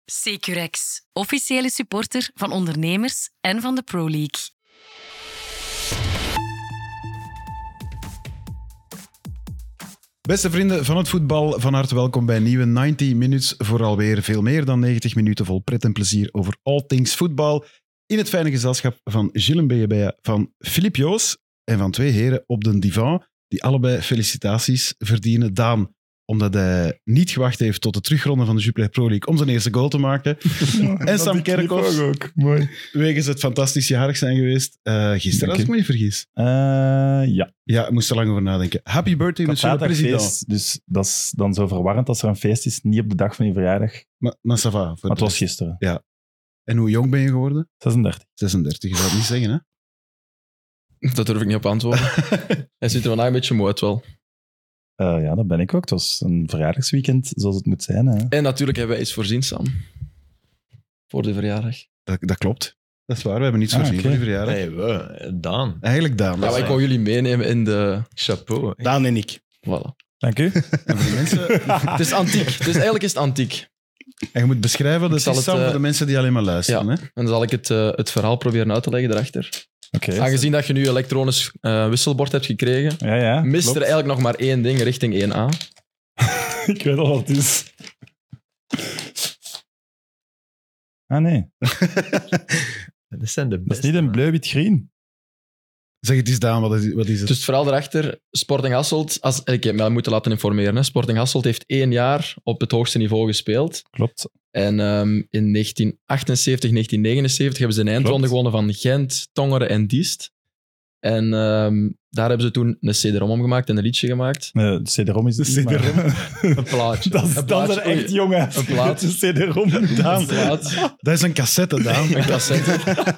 Securex, officiële supporter van ondernemers en van de Pro League. Beste vrienden van het voetbal, van harte welkom bij een nieuwe 90 Minutes voor alweer veel meer dan 90 minuten vol pret en plezier over all things voetbal. In het fijne gezelschap van Gilles Mbeyebeya, van Philippe Joos en van twee heren op de divan die allebei felicitaties verdienen. Daan, omdat hij niet gewacht heeft tot de terugronde van de Jupiler Pro League om zijn eerste goal te maken. En Sam Kerkhoff, ook. Mooi. wegens het fantastisch jarig zijn geweest. Gisteren, als ik me niet vergis. Ja. Ja, ik moest er lang over nadenken. Happy birthday, monsieur le président. Feest, dus dat is dan zo verwarrend als er een feest is, niet op de dag van je verjaardag. Maar ça va. Maar het was gisteren. Ja. En hoe jong ben je geworden? 36. 36, je zou het niet zeggen, hè? Dat durf ik niet op antwoorden. Hij ziet er vandaag een beetje moe uit wel. Ja, dat ben ik ook. Het was een verjaardagsweekend zoals het moet zijn. Hè. En natuurlijk hebben wij iets voorzien, Sam. Voor de verjaardag. Dat klopt. Dat is waar, we hebben niets voorzien voor die verjaardag. Nee, we, Daan. Eigenlijk Daan. Ja, maar ik wou jullie meenemen in de... Chapeau. Daan en ik. Voilà. Dank u. En voor de mensen... Het is antiek. Eigenlijk is het antiek. En je moet beschrijven, dat zal is het, Sam voor de mensen die alleen maar luisteren. Ja. Hè? En dan zal ik het verhaal proberen uit te leggen daarachter. Oké. Aangezien dat je nu elektronisch wisselbord hebt gekregen, Ja, mist klopt. er eigenlijk nog maar één ding richting 1A. Ik weet al wat het is. Ah, nee. Dat zijn de Dat beste. is niet een bleu-wit-green. Zeg het eens, Daan, wat is het? Dus het verhaal daarachter, Sporting Hasselt, ik heb mij moeten laten informeren, hè. Sporting Hasselt heeft 1 jaar op het hoogste niveau gespeeld. Klopt. En in 1978, 1979 hebben ze een eindronde gewonnen van Gent, Tongeren en Diest. En daar hebben ze toen een CD-ROM omgemaakt en een liedje gemaakt. De CD-ROM is het De niet, maar- CD-ROM. Een plaatje. Dat is Een dan plaatje. echt jongen. Een plaat. De CD-ROM. Daan, Een plaat. dat is een cassette, Daan. Een cassette.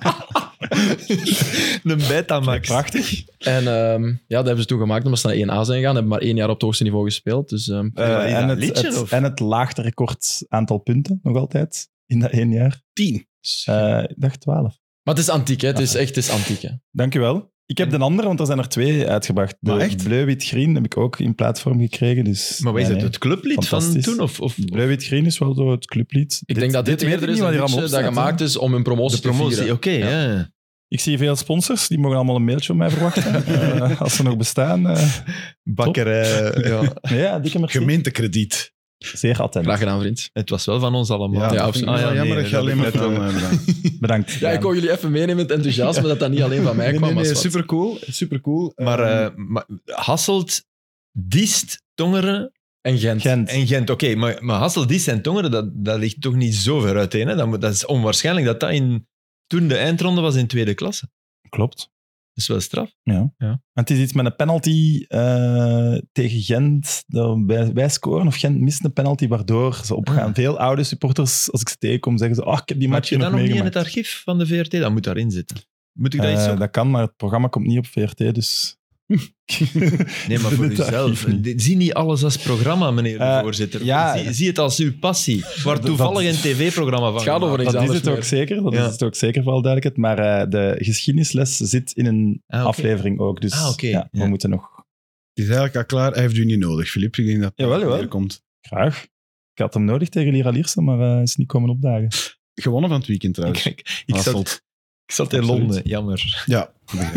Een Betamax. Prachtig. En dat hebben ze toen gemaakt omdat ze naar 1A zijn gegaan. Hebben maar 1 jaar op het hoogste niveau gespeeld. Dus En dat liedje, of? het laagste record aantal punten, nog altijd, in dat 1 jaar. 10. Ik dacht 12. maar het is antiek, hè. Het is antiek, hè. Dank u wel. Ik heb de andere, want er zijn er 2 uitgebracht. De Maar echt? bleu-wit-green heb ik ook in plaatvorm gekregen. Dus, Maar wat is nee, het? Het clublied van Fantastisch. toen? Of Bleu-wit-green is wel zo het clublied. Ik denk dat dit weet eerder ik is niet een wat hier liedje allemaal dat op staat, gemaakt is om hun promotie de promotie? te Oké, vieren. ja. Ik zie veel sponsors, die mogen allemaal een mailtje van mij verwachten. Als ze nog bestaan. Bakkerij. Ja. Ja, dikke merci. Gemeentekrediet. Zeer attent. Graag gedaan, vriend. Het was wel van ons allemaal. Ja, dat vind ik absoluut. wel jammer nee, dat je alleen maar dat van bedankt. Bedankt. Ja, ik wou jullie even meenemen in het enthousiasme dat dat niet alleen van mij kwam. Nee, maar zwart. supercool. Maar Hasselt, Diest, Tongeren En Gent. Gent. en Gent. Oké, maar Hasselt, Diest en Tongeren, dat ligt toch niet zo ver uiteen. Hè? Dat is onwaarschijnlijk dat dat toen de eindronde was in tweede klasse. Klopt. Dat is wel straf. Ja. Ja. En het is iets met een penalty tegen Gent. Dat wij scoren of Gent mist een penalty, waardoor ze opgaan. Veel oude supporters, als ik ze tegenkom, zeggen ze: ik heb die Maar match heb je hier dat nog nog niet in meegemaakt. het archief van de VRT? Dat moet daarin zitten. Moet ik dat iets op? Dat kan, maar het programma komt niet op VRT, dus... Nee, maar voor Het archief uzelf. niet. Zie niet alles als programma, meneer de voorzitter. ja. Zie het als uw passie. Waar toevallig een tv-programma van Het gaat over gemaakt niks Dat is anders het ook meer. zeker. Dat Ja. is het ook zeker, voor alle duidelijkheid. Maar de geschiedenisles zit in een Ah, oké. aflevering ook. Dus Ah, oké. ja, we Ja. moeten nog... Het is eigenlijk al klaar. Hij heeft u niet nodig, Filip. Ik denk dat Jawel. het komt. Graag. Ik had hem nodig tegen Lira Lierse, maar hij is niet komen opdagen. Gewonnen van het weekend trouwens. Kijk, ik Hasselt. zat in Absoluut. Londen, jammer. Ja.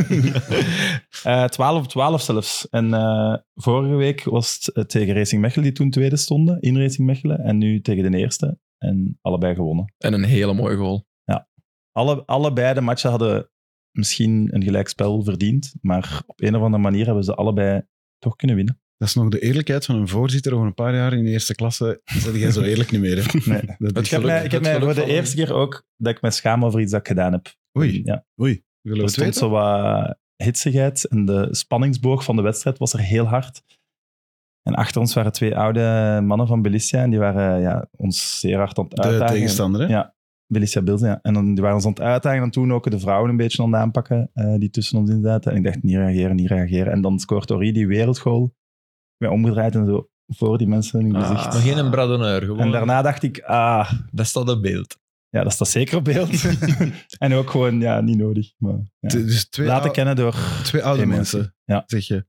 12-12 zelfs. En vorige week was het tegen Racing Mechelen, die toen tweede stonden in Racing Mechelen. En nu tegen de eerste. En allebei gewonnen. En een hele mooie goal. Allebei de matchen hadden misschien een gelijkspel verdiend. Maar op een of andere manier hebben ze allebei toch kunnen winnen. Dat is nog de eerlijkheid van een voorzitter over een paar jaar in de eerste klasse. Zeg jij zo eerlijk niet meer. Hè? Nee. Dat Het is Ik heb geluk mij voor de van- eerste keer ook dat ik me schaam over iets dat ik gedaan heb. Oei, Ja. oei. Willen we Er het stond weten? zo wat hitsigheid en de spanningsboog van de wedstrijd was er heel hard. En achter ons waren 2 oude mannen van Belicia en die waren ons zeer hard aan het De uitdagen. tegenstander, hè? Ja, Belicia Bilzen, ja. En dan, die waren ons aan het uitdagen en toen ook de vrouwen een beetje aan het aanpakken die tussen ons in zaten. En ik dacht, niet reageren. En dan scoort Ori die wereldgoal. Ik ben omgedraaid en zo voor die mensen in hun gezicht. Maar geen een bradonneur, gewoon. En daarna dacht ik, Dat staat op beeld. ja, dat staat zeker op beeld. En ook gewoon, niet nodig. Maar, ja. Dus twee Laten kennen door twee oude emotie. mensen, Ja. zeg je.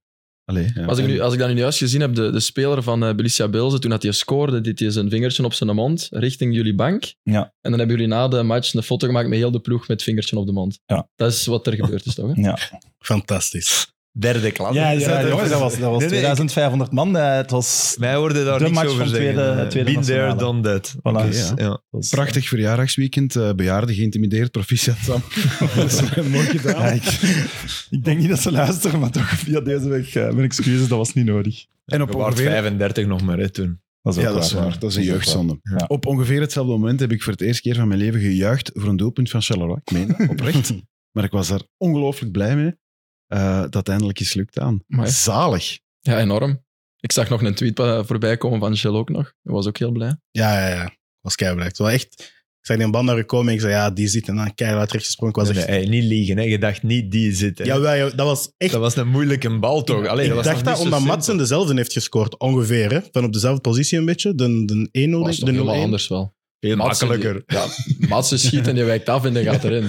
Allee, ja. Als ik dat nu juist gezien heb, de speler van Belicia Belze, toen hij scoorde, deed hij zijn vingertje op zijn mond richting jullie bank. Ja. En dan hebben jullie na de match een foto gemaakt met heel de ploeg met het vingertje op de mond. Ja. Dat is wat er gebeurd is, toch? Hè? Ja. Fantastisch. Derde klas. Ja, jongens, dat was Nee, 2500 man. Het was Wij hoorden daar de niks match over van zeggen. tweede Been there, nationale. done that. Voilà. Oké, Dus, ja. Ja. was- Prachtig verjaardagsweekend. Bejaarden geïntimideerd. Proficiat, Sam. Dat is mooi gedaan. Ja, ik denk niet dat ze luisteren, maar toch via deze weg mijn excuses, dat was niet nodig. En op We waren ongeveer... 35 nog maar, hè, toen. Dat is Ja, ook dat is waar. ja. Dat is een jeugdzonde. Ja. Op ongeveer hetzelfde moment heb ik voor het eerste keer van mijn leven gejuicht voor een doelpunt van Charleroi. Ik meen dat, oprecht. Maar ik was daar ongelooflijk blij mee. Dat eindelijk is lukt aan. Amai. Zalig. Ja, enorm. Ik zag nog een tweet voorbij komen van Gilles ook nog. Hij was ook heel blij. Ja. Ik was keiblij. Het was echt... Ik zag die bal naar u komen en ik zei, ja, die zit. En dan keihard rechtgesprongen. Ik was echt... Nee, niet liegen, hè. Je dacht niet die zitten. Jawel, dat was echt... Dat was een moeilijke bal, toch? Allee, ik dat was dacht nog dat niet zo omdat simpel. Madsen dezelfde heeft gescoord, ongeveer. Hè? Van op dezelfde positie een beetje. De 1-0, Dat was de toch helemaal 0-1. anders wel. Veel Madsen, makkelijker. Madsen schiet en die wijkt af en die gaat erin.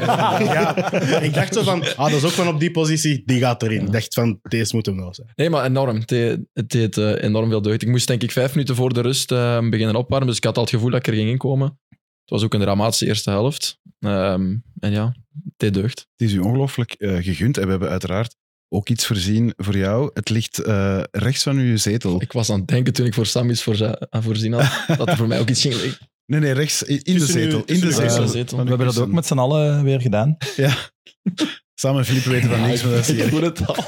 Ja, ik dacht zo van, dat is ook van op die positie, die gaat erin. Ik dacht van, deze moet hem wel zijn. Nee, maar enorm. Het deed enorm veel deugd. Ik moest denk ik 5 minuten voor de rust beginnen opwarmen, dus ik had al het gevoel dat ik er ging inkomen. Het was ook een dramatische eerste helft. En ja, het deed deugd. Het is u ongelooflijk gegund. En we hebben uiteraard ook iets voorzien voor jou. Het ligt rechts van uw zetel. Ik was aan het denken toen ik voor Sam iets voorzien had, dat er voor mij ook iets ging liggen. Nee, rechts in de Tussen zetel. uw- In de tussen uw zetel. zetel. We hebben dat ook met z'n allen weer gedaan. Ja. Sam en Filip weten van niks, maar dat is Ik hier. voel het al.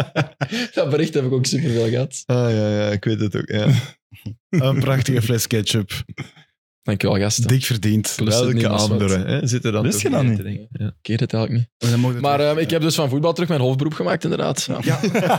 Dat bericht heb ik ook superveel gehad. Ja, ik weet het ook. Ja. Een prachtige fles ketchup. Dankjewel, gasten. Dik verdiend. Plus het Welke niet was wat. andere hè, zitten dan Wist toch je dat mee niet? te denken? Ja. Ik weet het eigenlijk niet. En dan mogen we Maar terug- ik heb dus van voetbal terug mijn hoofdberoep gemaakt, inderdaad. Ja.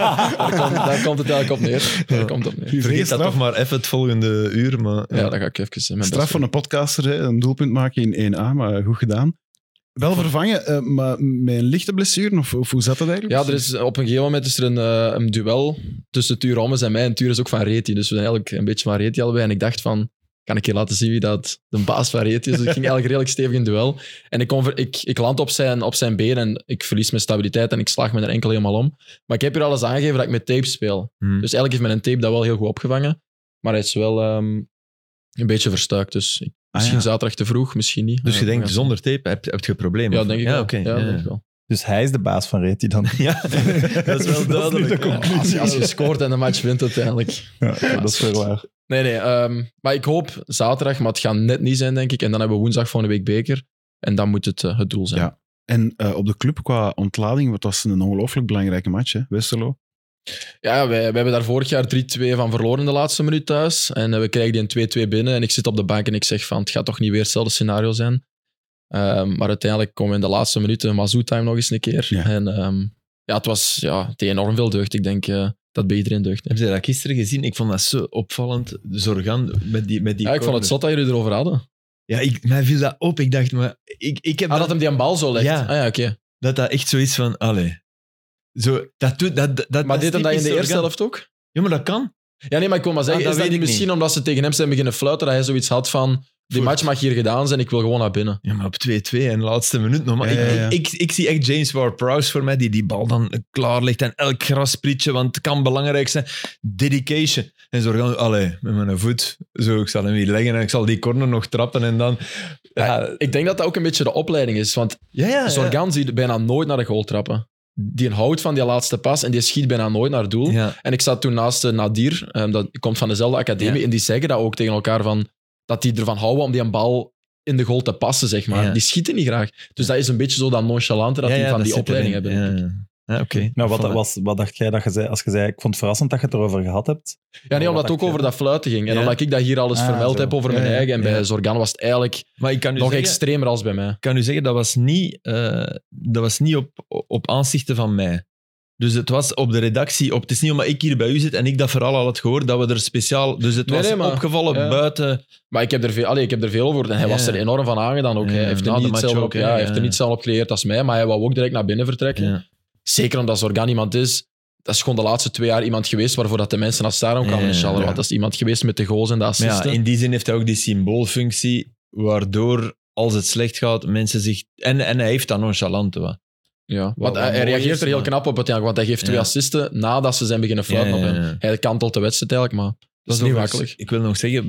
Daar komt het eigenlijk op neer. Daar komt het op neer. Vergeet dat straf. toch maar even het volgende uur. Maar, Ja, dat ga ik even mijn Straf best van doen. een podcaster, hè, een doelpunt maken in 1A, maar goed gedaan. Wel vervangen, maar met een lichte blessure, of hoe zat dat eigenlijk? Ja, er is, op een gegeven moment is er een duel tussen Tuur Hommes en mij. En Tuur is ook van Reti, dus we zijn eigenlijk een beetje van Reti allebei. En ik dacht van, kan ik je laten zien wie dat de baas van Reti is? Dus ik ging eigenlijk redelijk stevig in duel. En ik land op zijn been en ik verlies mijn stabiliteit en ik slag me er enkel helemaal om. Maar ik heb hier alles aangegeven dat ik met tape speel. Dus eigenlijk heeft mijn tape dat wel heel goed opgevangen. Maar hij is wel een beetje verstuikt, dus misschien ja. zaterdag te vroeg, misschien niet. Dus je we denkt, gaan zien. zonder tape heb je problemen? Ja, of? denk ik ja, wel. oké, Ja, denk ik wel. Dus hij is de baas van Reti dan. Ja, dat is wel duidelijk. de conclusie. Als je scoort en de match wint uiteindelijk. Ja, dat is wel waar. Nee, maar ik hoop zaterdag, maar het gaat net niet zijn, denk ik. En dan hebben we woensdag volgende week beker. En dan moet het doel zijn. Ja. En op de club qua ontlading, wat was een ongelooflijk belangrijke match, hè? Westerlo. Ja, wij hebben daar vorig jaar 3-2 van verloren in de laatste minuut thuis. En we krijgen die een 2-2 binnen. En ik zit op de bank en ik zeg van, het gaat toch niet weer hetzelfde scenario zijn. Maar uiteindelijk komen we in de laatste minuten Mazou-time nog eens een keer. Ja. En het deed enorm veel deugd. Ik denk dat bij iedereen deugd. Heb je dat gisteren gezien? Ik vond dat zo opvallend. Zorgan met die Ja, ik vond corner. het zot dat jullie erover hadden. Ja, mij viel dat op. Ik dacht, maar ik heb Dat hem die een bal zo legt. Ja. Oké. dat echt zoiets van, allee. Zo, dat doet, dat Maar is deed hem dat in de typisch eerste Zorgan. helft ook? Ja, maar dat kan. Ja, nee, maar ik wil maar zeggen, dat is dat weet niet ik misschien niet. omdat ze tegen hem zijn beginnen fluiten, dat hij zoiets had van, die Voor- match mag hier gedaan zijn, ik wil gewoon naar binnen. Ja, maar op 2-2 en de laatste minuut nog. Maar Ja. ik zie echt James Ward-Prowse voor mij, die bal dan klaar legt en elk grasprietje, want het kan belangrijk zijn. Dedication. En Zorgan, allee, met mijn voet, zo, ik zal hem hier leggen en ik zal die corner nog trappen en dan... Ja, Ik denk dat dat ook een beetje de opleiding is, want ja. Zorgan ziet bijna nooit naar de goal trappen. Die houdt van die laatste pas en die schiet bijna nooit naar het doel. Ja. En ik zat toen naast Nadir, dat komt van dezelfde academie, Ja. en die zeggen dat ook tegen elkaar, van, dat die ervan houden om die een bal in de goal te passen, zeg maar. Ja. Die schieten niet graag. Dus dat is een beetje zo dat nonchalante dat die van dat die zit opleiding erin. hebben. denk ik. Ja, oké. Nou, Voilà. wat dacht jij dat je zei? Als je zei, ik vond het verrassend dat je het erover gehad hebt. Ja, nee, omdat Wat het ook dacht je? over dat fluiten ging. En Ja. omdat ik dat hier alles vermeld zo. heb over mijn Ja, ja, eigen. En bij ja. Zorgan was het eigenlijk Maar ik kan u nog zeggen, extremer als bij mij. ik kan u zeggen, dat was niet op aanzichten van mij. Dus het was op de redactie, het is niet omdat ik hier bij u zit en ik dat vooral al had gehoord, dat we er speciaal... Dus het Nee, was nee, maar- opgevallen ja. buiten... Maar ik heb er veel over gehoord. En hij Ja. was er enorm van aangedaan ook. Ja, Hij heeft er na de niet match hetzelfde ook, op, hè. hij heeft er Ja. niet hetzelfde op gecreëerd als mij, maar hij wou ook direct naar binnen vertrekken. Ja. Zeker omdat Zorgan iemand is... Dat is gewoon de laatste 2 jaar iemand geweest waarvoor dat de mensen naar het stadion kwamen in Charleroi. Ja. Dat is iemand geweest met de goals en de Maar assisten. ja, in die zin heeft hij ook die symboolfunctie, waardoor als het slecht gaat, mensen zich... En hij heeft dat nonchalante wat. Ja, want wat hij mooi reageert is, er heel maar- knap op uiteindelijk, want hij geeft 2 Ja. assisten nadat ze zijn beginnen fluiten op hem. Hij kantelt de wedstrijd eigenlijk, maar dat is niet overigens- makkelijk. Ik wil nog zeggen,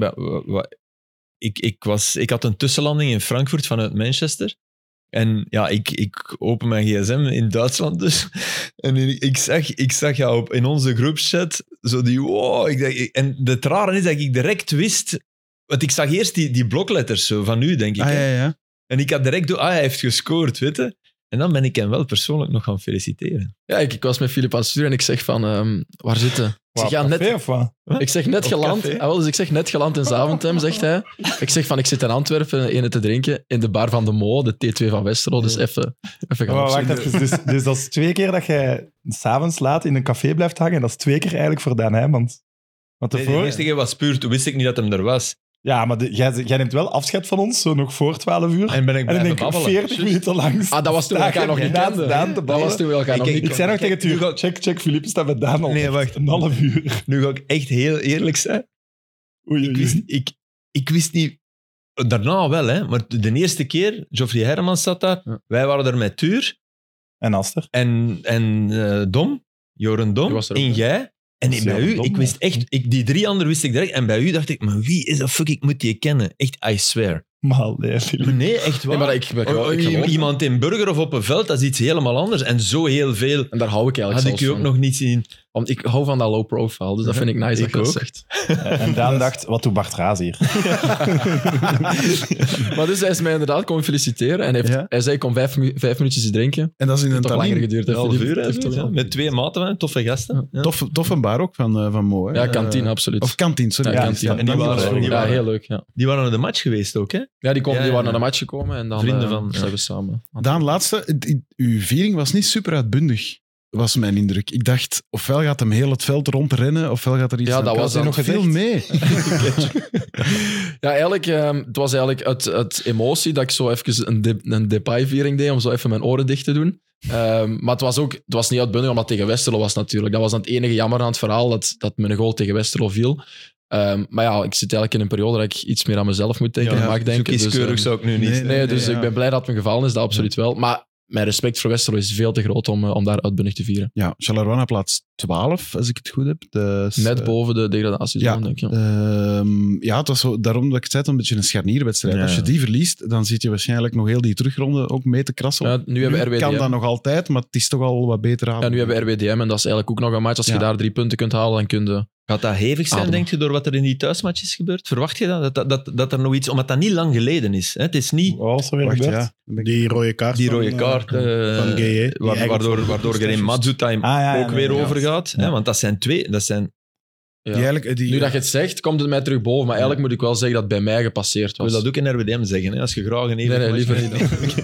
ik had een tussenlanding in Frankfurt vanuit Manchester. En ja, ik open mijn gsm in Duitsland dus. En ik zag jou in onze groepschat zo die wow. En het rare is dat ik direct wist... Want ik zag eerst die blokletters zo van u, denk ik. hè. Ja. En ik had direct door, hij heeft gescoord, weet je. En dan ben ik hem wel persoonlijk nog gaan feliciteren. Ja, ik was met Filip aan het sturen en ik zeg van, waar zitten? Ik zeg, ja, net, Of wat? ik zeg net Op geland. café? Dus ik zeg net geland in Zaventem, zegt hij. Ik zeg van, ik zit in Antwerpen ene te drinken in de bar van de Mo, de T2 van Westerlo. Dus even gaan Maar wacht opzoeken. even, dus dat is 2 keer dat jij s'avonds laat in een café blijft hangen. En dat is 2 keer eigenlijk voor Daan Heijmans. Want Nee, de eerste keer was puur, toen wist ik niet dat hem er was. Ja, maar jij neemt wel afscheid van ons, zo nog voor 12 uur. En ben ik En dan blijven denk ik babbelen. 40 minuten lang. Ah, dat was toen we elkaar nog niet kenden. Daan te Dat ballen. was toen we elkaar nog Ik- niet Ik zei nog tegen Kijk, nu Tuur, check, Philippe staat met Daan al Nee, wacht. een half uur. Nu ga ik echt heel eerlijk zijn. Oei, Ik wist, ik wist niet... Daarna wel, hè. Maar de eerste keer, Geoffrey Hermans zat daar. Ja. Wij waren er met Tuur En Aster. en Dom, Joren Dom, Die was er ook, en hè? jij. En Dat is bij Joren u, Dom, ik wist ja. echt... die 3 anderen wist ik direct. En bij u dacht ik, maar wie is dat fuck? Ik moet die kennen. Echt, I swear. Maar nee, Philippe. Nee, echt waar. Nee, maar ik geloof- Iemand in Burger of op een veld, dat is iets helemaal anders. En zo heel veel En daar hou ik eigenlijk had ik u zelfs ook van. nog niet zien. Want ik hou van dat low profile, dus dat vind ik nice dat Ik je dat ook. zegt. En Daan dacht, wat doet Bart Raas hier? Maar dus hij is mij inderdaad komen feliciteren en Ja. hij zei, ik kom 5 minuutjes drinken. En dat is in een Het heeft toch langer Tallinn. geduurd. hè, Een half Philippe? uur, Het hè, heeft toch zoiets, wel- met 2 maten, toffe gasten. Ja. Toffe bar ook van Mo. Hè? Ja, kantine, Eh, absoluut. Of kantine, sorry. Ja, Ja, kantine. En die waren- die Ja, waren- heel leuk, ja. Die waren naar de match geweest ook, hè? Ja, die Ja, waren ja. naar de match gekomen en dan Vrienden van- zijn we samen. Daan, laatste. Uw viering was niet super uitbundig, was mijn indruk. Ik dacht, ofwel gaat hem heel het veld rondrennen, ofwel gaat er iets Ja, aan dat elkaar. was hij nog nog veel mee. Ja, eigenlijk, het was eigenlijk uit emotie dat ik zo even een Depay-viering deed, om zo even mijn oren dicht te doen. Maar het was niet uitbundig, omdat het tegen Westerlo was natuurlijk. Dat was dan het enige jammer aan het verhaal, dat mijn goal tegen Westerlo viel. Maar ja, ik zit eigenlijk in een periode dat ik iets meer aan mezelf moet denken en mag denken. Zo kieskeurig Dus, zou ik nu niet nee, zijn. nee, dus ja. ik ben blij dat het me gevallen is, dat absoluut wel. Maar mijn respect voor Westerlo is veel te groot om daar uitbundig te vieren. Ja, Charleroi op plaats 12, als ik het goed heb. Dus, Net boven de degradatiezone, ja. denk ik. ja, het was zo, daarom dat ik het zei, een beetje een scharnierwedstrijd. Ja. Als je die verliest, dan zit je waarschijnlijk nog heel die terugronde ook mee te krassen. Ja, nu hebben we RWDM. kan dat nog altijd, maar het is toch al wat beter aan. Ja, nu hebben we RWDM en dat is eigenlijk ook nog een match. Als je Ja. daar 3 punten kunt halen, dan kun je... Gaat dat hevig zijn, Ademen. denk je, door wat er in die thuismatch is gebeurd? Verwacht je dat er nog iets... Omdat dat niet lang geleden is. Hè? Het is niet Wat was er weer Wacht, gebeurd? ja. Dan ben ik- Die rode kaart. die van, rode kaart van Gueye, die eigenlijk waardoor er in Mazzuta ook weer ja. overgaat. Hè? Want dat zijn 2... Dat zijn, Ja. Die eigenlijk, die, Nu dat je het zegt, komt het mij terug boven. Maar eigenlijk moet ik wel zeggen dat het bij mij gepasseerd ik wil was. dat ook in RWDM zeggen. Hè? Als je graag een Nee, even liever niet.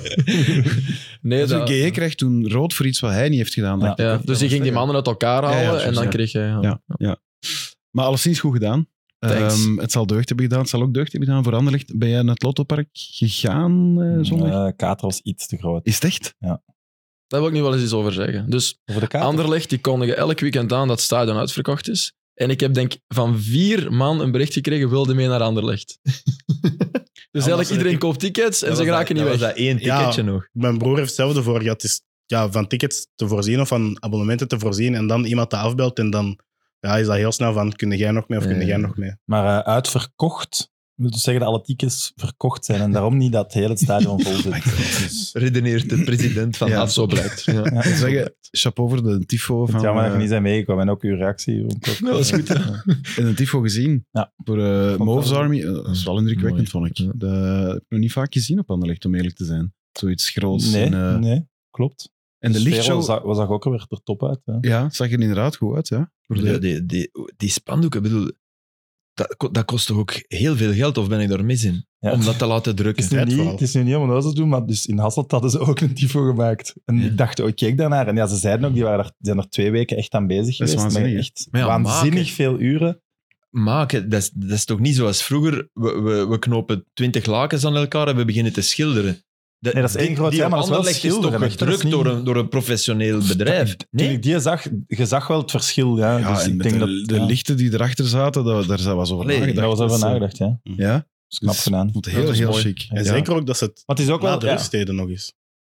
Nee, dus dat... GE krijgt toen rood voor iets wat hij niet heeft gedaan. Ja. dacht ik. Ja, Of- dus die ging die mannen uit elkaar halen Ja, ja, en dan ja. kreeg hij... Ja. Maar alleszins goed gedaan. Thanks. Het zal deugd hebben gedaan. Het zal ook deugd hebben gedaan voor Anderlecht. Ben jij naar het Lottopark gegaan zondag? Kater was iets te groot. Is het echt? Daar wil ik nu wel eens iets over zeggen. Dus Over de Kater? Anderlecht, die kondigen elk weekend aan dat het stadion uitverkocht is. En ik heb denk van 4 man een bericht gekregen, wilde mee naar Anderlecht. Dus eigenlijk iedereen koopt tickets en ze geraken niet dat weg. was dat 1 ticketje nog. Mijn broer heeft hetzelfde voor gehad. Het is van tickets te voorzien of van abonnementen te voorzien en dan iemand te afbelt en dan is dat heel snel van, kun jij nog mee of kun jij nog mee? Maar uitverkocht wil dus zeggen dat alle tickets verkocht zijn en daarom niet dat het hele stadion vol zit. Dus, Redeneert de president van Ja, Haas. Zo blijkt. Ja. ja, Ik wil zeggen, chapeau voor de tifo het van... jammer dat je eh, niet zijn meegekomen en ook uw reactie. Ja, dat is goed, ja. in een tifo gezien. Ja. Voor Moves wel. Army. Dat is wel indrukwekkend, Mooi. vond ik. Dat heb ik nog niet vaak gezien op Anderlecht, om eerlijk te zijn. Zoiets groots. Nee, en, nee, klopt. en de sfeer lichtshow... zag ook weer er top uit. Hè. Ja, zag er inderdaad goed uit. Ja. Voor de- Die spandoeken, ik bedoel, dat kost toch ook heel veel geld, of ben ik daar mis in? Ja. Om dat te laten Het drukken. is, nu Tijd niet, vooral. het is nu niet om een te doen, maar dus in Hasselt hadden ze ook een tifo gemaakt. En Ja. ik dacht, ik keek daarnaar. En ja, ze zeiden ook, die zijn er 2 weken echt aan bezig Dat is geweest. waanzinnig, Met hè? echt Maar ja, waanzinnig maken. veel uren. Maken, dat is toch niet zoals vroeger, we knopen 20 lakens aan elkaar en we beginnen te schilderen. Nee, dat is één groot die scherm, maar dat is wel Anderlecht is toch schilderen, dat is gedrukt niet- door een professioneel bedrijf. Toen Nee? ik die zag, je zag wel het verschil. Ja, Ja, dus en ik met denk de, dat, de lichten die erachter zaten, daar was over Allee, nagedacht. daar was over Dus, nagedacht, ja. Ja, Dat is knap dus gedaan. ik vond het Ja, heel, dat is heel mooi. chic. En Ja. zeker ook dat ze het Maar het is ook na wel... de Ja, ruststeden nog eens.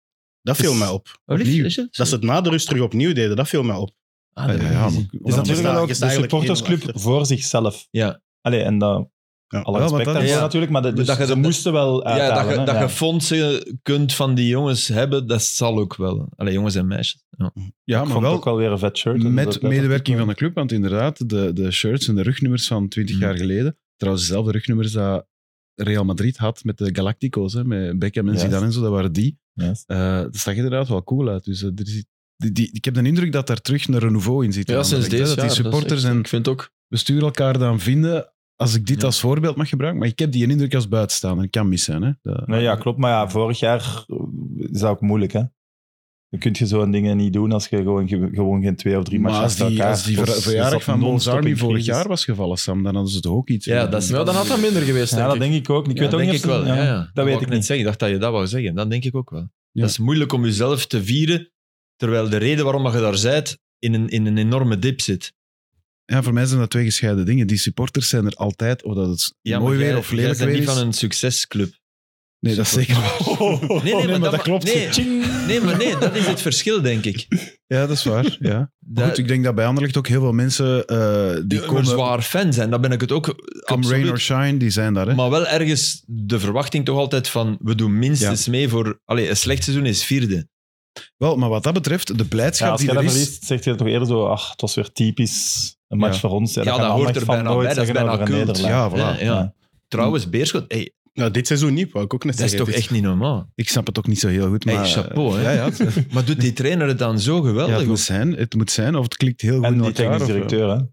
Dat viel mij op. Opnieuw. Dat ze het na de rust terug opnieuw deden, dat viel mij op. Ah, dat Ja, heb ik maar- gezien. Het is natuurlijk wel ook de supportersclub voor zichzelf. Ja. Allee, en dat... Ja. Alle Wel, respect maar dat daarvoor is- natuurlijk, maar dus dat je ze dat- moesten wel Ja, uithalen. dat hè. je fondsen kunt van die jongens hebben, dat zal ook wel. Allee, jongens en meisjes. Ja. Ja, Ik maar vond wel het ook wel weer een vet shirt. met medewerking van de club, want inderdaad, de shirts en de rugnummers van 20 jaar geleden, trouwens dezelfde rugnummers dat Real Madrid had met de Galactico's, hè, met Beckham en Juist. Zidane en zo, dat waren die. Yes. Dat zag inderdaad wel cool uit. Dus ik heb de indruk dat daar terug een renouveau in zit. Ja, sinds Verandering, hè. deze Dat jaar. die supporters dat is echt- en Ik vind ook... bestuur elkaar dan vinden, als ik dit Ja. als voorbeeld mag gebruiken. Maar ik heb die indruk als buitenstaander. Het kan mis zijn. Hè. Nee, ja, klopt. Maar ja, vorig jaar is dat ook moeilijk, hè. Dan kun je zo'n dingen niet doen als je gewoon geen 2 of 3 Maar matchen als achter die, elkaar... als die Dus verjaardag dat van Bones non-stop Army in vorig crisis. jaar was gevallen, Sam, dan hadden ze het ook iets. Ja, dat is- Ja, dan had dat minder geweest, Ja, denk dat ik. denk ik ook. Ik weet ook denk niet ik of ze- wel. Ja. Dat weet wou ik net niet. zeggen. Ik dacht dat je dat wou zeggen. Dat denk ik ook wel. Ja. Dat is moeilijk om jezelf te vieren, terwijl de reden waarom je daar bent in een enorme dip zit. Ja, voor mij zijn dat twee gescheiden dingen. Die supporters zijn er altijd, of dat het Ja, mooi maar weer of jij lelijk bent weer niet is. van een succesclub. Nee, dat is zeker waar. Nee, maar dat klopt. Nee, dat is het verschil, denk ik. Ja, dat is waar. Ja. Maar Dat, goed, ik denk dat bij Anderlecht ook heel veel mensen die die komen, zwaar fan zijn, daar ben ik het ook come rain or absoluut. shine, die zijn daar. Hè? Maar wel ergens de verwachting toch altijd van, we doen minstens mee voor... Allee, een slecht seizoen is vierde. Wel, maar wat dat betreft, de Ja, blijdschap als die je er dat is... verliest, zeg je toch eerder zo, ach, het was weer typisch een match Ja. voor ons. Ja, kan dat hoort Anderlecht er van bijna nooit bij, dat is zeggen bijna over een cult. nederlaag. Ja, voilà. Ja. Trouwens, Beerschot, hey, Nou, dit seizoen niet, wou ik ook net dat is zeggen. toch Het echt niet normaal. Ik snap het ook niet zo heel goed, Hey, maar... chapeau, hè. Ja, ja, Maar doet die trainer het dan zo ja, geweldig? het, moet Of- zijn, het moet zijn, of het klikt heel goed En in die elkaar. technisch of- directeur, hè.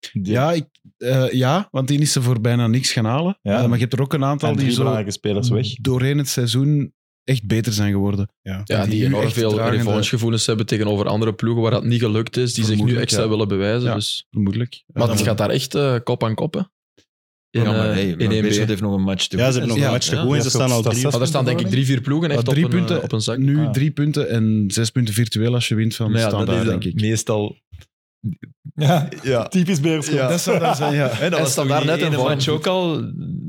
Ja, want die is ze voor bijna niks gaan halen. Ja. Maar je hebt er ook een aantal En die 3 zo belangrijke spelers weg. doorheen het seizoen echt beter zijn geworden. Ja. Ja, die nu enorm echt veel dragende- revanchegevoelens hebben tegenover andere ploegen waar dat niet gelukt is, die zich nu Vermoedelijk, extra ja. willen bewijzen. Ja. Dus. Vermoedelijk. Maar het Ja, gaat daar echt kop aan kop, hè. Ja, maar, hey, in maar 1B. Beerschot heeft nog een match te Ja, goed. ze hebben nog Ja, een match te ja. goed en Ja, ze staan al dat 3 is Maar er staan denk ik 3-4 ploegen echt drie op, punten, op een zak. Nu Ah. 3 punten en 6 punten virtueel als je wint van Maar ja, staan dat daar, is denk dan ik. meestal... Ja, Ja. typisch Beerschot. Ja. Dat zou dan zijn, ja. Hè, dat En was staan toch daar die net in ene vorm. match ook al.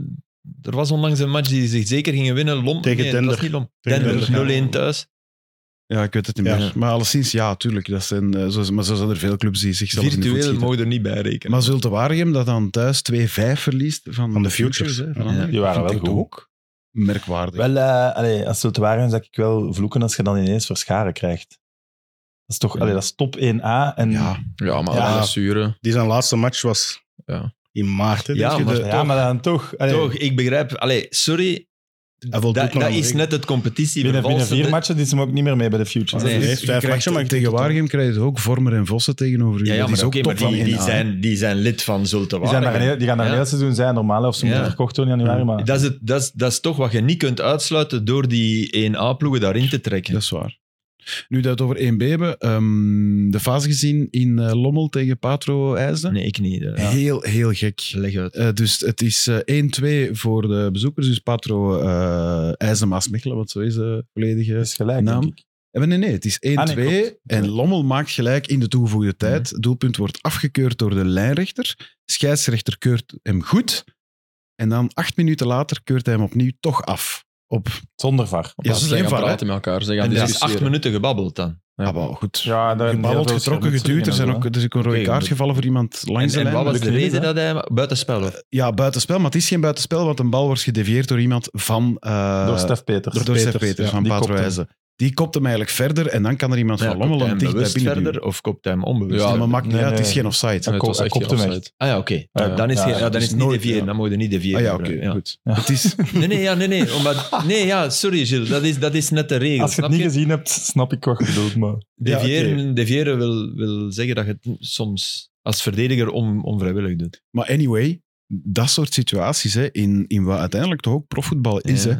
Er was onlangs een match die ze zich zeker gingen winnen. Lomp, Tegen nee, dat was Dender. niet Lomp. Tegen Dender, Dender, 0-1 thuis. Ja, ik weet het niet Ja. meer. Maar alleszins, ja, tuurlijk. Dat zijn, maar zo zijn er veel clubs die zichzelf in de voet Virtueel schieten. mogen er niet bij rekenen. Maar Zulte Waregem dat dan thuis 2-5 verliest van de Futures. hè, van Ja, Anderlecht, die waren vind wel ik toch goed. ook merkwaardig. Wel, als het waar is, zou ik wel vloeken als je dan ineens Verscharen krijgt. Dat is toch, Ja. dat is top 1A. En Ja, Ja, maar Ja. blessure. Die zijn laatste match was Ja. in maart. Hè, Ja, denk je. maar- De- ja, maar dan toch. Toch, ik begrijp... Allee, sorry. Hij voldoet nog Dat aan de is regel. net het competitie binnen 4 matchen is hem ook niet meer mee bij de Futures. Nee, Je hij heeft 5 krijgt- matchen, maar ik tegen denk dat- Waregem krijg je ook Vormer en Vossen tegenover u. Ja, dat maar is ook oké, top maar van die zijn lid van Zulte Die, zijn daar Waregem. die gaan daar een Ja. heel seizoen zijn, normaal. Of ze moeten Ja. verkocht worden in januari. Maar Dat is toch wat je niet kunt uitsluiten door die 1A-ploegen daarin te trekken. Dat is waar. Nu dat we het over 1B hebben, de fase gezien in Lommel tegen Patro IJsden. Nee, ik niet. Heel gek. Leg uit. Dus het is 1-2 voor de bezoekers. Dus Patro IJsden Maasmechelen, wat zo is de volledige het is gelijk, naam. denk ik. Nee, het is 1-2 nee, klopt. en Lommel maakt gelijk in de toegevoegde tijd. Het doelpunt wordt afgekeurd door de lijnrechter. Scheidsrechter keurt hem goed. En dan 8 minuten later keurt hij hem opnieuw toch af. Zonder VAR. Ja, ze geen zijn gaan VAR, hè. praten met elkaar. Ze gaan En er is 8 discussiëren. minuten gebabbeld dan. Ja, maar goed. Ja, daar Gebabbeld, getrokken, geduwd. Er is ook een rode Oké, kaart maar- gevallen voor iemand langs de En lijn. wat was lukt de niet, reden hè? dat hij... Buitenspel, of? Ja, buitenspel, maar het is geen buitenspel, want een bal wordt gedevieerd door iemand van... Door Stef Peters. Door Stef Peters van die Patro kopt hem. IJsden. Die kopt hem eigenlijk verder en dan kan er iemand Ja, van kopt Lommel hij hem hem dicht bij bewust binnen verder of koopt hij hem onbewust? Ja, Ja, maar maakt niet nee, uit, het is nee. geen offside. Hij Het was hij echt kopt geen hem offside. echt. Ah ja, oké. Ja, Dan is ja, dan dus is niet nooit, deviëren. ja. Dan moet je niet deviëren. Ah ja, oké, gebruiken, ja. goed. Ja. Het is... Nee. Nee, ja, sorry Gilles. Dat is net de regel. Als je het snap niet gezien hebt, snap ik wat je bedoelt. Maar... Deviëren wil zeggen dat je het soms als verdediger onvrijwillig doet. Maar anyway, dat soort situaties, hè, in wat uiteindelijk toch ook profvoetbal is, Ja. hè.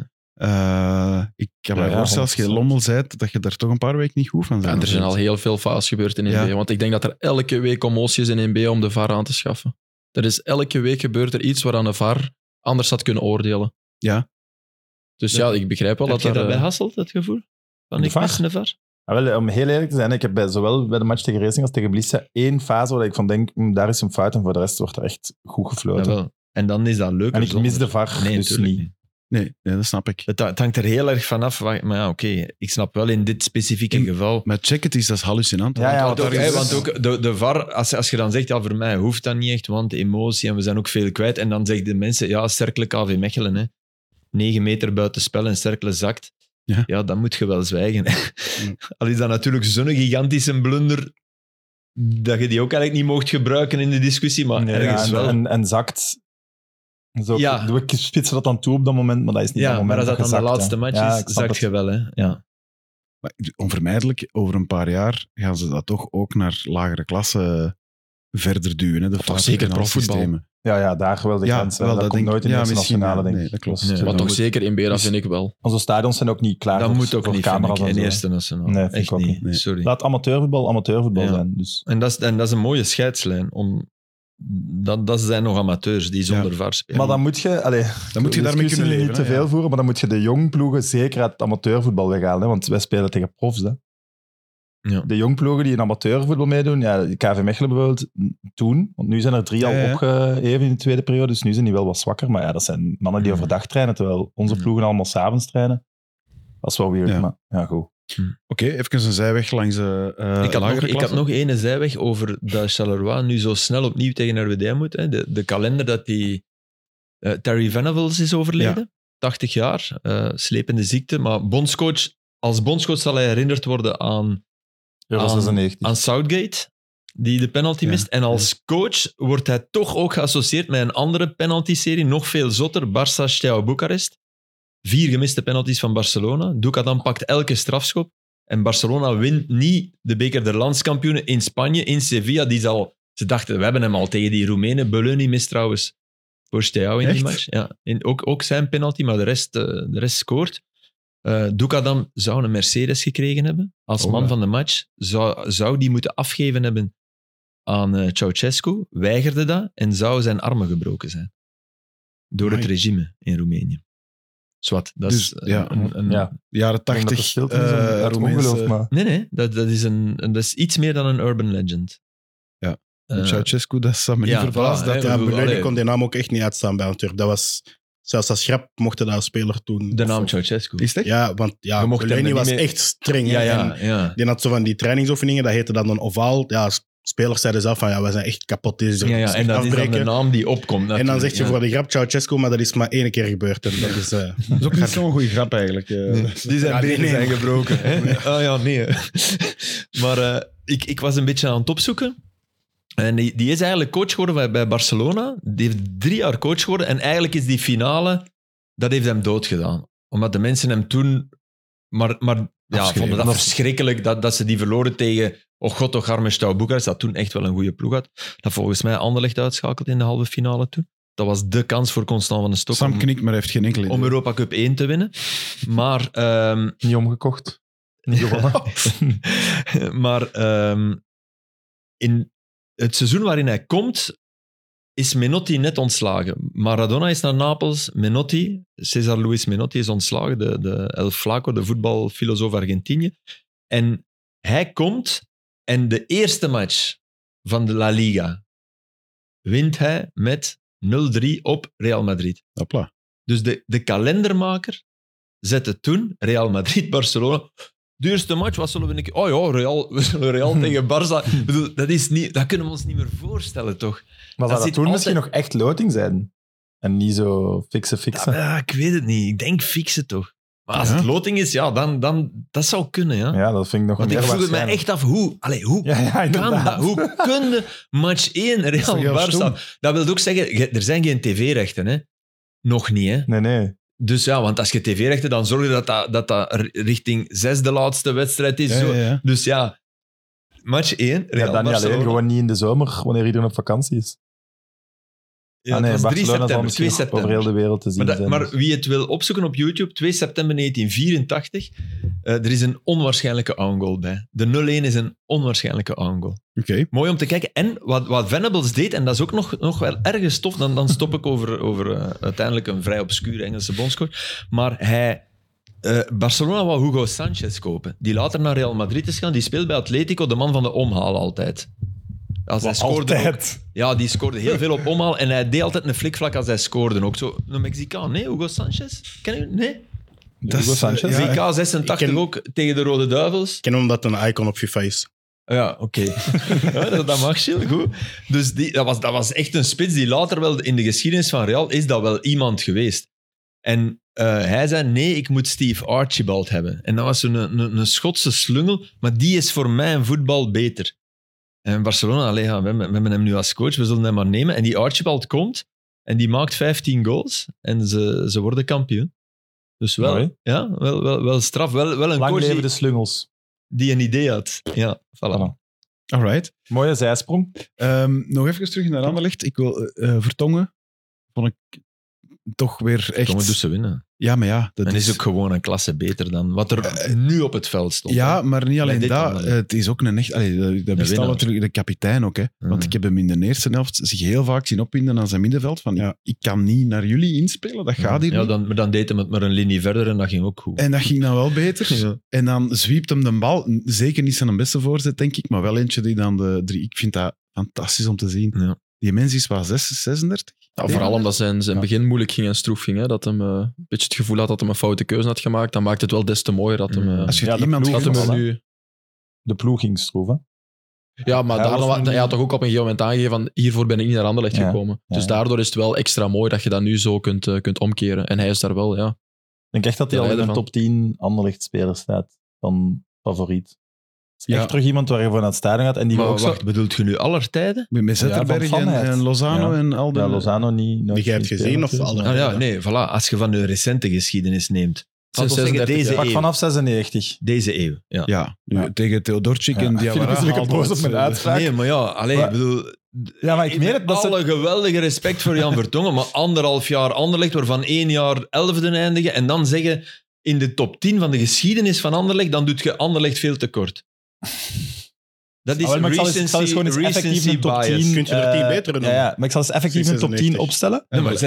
Ik kan me Ja, voorstellen, als je 100%. Lommel bent, dat je daar toch een paar weken niet goed van Ja, bent. en er zijn al heel veel fases gebeurd in 1B. Ja. Want ik denk dat er elke week commotie is in 1B om de VAR aan te schaffen. Er is elke week gebeurt er iets waaraan de VAR anders had kunnen oordelen. Ja. Dus ja, ik begrijp wel Heb dat je er... dat bij Hasselt, het gevoel? Van De ik VAR? mis een VAR? Ja, wel, om heel eerlijk te zijn, ik heb zowel bij de match tegen Racing als tegen Blisse 1 fase waar ik van denk, daar is een fout en voor de rest wordt er echt goed gefloten. Jawel. En dan is dat leuk. En ik mis de VAR, Nee, dus natuurlijk niet. niet. Nee, dat snap ik. Het hangt er heel erg vanaf. Maar ja, oké, ik snap wel in dit specifieke geval. Maar check het is, dat is hallucinant. Ja, ja, Want ook, daar is- want ook de VAR, als je dan zegt, ja, voor mij hoeft dat niet echt, want emotie en we zijn ook veel kwijt. En dan zeggen de mensen, ja, Cercle KV Mechelen, hè. 9 meter buiten spel en Cercle zakt. Ja. Ja, dan moet je wel zwijgen. Al is dat natuurlijk zo'n gigantische blunder dat je die ook eigenlijk niet mocht gebruiken in de discussie, maar Nee, ergens ja, wel. en zakt. Zo, Ja. We spitsen dat dan toe op dat moment, maar dat is niet dat Ja, moment maar als dat dan de je laatste zakt, hè. match Ja, is, ik snap zakt het. je wel. Hè. Ja. Maar onvermijdelijk, over een paar jaar gaan ze dat toch ook naar lagere klassen verder duwen. Hè, de toch zeker profvoetbal? Ja, daar wel de Ja, grens. hè. wel, dat dat komt denk- nooit in de ja, eerste misschien, nationale, ja. denk Nee, ik. dat klopt. Dus, Ja. Maar dat toch moet- zeker in Bera, Dus- vind ik wel. Onze stadions zijn ook niet klaar Dat voor, moet ook voor niet, vind camera's ik, en in zo. eerste nationaal. Nee, vind Echt ik ook niet. niet. Nee. Sorry. Laat amateurvoetbal Ja. zijn. Dus. En dat is een mooie scheidslijn. Dat zijn nog amateurs die zonder VAR spelen. Maar dan moet je... Dan Allee, moet je de daarmee discussie kunnen leven. niet te hè, veel ja. voeren, maar dan moet je de jongploegen zeker uit het amateurvoetbal weghalen. Hè, want wij spelen tegen profs. Hè. Ja. De jongploegen die in amateurvoetbal meedoen, ja, de KV Mechelen bijvoorbeeld, toen, want nu zijn er 3 al Ja, ja. opgeheven in de tweede periode, dus nu zijn die wel wat zwakker. Maar ja, dat zijn mannen die Ja. overdag trainen, terwijl onze Ja. ploegen allemaal s'avonds trainen. Dat is wel weird, Ja. maar ja, goed. Oké, even een zijweg langs de Ik had nog ene zijweg over dat Charleroi nu zo snel opnieuw tegen RWDM moet. Hè. De kalender dat die... Terry Venables is overleden. 80 jaar, slepende ziekte. Maar als bondscoach zal hij herinnerd worden aan Euro 96. aan Southgate, die de penalty Ja, mist. En als coach wordt hij toch ook geassocieerd met een andere penalty-serie, nog veel zotter, Barça Steaua Boekarest. 4 gemiste penalties van Barcelona. Ducadan pakt elke strafschop. En Barcelona wint niet de beker der landskampioenen in Spanje, in Sevilla. Ze dachten, we hebben hem al tegen die Roemenen. Beluni mist trouwens voor Steaua in die Echt? match. Ja, ook zijn penalty, maar de rest scoort. Ducadan zou een Mercedes gekregen hebben als Oh, man ja. van de match. Zou die moeten afgeven hebben aan Ceausescu, weigerde dat en zou zijn armen gebroken zijn. Door het Amai. regime in Roemenië. Zwat, dat Dus, is ja, ja. jaren Ik denk dat 80. de stilte is uit Roemeense- ongeloof, maar... Nee, dat is iets meer dan een urban legend. Ja. Eh, Ceausescu, dat zou me niet ja, verbazen. voilà, dat hè. Ja, Allee. Beleuning kon die naam ook echt niet uitstaan bij Antwerp. Dat was... Zelfs als grap mochten dat als speler toen. de naam Ceausescu. Is het echt? Ja, want ja, Je mocht hem Beleuning er was niet mee- echt streng. hè. Ja, En ja, ja. die had zo van die trainingsoefeningen, dat heette dan een ovaal. Ja, spelers zeiden zelf van, ja, wij zijn echt kapot. Deze Ja, ja, en dat is dan de naam die opkomt. En dan zeg je natuurlijk, voor de grap Ceausescu, maar dat is maar 1 keer gebeurd. En dat is... Dat is ook niet zo'n goede grap eigenlijk. Die zijn Ja, nee, benen nee. zijn gebroken. Hè? Ah ja, nee. Maar ik was een beetje aan het opzoeken. En die is eigenlijk coach geworden bij Barcelona. Die heeft 3 jaar coach geworden. En eigenlijk is die finale, dat heeft hem doodgedaan. Omdat de mensen hem toen... Maar ja, vonden dat verschrikkelijk dat ze die verloren tegen... Oh god, toch arme Steaua Boekarest, dat toen echt wel een goede ploeg had. Dat volgens mij Anderlecht uitschakeld in de halve finale toen. Dat was de kans voor Constant van den Stok Sam knikt, maar heeft geen enkele idee. om Europa Cup 1 te winnen. Maar... Niet omgekocht. Niet gewonnen. maar in het seizoen waarin hij komt, is Menotti net ontslagen. Maradona is naar Napels. Menotti, Cesar Luis Menotti is ontslagen, de El Flaco, de voetbalfilosoof Argentinië. En hij komt en de eerste match van de La Liga wint hij met 0-3 op Real Madrid. Hopla. Dus de kalendermaker zette toen Real Madrid-Barcelona. De eerste match, wat zullen we een keer... Oh ja, we zullen Real tegen Barça... Ik bedoel, dat kunnen we ons niet meer voorstellen, toch? Maar zou zit dat toen altijd- misschien nog echt loting zijn? En niet zo fikse. Ja, ik weet het niet. Ik denk fixen toch. Maar als Ja. het loting is, ja, dan dat zou kunnen, ja. Ja, dat vind ik nog Want meer ik vroeg het mij waarschijnlijk. echt af, hoe Ja, ja, kan inderdaad. dat? Hoe kun je match 1 is toch heel Real stom? Barça... Dat wil ook zeggen, er zijn geen tv-rechten, hè. Nog niet, hè. Nee. Dus ja, want als je tv-rechten, dan zorg je dat richting 6e laatste wedstrijd is. Ja, Zo. ja, ja. Dus ja, match 1, Real Ja, dan niet Barcelona. alleen, gewoon niet in de zomer, wanneer iedereen op vakantie is. Ja, het was 3 Barcelona zal september, misschien 2 nog over heel september. de wereld te zien Maar, zijn. maar wie het wil opzoeken op YouTube, 2 september 1984, er is een onwaarschijnlijke own goal bij. De 0-1 is een onwaarschijnlijke own goal. Oké. Mooi om te kijken. En wat Venables deed, en dat is ook nog wel ergens stof, dan stop ik over uiteindelijk een vrij obscure Engelse bondscoach. Maar Barcelona wou Hugo Sanchez kopen, die later naar Real Madrid is gegaan. Die speelt bij Atletico, de man van de omhaal altijd. Als hij scoorde ook, Altijd. ja, die scoorde heel veel op omhaal en hij deed altijd een flikvlak als hij scoorde. Ook zo een Mexicaan, nee? Hugo Sanchez? Ken je? Nee? Dat Hugo is, Sanchez? ja, WK 86 ik ken- ook tegen de Rode Duivels. Ik ken hem omdat het een icon op FIFA is. Ja, oké. Ja, dat mag, Gilles, goed. Dus dat was echt een spits die later wel in de geschiedenis van Real is dat wel iemand geweest. En hij zei, nee, ik moet Steve Archibald hebben. En dat was een Schotse slungel, maar die is voor mij in voetbal beter. En Barcelona, we hebben hem nu als coach, we zullen hem maar nemen. En die Archibald komt en die maakt 15 goals en ze worden kampioen. Dus wel, Mooi. ja, wel straf. Wel een Lang coach leven de slungels. die een idee had. Ja, voilà. Alright. Mooie zijsprong. Nog even terug naar Anderlecht. Ik wil Vertongen. Vond ik toch weer echt... Tongen dus ze winnen. Ja, maar ja. Dat En is ook gewoon een klasse beter dan wat er nu op het veld stond. Ja, hè. maar niet alleen dit dat. dan, Het is ook een echt... dat bestaat winnaar. natuurlijk de kapitein ook. Hè. Want ik heb hem in de eerste helft zich heel vaak zien opwinden aan zijn middenveld. Van, Ja. ik kan niet naar jullie inspelen, dat gaat hier Ja, niet. maar dan deed hij het maar een linie verder en dat ging ook goed. En dat ging dan wel beter. Ja. En dan zwiept hem de bal. Zeker niet zijn beste voorzet, denk ik. Maar wel eentje die dan de 3... Ik vind dat fantastisch om te zien. Ja. Die mens is wel 36. Ja, vooral omdat zijn begin moeilijk ging en stroef ging. Hè, dat hem een beetje het gevoel had dat hij een foute keuze had gemaakt. Dan maakt het wel des te mooier dat hem, Als je Ja, het de iemand ploeg dat geeft, hem wel, er hè. nu... De ploeg ging stroeven. Ja, maar Hij daarna, was nu- hij had toch ook op een gegeven moment aangegeven van hiervoor ben ik niet naar Anderlecht Ja, gekomen. ja. Dus daardoor is het wel extra mooi dat je dat nu zo kunt omkeren. En hij is daar wel, ja. Ik denk echt dat hij De al in een leider top 10 Anderlecht-speler staat. Van favoriet. Het is Ja. echt terug iemand waar je voor naar het stadion gaat. En die Maar ook wacht, zo... bedoelt je nu aller tijden? met Zetterberg van fanheid. en Lozano Ja. en al de... Ja, Lozano niet. Die jij hebt gezien of alle? Ah ja, nee, voilà. Als je van de recente geschiedenis neemt. Laten we zeggen 36 deze Pak eeuw. vanaf 96. Deze eeuw, ja. Ja, nu, Ja. tegen Theodorczyk en Ja. Diawara. Philippe is lekker boos op mijn uitspraak. Nee, maar ja, alleen, Maar- ik bedoel... Ja, maar ik meen het, dat ze- alle geweldige respect voor Jan Vertongen, maar 1,5 jaar Anderlecht, waarvan 1 jaar 11e eindigen, en dan zeggen in de top 10 van de geschiedenis van Anderlecht, dan doet je Anderlecht veel te kort. Dat is Ah, wel, maar ik zal eens recency, gewoon eens effectief recency een top 10... bias. Kun je er 10 betere doen? Ja, ja, maar ik zal eens effectief een top 10 96. opstellen. Nee, maar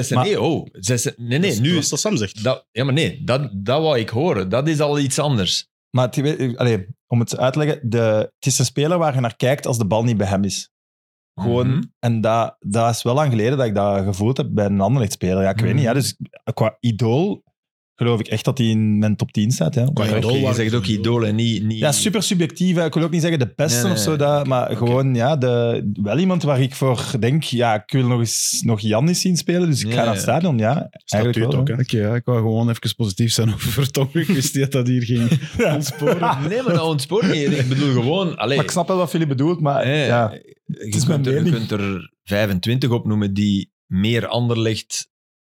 nee, nu... Dat is wat Sam zegt. Ja, maar nee, dat wou ik horen. Dat is al iets anders. Maar om het uit te leggen, het is een speler waar je naar kijkt als de bal niet bij hem is. Gewoon, Mhm. en dat is wel lang geleden dat ik dat gevoeld heb bij een Anderlecht-speler. Ja, ik weet niet, ja, dus qua idool geloof ik echt dat hij in mijn top 10 staat. Ja. Qua Oké, idool je waren zegt ook sowieso. idool en niet... Ja, super subjectief. Hè. Ik wil ook niet zeggen de beste Nee, of zo, dat, maar oké. gewoon ja, wel iemand waar ik voor denk, ja, ik wil nog Jannis zien spelen, dus ik Ja, ga naar het ja. stadion. Ja, eigenlijk wel. ook, hè. hè. Oké, ja, ik wou gewoon even positief zijn over Vertongen. Ik wist niet dat dat hier ging ontsporen. Nee, maar dat ontspoort niet. Ik bedoel gewoon... Allee, Maar ik snap wel wat Philippe bedoelt, maar ja, je, is mijn je mening. kunt er 25 opnoemen die meer Anderlecht...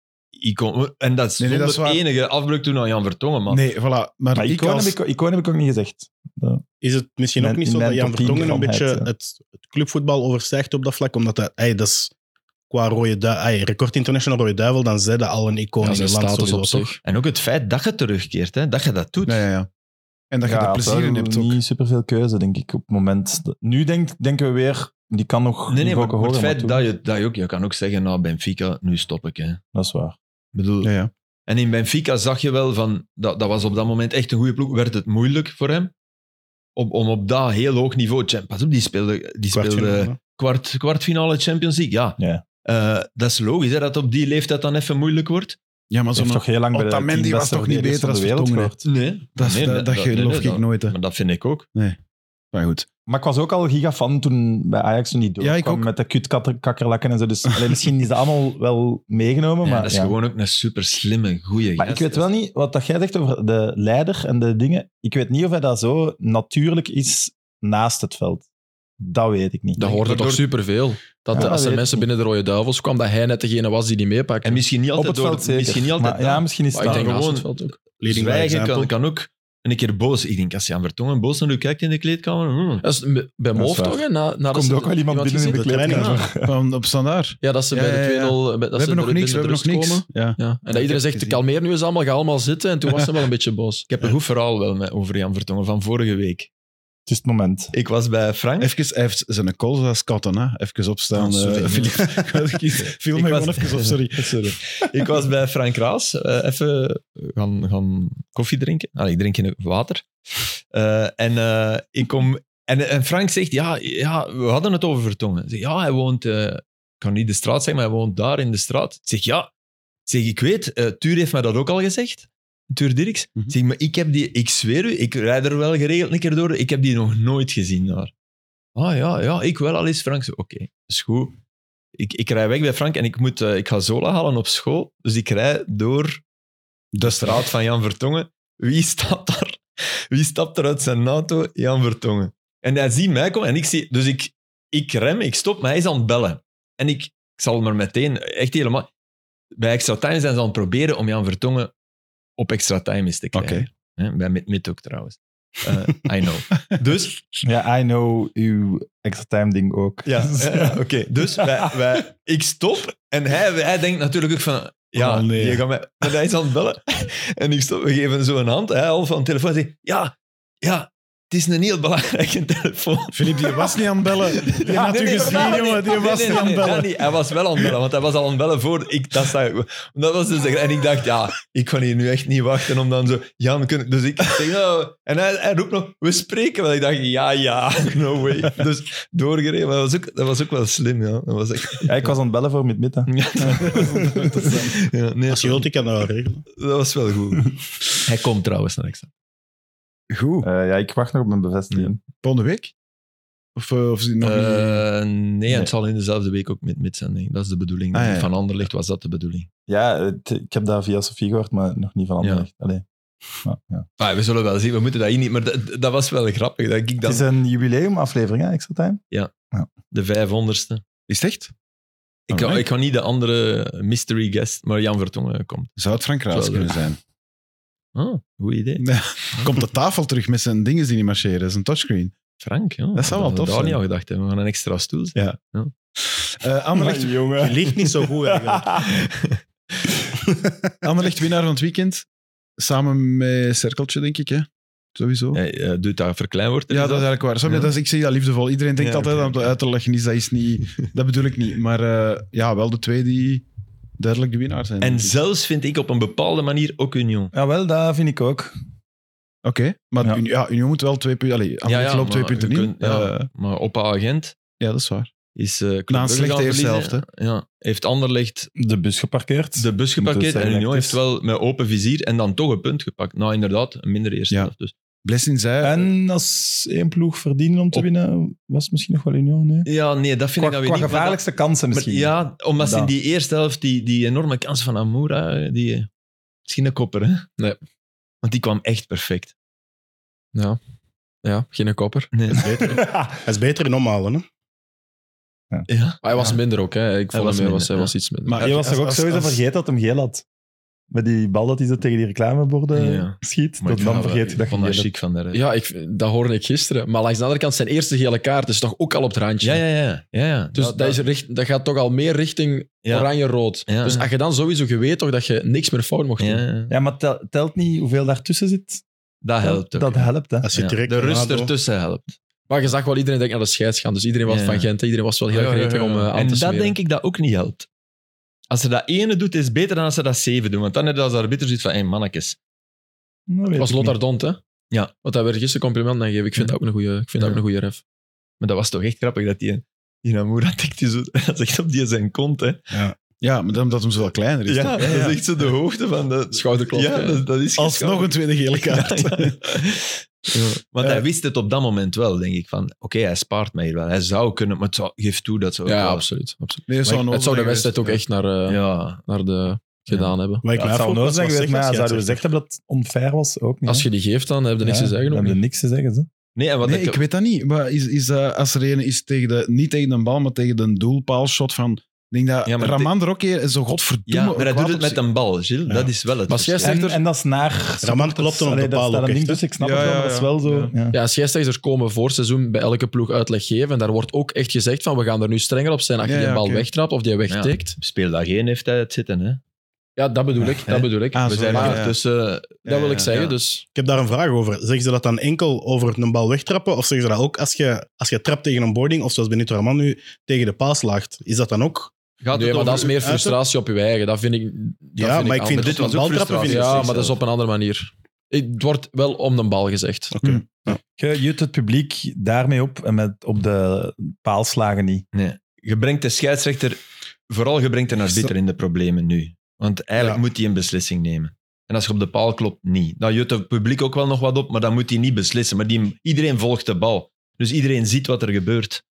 En dat is Nee, dat is zonder waar. enige afbreuk toen aan Jan Vertongen, man. Nee, voilà. Maar, maar ik icoon, als... icoon heb ik ook niet gezegd. Is het misschien In ook mijn- niet zo in dat mijn Jan top 10 Vertongen een beetje ganheid, ja. het clubvoetbal overstijgt op dat vlak? Omdat dat is qua record international Rode Duivel, dan zet dat al een icoon Ja, in zijn je land status sowieso, op toch? zich. En ook het feit dat je terugkeert, hè, dat je dat doet. Ja. En dat je er plezier in hebt ook. Niet superveel keuze, denk ik, op het moment. Nu denken we weer, die kan nog Nee, niveau maar het hoger, feit maar dat je ook... Je kan ook zeggen, nou, Benfica, nu stop ik. Hè. dat is waar. Ik bedoel, Ja. En in Benfica zag je wel van... Dat was op dat moment echt een goede ploeg. Werd het moeilijk voor hem om op dat heel hoog niveau... Pas op, die speelde Kwartfinale. kwartfinale Champions League. Ja. Ja. Dat is logisch, hè, dat op die leeftijd dan even moeilijk wordt. Ja, maar Hij heeft zo'n toch heel lang bij de Otamendi 10 was beste toch niet verdedigers beter van als de wereld Vertongen, hè? gehoord. Dat geloof ik nooit. Hè. Maar dat vind ik ook. Maar goed. Maar ik was ook al gigafan toen bij Ajax toen die Ja, doorkwam ik ook. met de kutkakkerlakken en zo. Dus alleen, misschien is dat allemaal wel meegenomen, Ja, maar... dat is ja. gewoon ook een super slimme, goeie Maar ik weet wel niet, wat dat jij zegt over de leider en de dingen, ik weet niet of hij dat zo natuurlijk is naast het veld. Dat weet ik niet. Dat hoorde Door- toch superveel. Dat Ja, als dat er weet mensen ik binnen de Rode Duivels kwam, dat hij net degene was die meepakte. En misschien niet Op altijd het veld zeker. Misschien niet altijd maar, ja, misschien is Maar het ik denk dat. naast gewoon- het veld ook. Leading by zwijgen example. kan ook een keer boos. Ik denk, als Jan Vertongen boos naar u kijkt in de kleedkamer... Dat is bij is Moof waar. toch? Hè? Na Komt ook wel iemand binnen in de gezien? kleedkamer. Van op standaard. Ja, dat ze bij de 2-0... We hebben nog niks, we hebben nog niks. Ja. Ja. En dat iedereen zegt, gezien. kalmeer nu eens allemaal, ga allemaal zitten. En toen was hij wel een beetje boos. Ik heb een goed verhaal wel over Jan Vertongen van vorige week. Het is het moment. Ik was bij Frank. Even, hij heeft zijn calls als katten, hè. Even opstaan. Oh, sorry. Philippe. Viel Ik mij was- gewoon even op, sorry. Ik was bij Frank Raas. Even gaan koffie drinken. Ik drink geen water. Ik kom En Frank zegt, ja, we hadden het over Vertongen. Zeg, ja, hij woont... ik kan niet de straat zeggen, maar hij woont daar in de straat. Ik zeg, ja. Ik weet, Tuur heeft mij dat ook al gezegd. Tuur Dirks. Zeg, maar ik zweer u, ik rijd er wel geregeld een keer door. Ik heb die nog nooit gezien daar. Ah ja, ik wel al eens, Frank. Oké, dat is goed. Ik rij weg bij Frank en ik ga Zola halen op school. Dus ik rij door de straat van Jan Vertongen. Wie staat daar? Wie stapt er uit zijn auto? Jan Vertongen. En hij ziet mij komen en ik zie... Dus ik rem, ik stop, maar hij is aan het bellen. En ik zal maar meteen, echt helemaal... Bij Extra Time zijn ze aan het proberen om Jan Vertongen op Extra Time eens te krijgen. Oké. Bij Mid ook trouwens. I know. Dus... Ja, I know uw extra time ding ook. Ja, oké. Dus ik stop en hij denkt natuurlijk ook van... Ja, Oh, nee. je gaat mij... Maar hij is aan het bellen. En ik stop, we geven zo een hand. Hij al van de telefoon en zegt... Ja, het is een heel belangrijke telefoon. Filip, die was niet aan het bellen. Die had u gezien, jongen. Die was niet aan het bellen. Nee, hij was wel aan het bellen, want hij was al aan het bellen voor ik dat zei. Dat was dus, en ik dacht, ja, ik kan hier nu echt niet wachten om dan zo... Jan, dus ik zeg, nou... En hij roept nog, we spreken wel. Ik dacht, ja, no way. Dus doorgereden. Maar dat was ook wel slim, ja. Dat was echt... Ja, ik was aan het bellen voor Midmiddag. Ja, nee, Als je wilt, ik kan dat wel regelen. dat was wel goed. Hij komt trouwens naar extra. Goed. Ja, ik wacht nog op mijn bevestiging. Volgende week? Of is het nog niet... Nee, het zal in dezelfde week ook met zijn. Denk ik. Dat is de bedoeling. Ah, ja. Van Anderlecht was dat de bedoeling. Ja, ik heb dat via Sofie gehoord, maar nog niet van Anderlecht. Allee. Ja. Ah, we zullen wel zien, we moeten dat hier niet... Maar dat was wel grappig. Dat ik Het dan is een jubileumaflevering, hè, Extra Time? de 500ste... Is het echt? Ik ga niet de andere mystery guest, maar Jan Vertongen komt. Zou het Frank Raas Zou kunnen zijn? Ah, goed idee. Komt de tafel terug met zijn dingen die niet marcheren. Dat is een touchscreen. Frank, ja. Dat zou wel Hadden we tof daar zijn. niet aan gedacht hebben. We gaan een extra stoel zetten. Anderlecht, Je ligt niet zo goed eigenlijk. Anderlecht winnaar van het weekend. Samen met Cirkeltje, denk ik. Hè? Sowieso. Hij doet dat verkleinwoord. Ja, dat is eigenlijk waar. Snap je? Ja. Dat is, ik zeg dat liefdevol. Iedereen denkt Ja, altijd oké. aan het uit te leggen is. Dat is niet... Dat bedoel ik niet. Maar ja, wel de twee die duidelijk de winnaar zijn. En denk ik. zelfs vind ik op een bepaalde manier ook Union. Jawel, dat vind ik ook. Oké, maar Ja. Union moet wel 2 punten... Allee, Anderlecht loopt 2 maar punten je in. kunt- maar op agent Ja, dat is waar. is Club Na een Brugge slechte gaan eerste verliezen. helft, Ja, heeft Anderlecht De bus geparkeerd. de bus geparkeerd Moeten we en zeggen Union dat heeft het is. wel met open vizier en dan toch een punt gepakt. Nou, inderdaad, een minder eerste Ja. helft. Dus. Blessing zei... En als één ploeg verdienen om te Op- winnen, was het misschien nog wel Union, nee? Ja, nee, dat vind Qua, ik qua dan weer niet. Maar dat- gevaarlijkste kansen maar misschien. ja, omdat ze in Dat. die eerste helft die enorme kans van Amoura, die misschien een kopper, hè? Nee. Want die kwam echt perfect. Ja, geen kopper. Nee. Hij is beter in omhalen, hè? Ja. Maar hij was minder ook. Hè. Ik vond was hem minder, hij ja. was iets minder. Maar Je was toch ook sowieso vergeten dat hem geel had? Met die bal dat hij zo tegen die reclameborden Ja. schiet. Maar Dat dan vergeet je dat ik je vond dat geel chic van de ja, dat hoorde ik gisteren. Maar langs de andere kant, zijn eerste gele kaart is toch ook al op het randje. Ja. Dus dat gaat toch al meer richting Ja. oranje-rood. Ja. Dus als je dan sowieso, je weet toch dat je niks meer fout mocht doen. Ja, Ja, maar telt niet hoeveel daartussen zit? dat helpt ook. Dat helpt, hè. Als je Ja. direct De rust Ronaldo- ertussen helpt. Maar je zag wel iedereen denkt naar de scheids gaan. Dus iedereen was Ja. van Gent. hè. Iedereen was wel heel gretig om aan En te dat smeren. denk ik dat ook niet helpt. Als ze dat ene doet, is het beter dan als ze dat 7 doen. Want dan heb je als arbiter zoiets van, mannetjes. Dat weet Het was ik niet. Lothar Dont, hè? Ja. Wat hij werd gisteren compliment aan gegeven. Ik vind dat ook een goede, ook een goede ref. Maar dat was toch echt grappig dat die Namoura tikt die zo, dat is echt op die zijn kont, hè. Ja, maar omdat hem zo wel kleiner is. Ja, toch? dat is echt zo de hoogte van de... Schouderklop. Ja, dat is Alsnog een tweede gele kaart. Ja. Want hij wist het op dat moment wel, denk ik. Van, oké, hij spaart mij hier wel. Hij zou kunnen, maar geef toe dat zo. Ja, absoluut. Nee, dat zou Het zou de een wedstrijd ook echt Ja. naar de gedaan hebben. Maar ik Ja, het zou nooit zijn geweest, maar zouden we gezegd hebben dat het onfair was? Ook niet. Als hè? je die geeft, dan heb je niks te zeggen. Dan ook heb je niet. niks te zeggen. Ze. Nee, en wat Nee, ik weet dat niet. Maar is als er een is niet tegen de bal, maar tegen de doelpaalshot van... Ik denk dat Ja, maar Raman er ook zo godverdomme... Ja, maar hij kwaad doet op het met een bal, Gilles. Ja. Dat is wel het Maar verschil. scheidsrechter- En dat is naar... Raman klopt dan op Allee, de dat paal staat ook een ding echt, tussen. Ik snap Ja, het wel, ja, maar dat is wel zo... ja. Ja. Ja, scheidsrechters komen voor seizoen bij elke ploeg uitleg geven. En daar wordt ook echt gezegd van, we gaan er nu strenger op zijn als je Ja, die ja, bal oké. wegtrapt of die wegtikt. Speel dat geen heeft hij het zitten, hè. Ja, dat bedoel ik. hè? Dat bedoel ik. Ah, We zo, zijn ja, er ja. tussen... Dat wil ik zeggen. ja. Dus Ik heb daar een vraag over. Zeggen ze dat dan enkel over een bal wegtrappen? Of zeggen ze dat ook als je trapt tegen een boarding, of zoals Benito Raman nu tegen de paal slaagt? Is dat dan ook? Gaat nee, het maar dat is over- meer frustratie op je eigen. Dat vind ik. Dat Ja, maar ik vind dit was ook baltrappen frustratie. vind ik Ja, slecht maar dat is zelf. op een andere manier. Het wordt wel om de bal gezegd. Oké. Je jut het publiek daarmee op en op de paalslagen niet. Nee. Je brengt de scheidsrechter, vooral je brengt de arbiter in de problemen nu. Want eigenlijk moet hij een beslissing nemen. En als je op de paal klopt, niet. Dan jut het publiek ook wel nog wat op, maar dan moet hij niet beslissen. Maar iedereen volgt de bal. Dus iedereen ziet wat er gebeurt.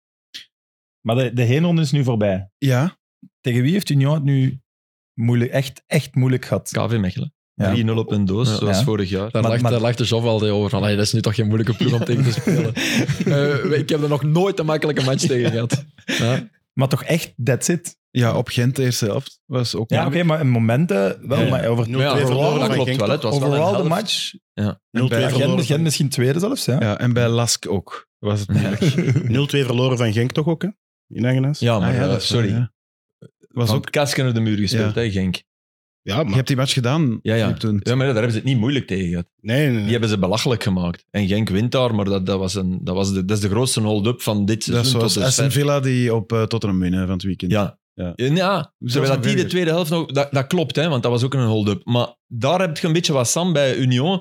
Maar de heenronde is nu voorbij. Ja, Tegen wie heeft Union het nu moeilijk, echt moeilijk gehad? KV Mechelen. Ja. 3-0 op een doos, zoals Ja. vorig jaar. Daar lacht de Joff al over. Van, dat is nu toch geen moeilijke ploeg om tegen te spelen. Ik heb er nog nooit een makkelijke match tegen gehad. Ja. Maar toch echt, that's it. ja, op Gent de eerste helft was ook... Ja, oké, maar in momenten wel. Ja. Maar over 0-2 Ja, verloren dat van klopt Genk, wel. toch? Het was wel overal een de helft. match. Ja. 0-2 Gent verloren, Gent misschien tweede zelfs, ja. Ja, en bij Lask ook was het moeilijk. 0-2 verloren van Genk toch ook, hè? In eigen huis? Ja, maar dat is sorry. waar, ja. Was Van ook, Kasken naar de muur gespeeld, Ja. hè, Genk. Ja, je maar... hebt die match gedaan, Ja. Filip, toen. Ja, maar daar hebben ze het niet moeilijk tegen gehad. Nee. Die hebben ze belachelijk gemaakt. En Genk wint daar, maar dat is de grootste hold-up van dit Dat is seizoen zoals tot Aston dusver. Villa die op Tottenham winnen van het weekend. Ja. Ja. Ja, terwijl dat die de verder. tweede helft nog... Dat klopt, hè, want dat was ook een hold-up. Maar daar heb je een beetje wat Sam bij Union.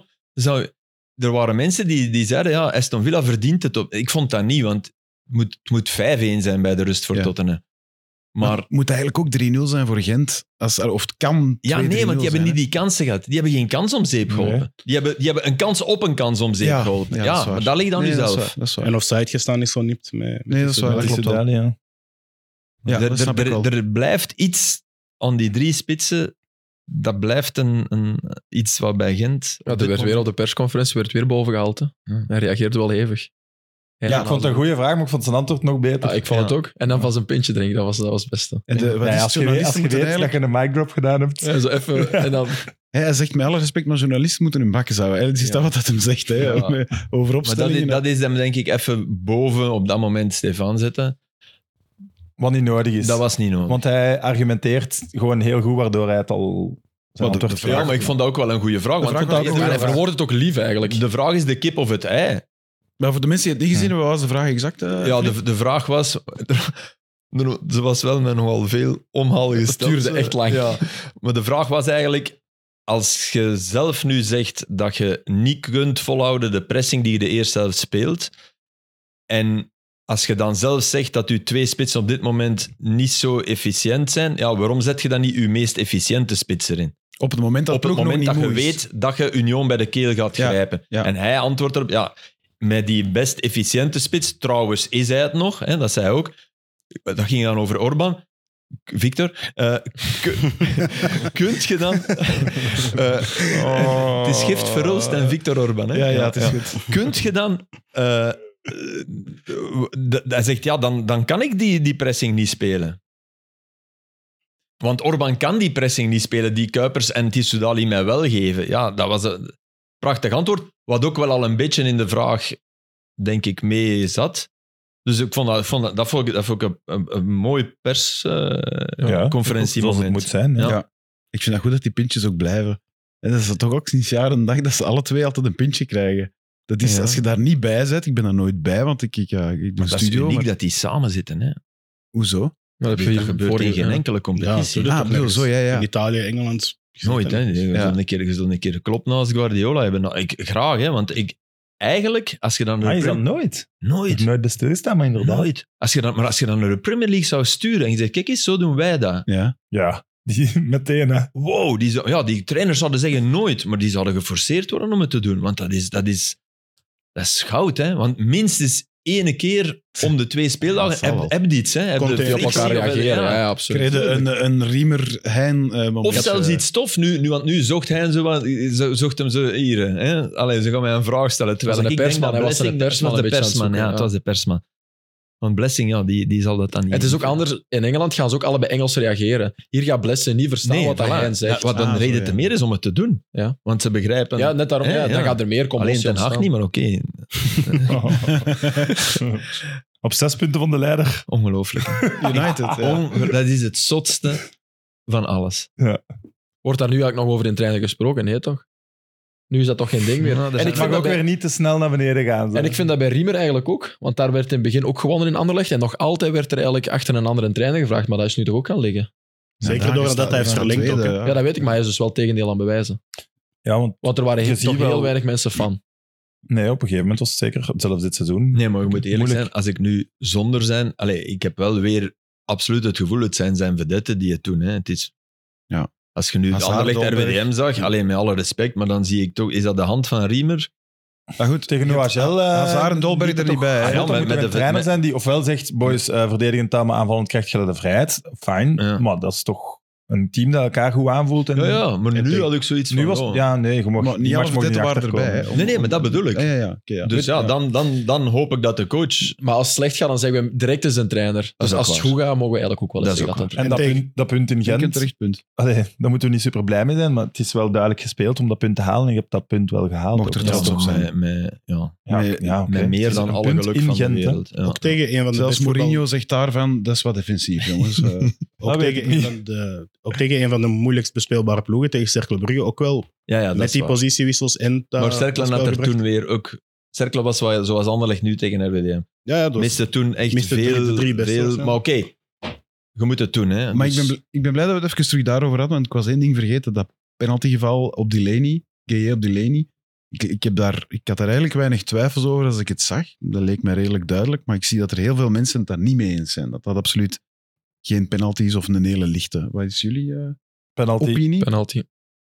Er waren mensen die zeiden, ja, Aston Villa verdient het op. Ik vond dat niet, want het moet 5-1 zijn bij de rust voor Ja. Tottenham. Maar het moet eigenlijk ook 3-0 zijn voor Gent. Of het kan 2-3-0 ja, nee, want die hebben zijn, niet hè. die kansen gehad. Die hebben geen kans om zeep geholpen. Die hebben een kans op een kans om zeep Ja, geholpen. ja, Ja, dat is waar. maar dat ligt aan Nee, dat is jezelf. waar, dat is waar. En offside gestaan is zo niet met Nee, dat is waar. met Dat klopt wel. Italië, ja. Ja, dat snap ik wel. Er blijft iets aan die drie spitsen. Dat blijft iets wat bij Gent... Ja, er werd weer op de persconferentie weer boven gehaald. Hè. Ja. Hij reageerde wel hevig. Ja, ik vond het een goede vraag, maar ik vond zijn antwoord nog beter. Ja, ik vond het ook. En dan van zijn pintje drinken, dat was het beste. En wat is als je weet, journalisten moeten dat eigenlijk... je een mic drop gedaan hebt. Ja, zo even, en dan, Hij zegt met alle respect, maar journalisten moeten hun bakken zouden. Eigenlijk is dat wat dat hem zegt, hè, Ja. over Maar opstellingen. dat is hem denk ik even boven op dat moment Stefan zetten. Wat niet nodig is. Dat was niet nodig. Want hij argumenteert gewoon heel goed, waardoor hij het al... zijn Wat de antwoord vraag- Ja, maar ik vond dat ook wel een goede vraag. Want vraag ik was vond ook dat- een hij goede verwoordt het ook lief eigenlijk. de vraag is de kip of het ei. Maar voor de mensen die het niet gezien hebben, wat was de vraag exact? Ja, de vraag was... Er was wel met nogal veel omhaal gesteld. duurde echt lang. Ja, maar de vraag was eigenlijk... Als je zelf nu zegt dat je niet kunt volhouden de pressing die je de eerste helft speelt, en als je dan zelf zegt dat je twee spitsen op dit moment niet zo efficiënt zijn, ja, waarom zet je dan niet je meest efficiënte spits erin? Op het moment dat Op het ploeg nog moment niet dat je moe is. weet dat je Union bij de keel gaat Ja, grijpen. ja. En hij antwoordt erop, ja, met die best efficiënte spits, trouwens is hij het nog, hè, dat zei hij ook. Dat ging dan over Orban. Victor, kunt je dan... Het is Gift Verhulst en Victor Orban. Hè? Ja, het is goed. Kunt je dan... hij zegt, ja, dan kan ik die pressing niet spelen. Want Orban kan die pressing niet spelen, die Kuipers en Tissoudali mij wel geven. Ja, dat was een prachtig antwoord, wat ook wel al een beetje in de vraag, denk ik, mee zat. Dus ik vond ik een mooi persconferentie. Zoals het moet zijn. Ja. Ja. Ik vind dat goed dat die pintjes ook blijven. En dat is toch ook sinds jaren en dag dat ze alle twee altijd een pintje krijgen. Dat is, Ja. als je daar niet bij bent, ik ben daar nooit bij, want ik doe Maar dat is studio. uniek Maar... dat die samen zitten. Hè? Hoezo? dat heb je Dat hier gebeurt in vorige- geen enkele competitie. tuurlijk. Ah, bedoel, zo, ja. In Italië, Engeland. Nooit, hè? Je Ja. zult een keer klopt naast Guardiola hebben. Nou, graag, hè? Want eigenlijk, als je dan... Maar is dat nooit? Ik heb Nooit. nooit bij stilstaan, maar inderdaad. Nooit. Als je dan naar de Premier League zou sturen en je zegt, kijk eens, zo doen wij dat. Ja. Ja, meteen hè. Wow, die trainers zouden zeggen nooit, maar die zouden geforceerd worden om het te doen. Want dat is goud, hè? Want minstens 1 keer om de 2 Dat speeldagen zal wel. heb je iets, hè? Heb Komt je hij Die op elkaar reageren, ja, absoluut. Kreeg een Riemer-Hein moment. Of zelfs iets tof. Want nu zocht hij zocht hem zo hier. Hè? Allee, ze gaan mij een vraag stellen. Terwijl Het was ik een denk dat persman, hij was Blessing... een persman Het was de een beetje aan persman, het zoeken, ja. Het was de persman. Want Blessing, ja, die zal dat dan niet... Het is ook anders. In Engeland gaan ze ook allebei Engels reageren. Hier gaat Blessing niet verstaan wat voilà. hij zegt. Ja, wat dan Ah, reden zo, te ja. meer is om het te doen. Ja. Want ze begrijpen... Ja, net daarom. Hè, Ja, ja. Dan gaat er meer Alleen commotie Ten Hag ontstaan. niet, maar oké. Op 6 punten van de leider. Ongelooflijk. United. Ja. Dat is het zotste van alles. Wordt daar nu eigenlijk nog over in trainen gesproken? Nee, toch? Nu is dat toch geen ding meer. Ja, En er ik zijn- Ik mag vind ook dat bij- weer niet te snel naar beneden gaan. Zo. En ik vind dat bij Riemer eigenlijk ook. Want daar werd in het begin ook gewonnen in Anderlecht. En nog altijd werd er eigenlijk achter een andere trainer gevraagd. Maar dat is nu toch ook gaan liggen? Zeker daar doordat staat hij heeft van verlengd ook. tweede, hè. ja. Ja, dat weet ik. Maar hij is dus wel tegendeel aan bewijzen. Ja, want er waren Je ziet toch wel- heel weinig mensen van. nee, op een gegeven moment was het zeker, zelfs dit seizoen. Nee, maar je moet eerlijk Moeilijk. zijn. Als ik nu zonder zijn... ik heb wel weer absoluut het gevoel, het zijn vedetten die het doen. Hè. Het is... Ja. Als je nu het Hazard, Anderlecht Dolberg. RWDM zag, alleen met alle respect, maar dan zie ik toch... Is dat de hand van Riemer? Maar goed, Tegen Noagel... Hazard en Dolberg er niet bij. hè. Ah, ja, Dan moet er een trainer zijn die ofwel zegt, boys, verdedigend taal, maar aanvallend krijgt je de vrijheid. Fijn, Ja. maar dat is toch een team dat elkaar goed aanvoelt. En Ja, maar En nu tegen- had ik zoiets Nu van... was oh. ja, nee, je mag Maar niet alle verdetten waren erbij. Hè. Nee, maar dat bedoel ik. Ja. Oké, ja. Dus ja, dan hoop ik dat de coach... Maar als het slecht gaat, dan zeggen we direct is een trainer. Dus ook als het waar. goed gaat, mogen we eigenlijk ook wel eens Dat is zeggen ook dat het En En dat punt in Ik heb een Gent, terecht punt. allee, daar moeten we niet super blij mee zijn, maar het is wel duidelijk gespeeld om dat punt te halen en je hebt dat punt wel gehaald. Mocht er ook. trots Ja, op zijn. oké. met meer Het is dan een alle punt geluk in van Gent, de hè. wereld. Ja. Ook tegen een van de Zelfs beste Mourinho zegt daarvan, dat is wat defensief, jongens. ook weet tegen, ik ook tegen een van de moeilijkst bespeelbare ploegen, tegen Cercle Brugge, ook wel Ja, dat met is die waar. positiewissels en... Maar Cercle had er spelgebracht. toen weer ook... Cercle was zoals Anderlecht nu tegen RWDM. Ja, dat was- Miste toen echt miste veel... de drie beste veel of zo. maar oké, je moet het doen. Hè. Maar Dus- ik ben blij dat we het even terug daarover hadden, want ik was één ding vergeten. Dat penaltygeval op Delaney, Gueye op Delaney. Ik had daar eigenlijk weinig twijfels over als ik het zag. Dat leek mij redelijk duidelijk, maar ik zie dat er heel veel mensen het daar niet mee eens zijn. Dat absoluut geen penalty is of een hele lichte. Wat is jullie Penalty. opinie? penalty.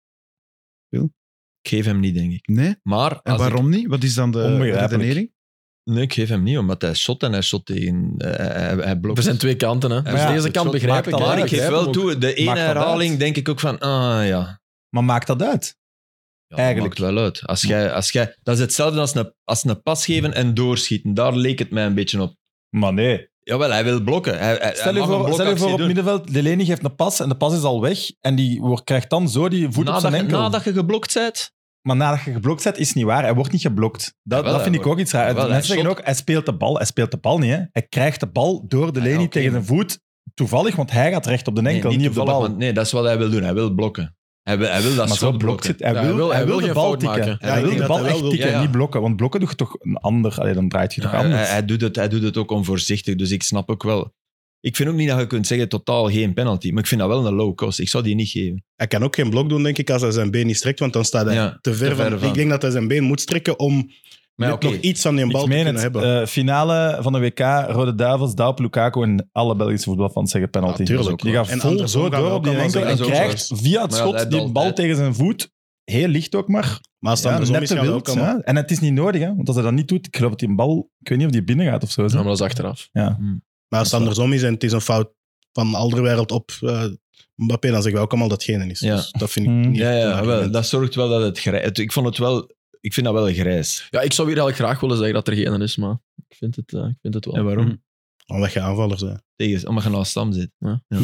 Ik geef hem niet, denk ik. Nee? Maar En als waarom niet? Wat is dan de Onbegrijpelijk. redenering? Nee, ik geef hem niet, omdat hij shot en hij shot tegen... hij blokt. Er zijn twee kanten, hè. Dus ja, deze het kant shot begrijp maakt ik. dat hè. Maar ik uit, geef begrijp wel hem ook. toe, de ene Maakt dat herhaling uit? denk ik ook van... ja. Maar maakt dat uit? Ja, Eigenlijk. dat maakt wel uit. Als jij, dat is hetzelfde als een pas geven en doorschieten. Daar leek het mij een beetje op. Maar nee. Jawel, hij wil blokken. Hij Stel je mag een voor blokactie op doen. middenveld, Delaney geeft een pas en de pas is al weg en die krijgt dan zo die voet op zijn enkel. Nadat je geblokt bent. Maar nadat je geblokt bent, is het niet waar. Hij wordt niet geblokt. Dat Jawel, vind hij ik ook iets raar. Jawel, hij Mensen zeggen shot. ook, hij speelt de bal. Hij speelt de bal niet. Hè. Hij krijgt de bal door Delaney oké, tegen zijn voet. Toevallig, want hij gaat recht op de enkel, Nee, niet op de toevallig, bal. want nee, dat is wat hij wil doen. Hij wil blokken. Hij wil dat Maar zo schot blokt blokken. zit. Hij Ja, wil hij wil de geen bal fout tikken. maken. Ja, Hij ik wil de denk bal dat hij echt wel wil. tikken, Ja, ja. niet blokken. Want blokken doe je toch een ander... Allee, dan draait je toch Ja, anders. hij doet het ook onvoorzichtig, dus ik snap ook wel. Ik vind ook niet dat je kunt zeggen totaal geen penalty, maar ik vind dat wel een low cost. Ik zou die niet geven. Hij kan ook geen blok doen, denk ik, als hij zijn been niet strekt, want dan staat hij Ja, te ver van. Ik denk dat hij zijn been moet strekken om Maar net oké. nog iets aan die bal Ik te meen kunnen het. hebben. Finale van de WK, Rode Duivels, Dalp, Lukaku en alle Belgische voetbalfans zeggen penalty. Ja, tuurlijk. Die gaat En vol andersom zo gaan we door ook op die allemaal enkel en zeggen, dat is ook krijgt zo. via het Maar ja, schot dat die altijd. bal tegen zijn voet. Heel licht ook maar. Maar als het Ja, andersom net is, te gaan we wild. ook allemaal... Ja. En het is niet nodig, hè? Want als hij dat niet doet, ik geloof dat die bal, ik weet niet of die binnen gaat of zo. Ja, Zo. maar dat is achteraf. Ja. Maar als het andersom is en het is een fout van Alderweireld op Mbappé, dan zeggen we ook allemaal dat het geen is. Ja. Dus dat vind ik Hmm. niet Ja, echt een ja wel, argument. dat zorgt wel dat het grijs... Ik vind dat wel grijs. Ja, ik zou hier eigenlijk graag willen zeggen dat er geen is, maar ik vind het wel. En waarom? Omdat je aanvallers bent. Omdat je naast Stam zit.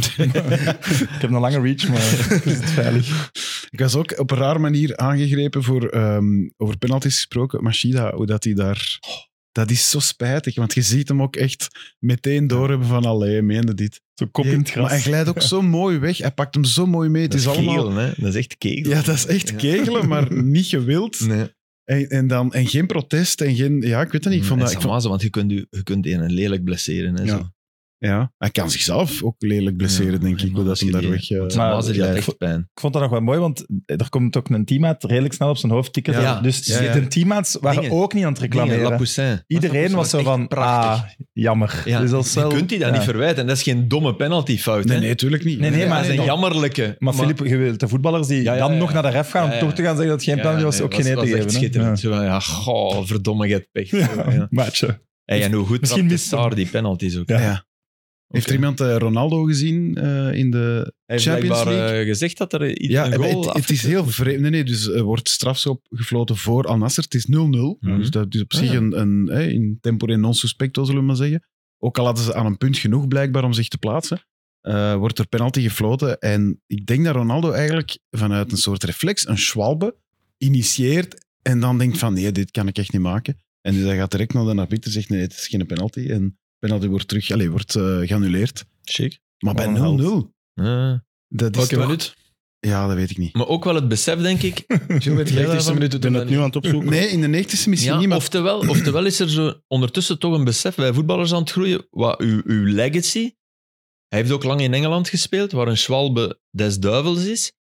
Ik heb een lange reach, maar het is het veilig. Ik was ook op een raar manier aangegrepen voor, over penalties gesproken. Machida, hoe dat hij daar... Dat is zo spijtig, want je ziet hem ook echt meteen doorhebben van allee, meende dit. Zo kop in het gras. Maar hij glijdt ook zo mooi weg. Hij pakt hem zo mooi mee. Het Dat is is allemaal... kegelen, hè? Dat is echt kegelen. Ja, dat is echt kegelen, maar niet gewild. Nee. En geen protest en geen... Ja, ik weet het niet. Ik vond dat... En Ik vond, Samaze, want je kunt een lelijk blesseren. Hè, Ja. zo. ja, hij kan zichzelf ook lelijk blesseren, Ja, denk ik. maar Hoe dat als hem je daar die- weg... want Maar- Samaze, die had ja, echt pijn. Ik vond dat nog wel mooi, want er komt ook een teammaat redelijk snel op zijn hoofd tikken. Ja. Dus Ja, ja. de teammaats waren Dingen. ook niet aan het reclameren. Lapoussin. Iedereen was zo echt van, prachtig. jammer. Ja, Dus dat is wel- je kunt die dat ja. niet verwijten. Dat is geen domme penaltyfout. Nee, hè? nee, tuurlijk niet. Nee, nee, maar dat is een toch- jammerlijke. Maar Filip, je wilt de voetballers die Ja, ja, dan ja. nog naar de ref gaan Ja, om ja. toch te gaan zeggen dat het geen penalty was, ook geen eten was geven. echt hè. schitterend. Ja. Zo van, ja, goh, verdomme, je hebt pech. Ja, maatje. Hey, en hoe goed Misschien trapte mist hem. Sarr die penalties ook. Ja. Ja. Heeft er iemand Ronaldo gezien in de Hij heeft Champions blijkbaar League? gezegd dat er iets Ja, een goal het is heel vreemd. Nee, dus er wordt strafschop gefloten voor Al Nassr. Het is 0-0. Mhm. Dus dat is op zich ja. een in tempore non suspecto, zullen we maar zeggen. Ook al hadden ze aan een punt genoeg blijkbaar om zich te plaatsen, wordt er penalty gefloten. En ik denk dat Ronaldo eigenlijk vanuit een soort reflex een schwalbe initieert en dan denkt van nee, dit kan ik echt niet maken. En dus hij gaat direct naar de arbiter en zegt nee, het is geen penalty. En penalty wordt geannuleerd. Chic. Maar bij 0-0, Wat een held. dat is Welke toch... minuut? Ja, dat weet ik niet. Maar ook wel het besef, denk ik. Zo weet jij 90ste daarvan? minuut Ik doet ben dat het nu aan het opzoeken. Nee, in de 90ste misschien Ja, niet, maar... oftewel is er zo ondertussen toch een besef bij voetballers aan het groeien. Wat uw legacy. Hij heeft ook lang in Engeland gespeeld, waar een Schwalbe des duivels is.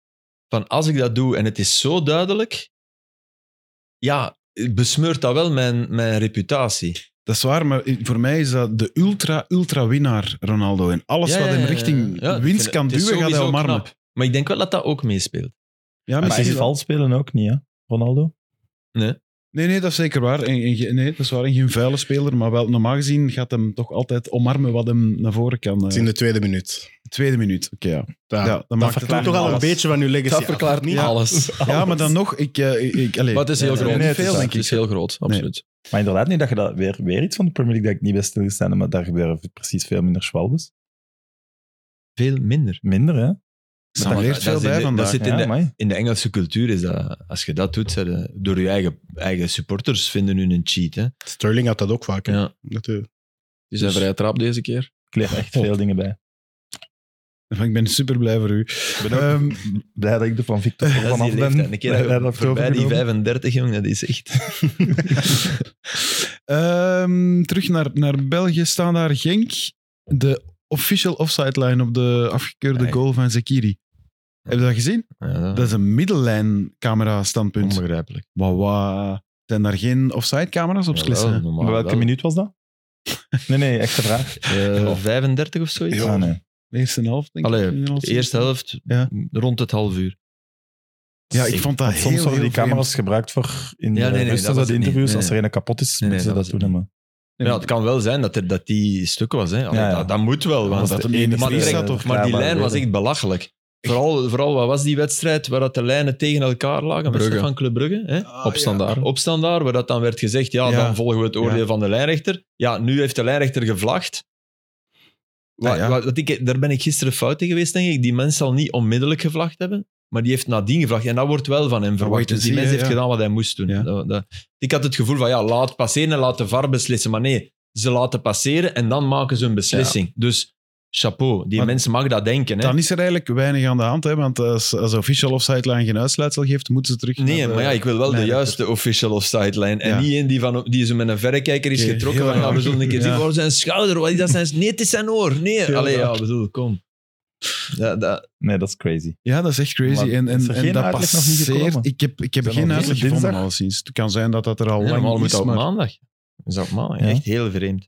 van als ik dat doe en het is zo duidelijk, ja, besmeurt dat wel mijn reputatie. Dat is waar, maar voor mij is dat de ultra winnaar Ronaldo. En alles wat hem richting winst kan het is duwen, gaat hij sowieso omarmen. knap. Maar ik denk wel dat dat ook meespeelt. Ja, Maar misschien is wel. vals spelen ook niet, hè, Ronaldo? Nee. Nee, dat is zeker waar. Nee, dat is waar. En geen vuile speler, maar wel normaal gezien gaat hem toch altijd omarmen wat hem naar voren kan. Het is in de tweede minuut. Tweede minuut, oké, ja. Ja, Ja, dat maakt het verklaart toch al een alles. beetje van uw legacy. Dat verklaart af, niet niet? alles. Ja, maar dan nog, allee, Maar het is heel Nee, groot. nee, niet veel, denk Het is heel groot, absoluut. Maar inderdaad niet dat je dat weer iets van de Premier League dat ik niet bij stilgestaan heb, maar daar gebeuren precies veel minder schwalbes. Veel minder. Minder, hè? Er staan weer veel bij vandaag. Dat zit in, Ja, de, amai. in de Engelse cultuur, is dat, als je dat doet, door je eigen supporters vinden hun een cheat. Hè? Sterling had dat ook vaak. hè. Ja. Die zijn vrije trap deze keer. Ik leer echt veel dingen bij. Ik ben super blij voor u. Blij dat ik er van Victor Dat is vanaf die ben. leeftijd. Een keer Blij dat dat ik het voorbij die overgenomen. 35, jongen, dat is echt... Terug naar België staan daar Genk. De official offside line op de afgekeurde Nee. goal van Zekiri. Heb je dat gezien? Ja, Dat is een middellijn camera standpunt. onbegrijpelijk. Maar zijn daar geen offside camera's op Jawel, Slissen? normaal Maar welke wel. minuut was dat? Nee, echte vraag. 35 of zoiets? Ah, nee. De eerste helft, denk Allee, ik. de eerste helft, Ja. rond het half uur. Ja, ik vond dat Want heel, soms worden heel die camera's vreemd. gebruikt voor in Ja, de nee, rust, dat als was de het niet. interviews. Nee, Als er een kapot is, Nee, moeten ze dat dat was doen. het Maar. Ja, het kan wel zijn dat die stuk was. Hè. Allee, Ja, ja. Dat moet wel. Want dat de hem ene in de maar, vlies is, zat, of? maar die klaarbaar lijn was reden. echt belachelijk. Vooral wat was die wedstrijd waar dat de lijnen tegen elkaar lagen? Een wedstrijd van Club Brugge. Hè? Op standaard. Op standaard, waar dat dan werd gezegd, ja, Ja. dan volgen we het oordeel Ja. van de lijnrechter. Ja, nu heeft de lijnrechter gevlacht. ja. Daar ben ik gisteren fout in geweest, denk ik. Die mens zal niet onmiddellijk gevlacht hebben, maar die heeft nadien gevlacht. En dat wordt wel van hem verwacht. wait Dus and die see, mens hè, heeft ja. gedaan wat hij moest doen. Ja. Ik had het gevoel van, ja, laat passeren en laat de VAR beslissen. Maar nee, ze laten passeren en dan maken ze een beslissing. Dus chapeau, die Maar mens mag dat denken. Hè. Dan is er eigenlijk weinig aan de hand, hè, want als de official offside line geen uitsluitsel geeft, moeten ze terug Nee, naar de maar ja, ik wil wel de lijnrechter. juiste official offside line. En Ja. niet in die ze met een verrekijker is Oké, getrokken. heel Van, ja, we raar. zullen een keer zien Ja. voor zijn schouder. Wat is dat zijn... Nee, het is zijn oor. Nee, Heel allee, ja, raar. bedoel, kom. Nee, dat is crazy. Ja, dat is echt crazy. Maar En is er geen dat uitleg nog niet passeert. gekomen? Ik heb Zijn geen nog uitleg geen gevonden dinsdag? al sinds. Het kan zijn dat dat er al Nee, lang normaal moet is, dat op maar... maandag. Is dat op maandag? Ja. Echt heel vreemd.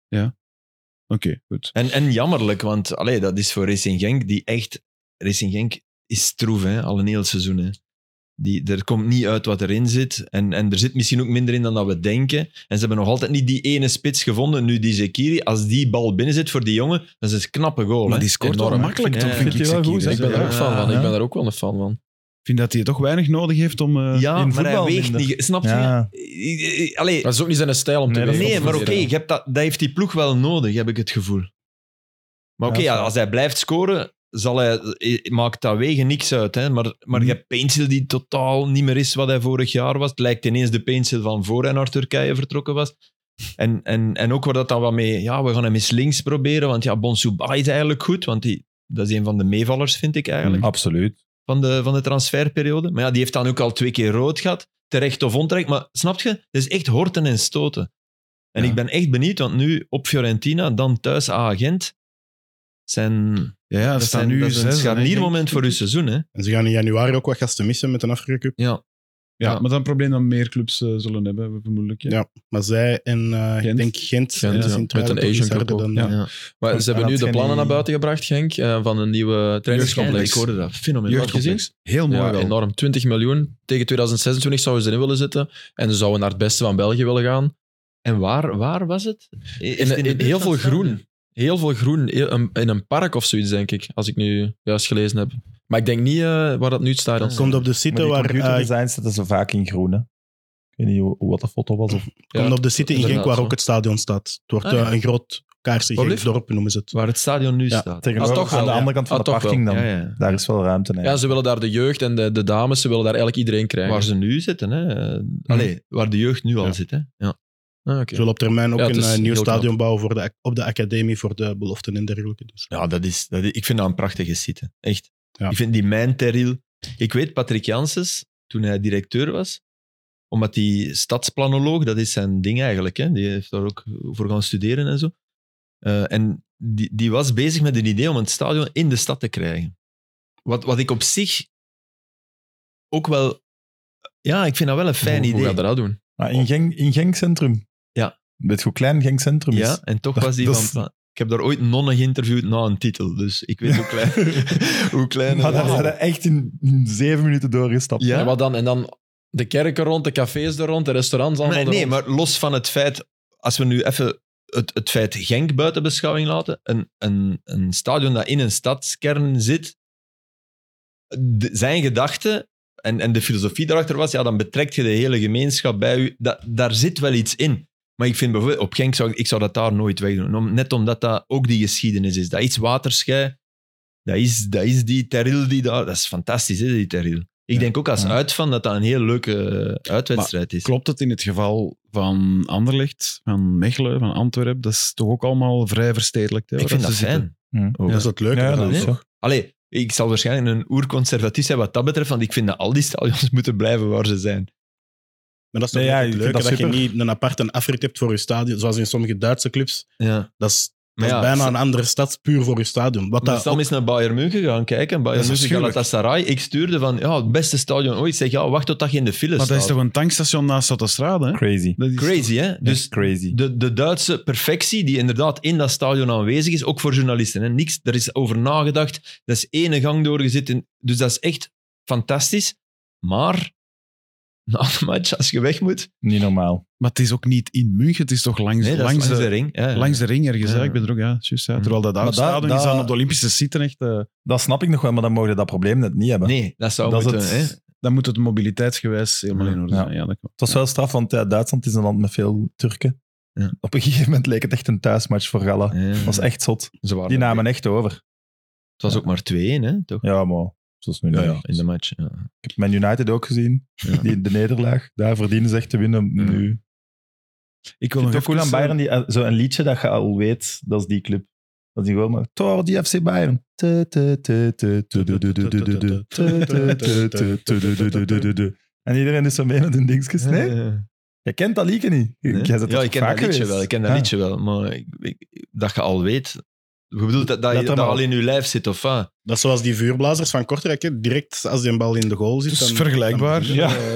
Oké, goed. En jammerlijk, want allee, dat is voor Racing Genk, die echt... Racing Genk is stroef, hè, al een heel seizoen. Hè. Er komt niet uit wat erin zit. En er zit misschien ook minder in dan dat we denken. En ze hebben nog altijd niet die ene spits gevonden. Nu die Zekiri, als die bal binnen zit voor die jongen, dat is een knappe goal. Maar hè. die scoort Enorm. wel makkelijk, Ja, toch, ja. vind Vindt ik. hij wel goed, Zekiri. Ik ben er ook fan van. Ja. Ik ben daar ook wel een fan van. Ik vind dat hij toch weinig nodig heeft om... Ja, In maar hij voetbal weegt minder. niet. Snap je? Ja. Allee, Maar dat is ook niet zijn stijl om te Nee, dat is wegen. nee, ook maar oké, je hebt dat heeft die ploeg wel nodig, heb ik het gevoel. Maar oké, Ja, dat is waar. als hij blijft scoren, maakt dat wegen niks uit. Hè? Maar je hebt Paintsil die totaal niet meer is wat hij vorig jaar was. Het lijkt ineens de Paintsil van voor hij naar Turkije vertrokken was. En ook waar dat dan wat mee... Ja, we gaan hem eens links proberen, want ja, Bonsouba is eigenlijk goed, want dat is een van de meevallers, vind ik eigenlijk, Absoluut. van de transferperiode. Maar ja, die heeft dan ook al 2 keer rood gehad, terecht of onterecht. Maar snap je? Het is echt horten en stoten. En Ja. ik ben echt benieuwd, want nu op Fiorentina, dan thuis Agent, zijn... Ja, Dat, staan nu dat is een 6. scharniermoment voor uw seizoen, hè? En ze gaan in januari ook wat gasten missen met een Afrika Cup. Ja. Ja, maar dat is een probleem dat meer clubs zullen hebben, vermoedelijk. Ja. Ja. Maar zij en Gent. ik denk Gent, Gent, en ja. Sint-Truiden Met een toch Asian iets Cup harder ook. dan... Ja. Maar ze hebben dat nu de zijn plannen die- naar buiten gebracht, Genk, van een nieuwe trainingscomplex. Ik hoorde dat. Fenomenaal. Jeugdcomplex. Heel mooi Ja, wel. enorm. 20 miljoen. Tegen 2026 zouden ze erin willen zitten. En ze zouden naar het beste van België willen gaan. En waar was het? Is het In de buurt heel van veel het stadion? groen. Heel veel groen. In een park of zoiets, denk ik. Als ik nu juist gelezen heb. Maar ik denk niet waar dat nu het stadion Het komt op de Maar site die waar... computerdesigns zetten ze vaak in groen. Hè. Ik weet niet wat de foto was. Of... komt op de site in Genk inderdaad waar zo. ook het stadion staat. Het wordt Ah, ja. een groot kaarsig Wat Genk blieft? dorp, noemen ze het. Waar het stadion nu Ja, staat. Tegenover, toch wel, aan de ja. andere kant van de toch parking dan. Ja, ja. Daar is wel ruimte. Ja, ze willen daar de jeugd en de dames, ze willen daar eigenlijk iedereen krijgen. Waar ze nu zitten, hè? Allee, waar de jeugd nu al Ja. zit, hè? Ja. Ah, Ze oké. willen op termijn ook Ja, het is een nieuw heel stadion knap. bouwen op de academie voor de beloften en dergelijke. Dus. Ja, ik vind dat een prachtige site. Echt. Ja. Ik vind die mijnterriel... Ik weet, Patrick Janssens, toen hij directeur was, omdat die stadsplanoloog, dat is zijn ding eigenlijk, hè? Die heeft daar ook voor gaan studeren en zo. En die was bezig met een idee om het stadion in de stad te krijgen. Wat ik op zich ook wel... Ja, ik vind dat wel een fijn Hoe idee. gaat dat doen? In Genk Centrum. Ja. Weet je hoe klein Genk Centrum is? Ja, en toch was die dat van is- plan. Ik heb daar ooit nonnen geïnterviewd na een titel, dus ik weet hoe klein Maar daar dat zijn is. we echt in 7 minuten doorgestapt. Ja. En wat dan? En dan de kerken rond, de cafés er rond, de restaurants allemaal er Nee, rond. maar los van het feit, als we nu even het feit Genk buiten beschouwing laten, een stadion dat in een stadskern zit, zijn gedachte en de filosofie daarachter was, ja, dan betrekt je de hele gemeenschap bij u. Daar zit wel iets in. Maar ik vind bijvoorbeeld, op Genk ik zou dat daar nooit wegdoen. Net omdat dat ook die geschiedenis is. Dat is Waterschei, dat is die Terril die daar... Dat is fantastisch, hè, die Terril. Ik denk ook als uitfan dat dat een heel leuke uitwedstrijd is. Klopt het in het geval van Anderlecht, van Mechelen, van Antwerpen? Dat is toch ook allemaal vrij verstedelijkt. Hè, Ik waar vind dat ze zitten. fijn. Dat is het leuke. Ja, dat eraan, is toch? zo. Allee, ik zal waarschijnlijk een oerconservatief zijn wat dat betreft, want ik vind dat al die stadions moeten blijven waar ze zijn. Maar dat is toch Nee, ja, het ik vind leuke, dat dat je super. niet een aparte afrit hebt voor je stadion, zoals in sommige Duitse clubs. Ja. Dat is Maar ja, bijna een andere stad, puur voor je stadion. Wat Maar dat Sam ook- is naar Bayern München gaan kijken. Bayern Dat is München, afschuwelijk. Galatasaray. Ik stuurde van, ja, het beste stadion ooit. Ik zeg, ja, wacht totdat je in de file Maar dat staat. is toch een tankstation naast autostrade? Hè? Crazy. Dat is Crazy, hè? Dus Dus crazy. de Duitse perfectie die inderdaad in dat stadion aanwezig is, ook voor journalisten. Hè? Niks, er is over nagedacht. Dat is ene gang doorgezet. Dus dat is echt fantastisch. Maar na de match, als je weg moet... Niet normaal. Maar het is ook niet in München, het is toch langs, Nee, dat is langs, langs de, de ring. Ja, ja. langs de ring ergens. Ja. hè? Ik ben er ook, ja, juist. Ja. Terwijl dat Maar stadion is dan op de Olympische site echt... Dat snap ik nog wel, maar dan mogen we dat probleem net niet hebben. Nee, dat zou Dat is moeten... het- hè. dan moet het mobiliteitsgewijs helemaal in orde Ja. zijn. Ja, dat klopt. Het was wel straf, want Duitsland is een land met veel Turken. Ja. Op een gegeven moment leek het echt een thuismatch voor Galla. Ja. Dat was echt zot. Ze waren Die er namen echt over. Het was ook maar 2-1, hè? Toch? Ja, maar zoals nu. Ja, niet. in de match. Ja. Ik heb Man United ook gezien. Ja. Die, de nederlaag. Daar verdienen ze echt te winnen nu. Ik wil Ik nog vind het ook cool aan Bayern, zo een liedje dat je al weet, dat is die club. Dat die gewoon maar, Tor, die FC Bayern. En iedereen is zo mee met hun dingetjes. Nee, je kent dat liedje niet. Nee? Jij bent Ja, er ik ken vaak dat liedje geweest. wel. Ik ken dat Ja. liedje wel. Maar dat je al weet... Je bedoelt dat je Let dat hem al al. in je lijf zit, of wat? Dat is zoals die vuurblazers van Kortrijk. Hè. Direct als die een bal in de goal zit. Het is dan- vergelijkbaar. dan-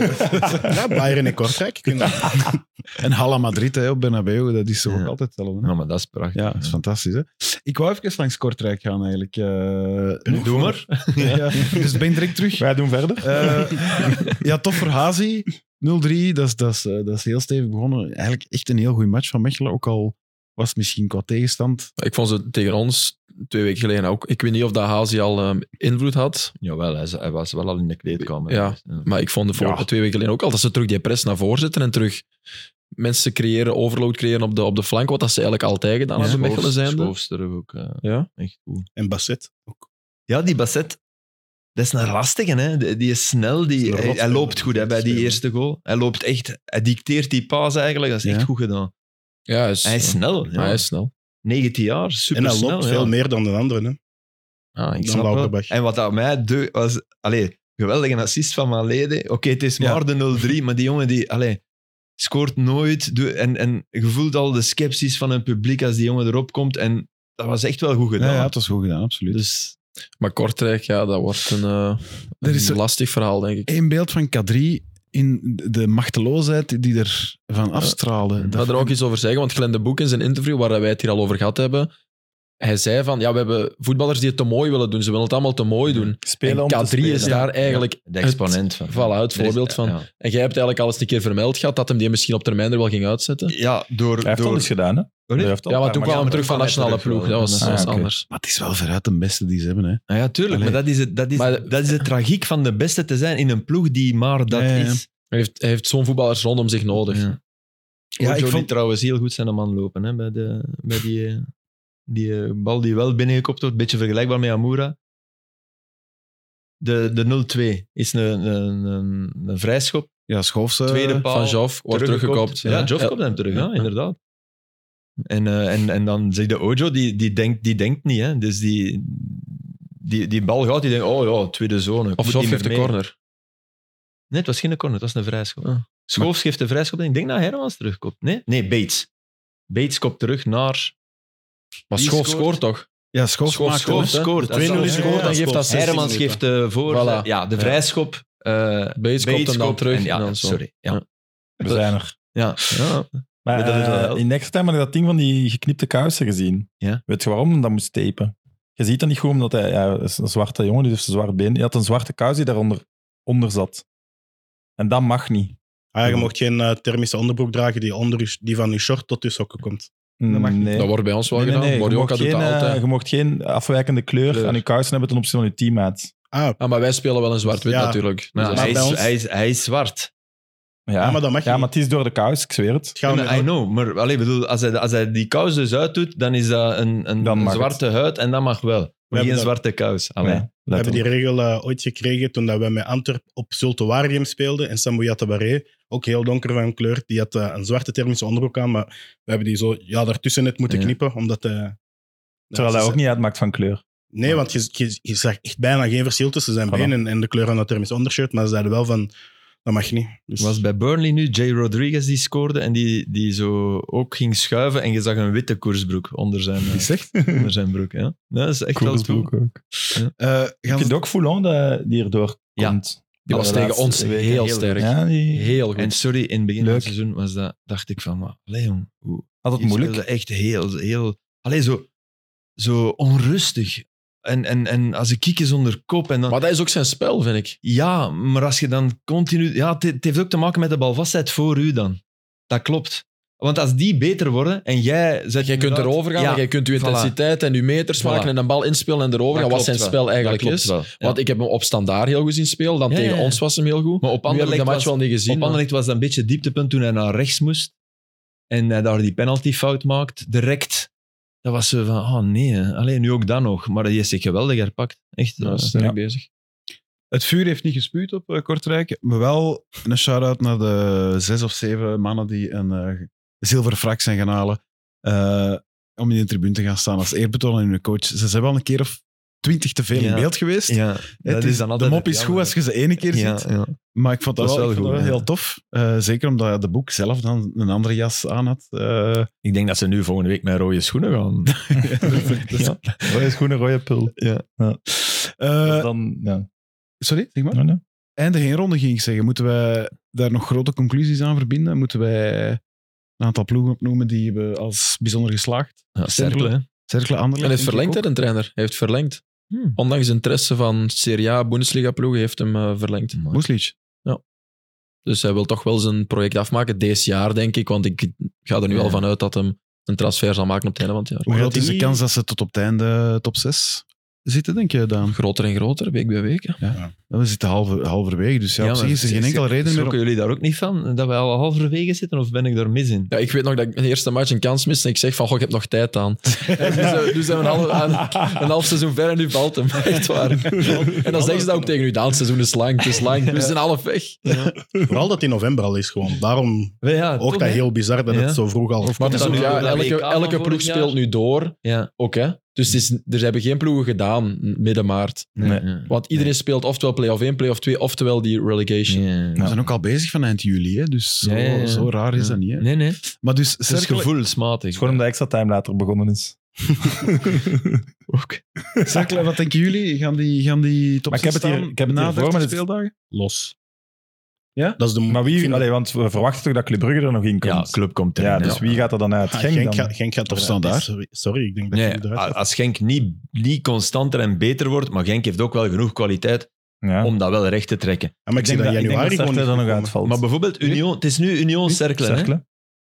Ja, Bayern en Kortrijk. kunnen- En Hala Madrid hè, op Bernabeu, dat is toch Ja. ook altijd hetzelfde. Hè? Ja, maar dat is prachtig. Ja, dat is fantastisch. Hè? Ik wou even langs Kortrijk gaan eigenlijk. Doe maar. Ja, dus ik ben direct terug. Wij doen verder. Ja, tof voor Hazi. 0-3, dat is heel stevig begonnen. Eigenlijk echt een heel goede match van Mechelen, ook al was het misschien qua tegenstand. Ik vond ze tegen ons 2 weken geleden ook. Ik weet niet of dat Hazi al invloed had, Jawel, hij was wel al in de kleedkamer. Ja. maar ik vond de vorige 2 weken geleden ook al dat ze terug die press naar voren zetten en terug mensen creëren, overload creëren op de flank, wat dat ze eigenlijk altijd gedaan hebben, Mechelen zijnde. Schoofs terug ook. Ja. Echt goed. En Basset. Ook. Ja, die Basset, dat is een lastige. Hè? Die is snel, Dat is een hij rotspeler. loopt goed hè, bij die eerste goal. Hij loopt echt, hij dicteert die paas eigenlijk. Dat is echt Ja. goed gedaan. Ja, Hij is snel. Ja. Hij is snel. 19 jaar, super En hij snel. loopt veel meer dan de anderen. Hè. Ah, ik dan snap wel. Lauterbach. En wat dat mij was... geweldige assist van Malede. Oké, het is Ja. maar de 0-3, maar die jongen die... scoort nooit. En je voelt al de sceptisch van een publiek als die jongen erop komt. En dat was echt wel goed gedaan. Ja, het was goed gedaan, absoluut. Dus Maar Kortrijk, ja, dat wordt een is een lastig verhaal, denk ik. Eén beeld van Kadri in de machteloosheid die er van afstraalde. Ik ga er ook iets over zeggen, want Glenn de Boek in zijn interview, waar wij het hier al over gehad hebben, hij zei van, ja, we hebben voetballers die het te mooi willen doen. Ze willen het allemaal te mooi doen. Spelen En om te K3 is spelen. daar eigenlijk de exponent van. Voilà, het voorbeeld van. Ja, En jij hebt eigenlijk al eens een keer vermeld gehad dat hem die misschien op termijn er wel ging uitzetten. ja door... Hij heeft al eens gedaan, hè? Sorry? Hij heeft al Ja, maar een toen paar kwam hem matchen- terug van nationale terug ploeg. wel. Dat was, Ah, dat was oké. anders. Maar het is wel veruit de beste die ze hebben. Hè. Ah, ja, tuurlijk. Allee. Maar dat is de tragiek van de beste te zijn in een ploeg die maar dat Ja, ja. is. Hij heeft zo'n voetballers rondom zich nodig. Ja. Ja, Ojo ik liet vond... trouwens heel goed zijn man lopen hè, bij die bal die wel binnengekopt wordt. Een beetje vergelijkbaar met Amoura. De 0-2 is een vrijschop. Ja, Schoofs... Tweede paal. Van Joff wordt teruggekopt. Ja, Joff komt hem terug, ja, inderdaad. En dan zeg je Ojo, die denkt niet. Hè. Dus die bal gaat, die denkt, oh ja, tweede zone. ik Of moet Joff niet heeft de meer mee. corner. Nee, het was geen corner, het was een vrijschop. Ah. Schoofs geeft de vrijschop en ik denk dat Hermans terugkomt. Nee, Bates. Bates kopt terug naar... Maar Die Schoof scoort. scoort toch? Ja, Schoofs Schoof maakt scoort, het, hè. scoort. De 2-0 is Als scoort en geeft assist. Hermans geeft voor Voilà. de vrijschop. Bates komt hem dan terug. En, ja, en dan zo. sorry. Ja. We zijn er. Ja. Maar dat is wel- in extra time had ik dat ding van die geknipte kousen gezien. Ja. Weet je waarom? Dat moest tapen. Je ziet dat niet goed, omdat hij is een zwarte jongen, dus heeft een zwart been. Hij had een zwarte kous die daaronder onder zat. En dat mag niet. Je mocht geen thermische onderbroek dragen die van je short tot je sokken komt. Dat mag niet. Dat wordt bij ons wel Nee, gedaan. je, Morioka mocht doet dat geen, altijd. je mocht geen afwijkende kleur aan je kousen hebben ten opzichte van je teammaat. Maar wij spelen wel in zwart-wit Ja. natuurlijk. Maar Dus hij hij, bij is, ons- hij is zwart. Ja, maar dat mag Ja, niet. maar het is door de kous, ik zweer het. Het gaat om- I know, maar allee, bedoel, als hij die kous dus uitdoet, dan is dat een Dan mag zwarte huid en dat mag wel. Maar geen hebben dat- zwarte kous. Allee. Nee, We hebben die letterlijk. regel ooit gekregen toen dat we met Antwerp op Zultuarium speelden. En Samouya Tabaré, ook heel donker van kleur, die had een zwarte thermische onderbroek aan. Maar we hebben die zo daartussen net moeten Ja. knippen, omdat... Terwijl hij ook niet uitmaakt van kleur. Nee, want je zag echt bijna geen verschil tussen zijn Voilà. benen en de kleur van dat thermische ondershirt. Maar ze zeiden wel van, dat mag niet. Dus, Was bij Burnley nu Jay Rodriguez die scoorde en die zo ook ging schuiven en je zag een witte koersbroek onder zijn, Is echt? onder zijn broek. Ja. Dat is echt wel toe. Koersbroek ook. Gaan Ik vind ze- ook Foulon die erdoor Ja. komt. Die was De tegen laatste ons weken. heel sterk. Ja, die Heel goed. En sorry, in het begin van Leuk. het seizoen was dat, dacht ik van, maar, allee, jong, had het die moeilijk. speelde echt heel allee, zo onrustig. En als ik kiek is onder kop en dan... Maar dat is ook zijn spel, vind ik. Ja, maar als je dan continu... Ja, het heeft ook te maken met de balvastheid voor u dan. Dat klopt. Want als die beter worden en jij... Jij kunt erover gaan, Ja, jij kunt je intensiteit en je meters Voilà. maken en een bal inspelen en erover gaan, wat zijn spel eigenlijk is. Want ik heb hem op standaard heel goed zien spelen, dan Ja, tegen ja. ons was hem heel goed. Maar op Nu heb ik Anderlecht de match was, wel niet gezien. op maar- Anderlecht was dat een beetje het dieptepunt toen hij naar rechts moest en hij daar die penaltyfout maakt, direct. Dat was zo van, oh nee, alleen nu ook dan nog. Maar die is zich geweldig herpakt. Echt. Ja, sterk Ja. bezig. Het vuur heeft niet gespuwd op Kortrijk, maar wel een shout-out naar de 6 of 7 mannen die een zilveren frak zijn gaan halen om in de tribune te gaan staan als eerbetoon aan hun coach. Ze zijn wel een keer of 20 te veel in Ja. beeld geweest. Ja, Het is, de mop is goed als je ze ene keer Ja, ziet, ja. maar ik vond dat, Dat is wel, wel ik vond dat goed, wel ja. heel tof. Zeker omdat de boek zelf dan een andere jas aan had. Ik denk dat ze nu volgende week met rode schoenen gaan. Ja. Rode schoenen, rode pul. Ja. Dus dan, ja. Sorry, zeg maar. Nee, nee. Einde geen ronde ging ik zeggen. Moeten wij daar nog grote conclusies aan verbinden? Moeten wij een aantal ploegen opnoemen die we als bijzonder geslaagd Ja, Cercle, hè. Cercle Anderlecht? En heeft denk ik verlengd, hè, ook. een trainer. Hij heeft verlengd. Ondanks interesse van Serie A, Bundesliga-ploegen, heeft hem verlengd. Moeslic. Dus hij wil toch wel zijn project afmaken, deze jaar, denk ik. Want ik ga er nu Ja. al van uit dat hem een transfer zal maken op het einde van het jaar. Hoe Maar groot gaat is de die kans dat ze tot op het einde top 6 zitten, denk je, Daan? Groter en groter, week bij week. hè. We zitten halverwege, dus ja, op zich is er geen enkele reden meer Schrokken om... jullie daar ook niet van? Dat wij al halverwege zitten? Of ben ik daar mis in? Ja, ik weet nog dat ik in de eerste match een kans miste en ik zeg van, goh, ik heb nog tijd aan. En nu zijn we een half seizoen ver en nu valt hem. Echt waar. En dan zeggen ze dat ook tegen u, Daan, het seizoen is lang, het is lang. We zijn half weg. Vooral dat het in november al is gewoon. Daarom Ja, ook toch, dat hè? heel bizar dat Ja. het zo vroeg al... Maar het is dat ook, nu ja, door dat WK elke van ploeg vorig speelt jaar? nu door. Ja. Ook, hè. Dus er hebben geen ploegen gedaan midden maart. Nee. Want iedereen speelt oftewel play-off 1, play-off 2, oftewel die relegation. Ja. We zijn ook al bezig van eind juli, hè, dus zo, Ja, ja, ja. zo raar is Ja. dat niet. Hè. Nee, nee. Maar dus Het is Cercle, gevoelsmatig. Het is gewoon omdat extra time later begonnen is. ook. Cercle, wat denken jullie? Gaan die top Maar ik heb 6 het hier- staan ik heb het na hier voor 30 met het- speeldagen? los. Ja? Dat is de, Maar ik wie... vind- Allee, want we verwachten toch dat Club Brugge er nog in komt? Ja, club komt erin. Ja, dus ja. wie gaat er dan uit? Ah, Genk Genk, dan? Genk gaat Of er Standaard? Sorry, ik denk dat Nee, Genk eruit gaat. als Genk niet constanter en beter wordt, maar Genk heeft ook wel genoeg kwaliteit Ja. om dat wel recht te trekken. Ja, maar ik zie dat ik denk januari dat gewoon Cercle niet er nog goed uitvalt. Maar bijvoorbeeld, Union, het is nu Union Cercle. hè? Cercle.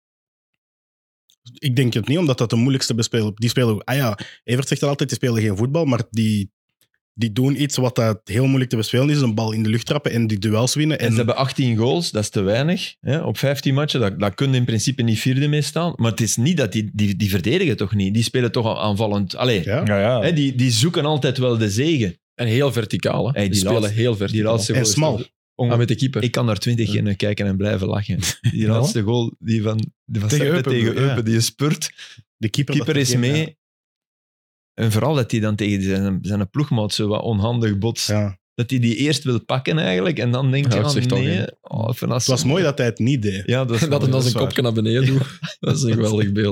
Ik denk het niet, omdat dat de moeilijkste bespelen. Die spelen... Ah ja, Evert zegt dat altijd, die spelen geen voetbal, maar die doen iets wat dat heel moeilijk te bespelen is. Een bal in de lucht trappen en die duels winnen. En ze hebben 18 goals, dat is te weinig. Hè? Op 15 matchen, dat kun je in principe niet vierde mee staan. Maar het is niet dat die verdedigen toch niet. Die spelen toch aanvallend. Allee, Ja. Ja, ja. hè, die zoeken altijd wel de zege. En heel verticaal. Hè. Hey, die die spelen laatste- heel Die verticaal. laatste En goal is smal. toch Ah, met de keeper. Ik kan daar 20 keer naar kijken en blijven lachen. Die laatste goal, die van Tegen Cercle Eupen, tegen ja. Eupen, die spurt. De Keeper is mee. En vooral dat hij dan tegen zijn ploegmaat zo wat onhandig botst. Ja. Dat hij die eerst wil pakken eigenlijk. En dan denk Ja, je, het zegt al nee. geen. Oh, Het was mooi dat hij het niet deed. Ja, dat is Dat hij dan mooi. zijn kopje naar beneden doet. Dat is een geweldig beeld.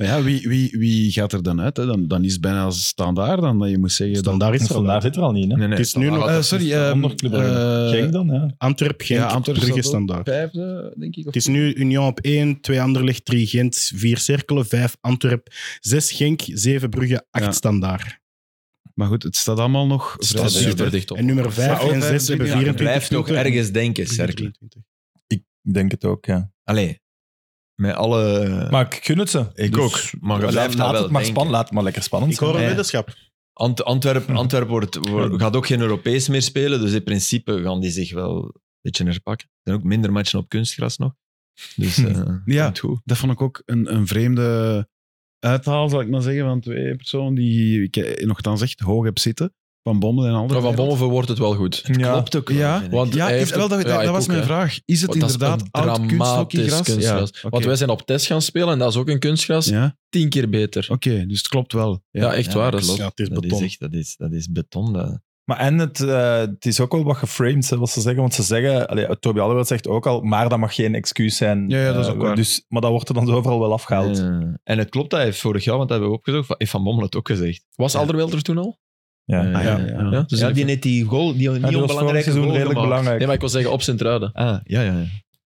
Maar ja, wie gaat er dan uit? Hè? Dan is het bijna standaard. Dan dat je moet zeggen... Standaard is er al. Standaard zit er al niet, hè? Nee, Het is nu nog Onderclub. Genk dan, ja. Antwerp, Genk, Antwerp Brugge staat ook standaard. Vijfde, denk ik. Het is nu Union op 1, 2 Anderlecht, 3 Gent, 4 Cerkelen, 5 Antwerp, 6 Genk, 7 Brugge, 8 Ja. standaard. Maar goed, het staat allemaal nog Het vrij staat dicht, super hè. dicht op. En nummer 5 Maar ook en 6 hebben 25, 24 Blijf nog punten. ergens denken, Brugge Cercle. 23. Ik denk het ook, ja. Allee, met alle... Maar ik gun het ze. Ik Dus, ook. Maar je blijft dat laat wel het maar denken. laat het maar lekker spannend Ik hoor een zijn. weddenschap. Antwerpen gaat ook geen Europees meer spelen, dus in principe gaan die zich wel een beetje herpakken. Er zijn ook minder matchen op kunstgras nog. Dus Ja. komt goed. Dat vond ik ook een vreemde uithaal, zal ik maar zeggen, van twee personen die ik nogthans echt hoog heb zitten. Van Bommel en Maar andere. Van Bommel verwoordt het wel goed. Ja. Klopt ook wel, Ja, vind ik. Want Ja, hij is, heeft wel, het- dat, ja, ik was ook, mijn hè. vraag. Is het Want dat is inderdaad een oud dramatisch kunsthockeygras? kunstgras. Ja, oké. Want wij zijn op test gaan spelen en dat is ook een kunstgras. Ja, 10 keer beter. oké, dus het klopt wel. Ja, echt waar. dat Dat is- klopt. Ja, het is Dat beton. is echt, dat is beton. Dat. Maar en het is ook wel wat geframed, hè, wat ze zeggen. Want ze zeggen, Toby Alderweireld zegt ook al, maar dat mag geen excuus zijn. Ja, dat is ook waar. Dus, maar dat wordt er dan zo overal wel afgehaald. En het klopt, dat hij vorig jaar, want dat hebben we opgezocht, heeft Van Bommel het ook gezegd. Was Alderweireld er toen al? Ja. Ja. Ja, dus Ja, die net die goal, die Ja, niet die was vorig onbelangrijke seizoen goal redelijk gemaakt. belangrijk. Nee, maar ik wil zeggen op Sint-Truiden. Ja.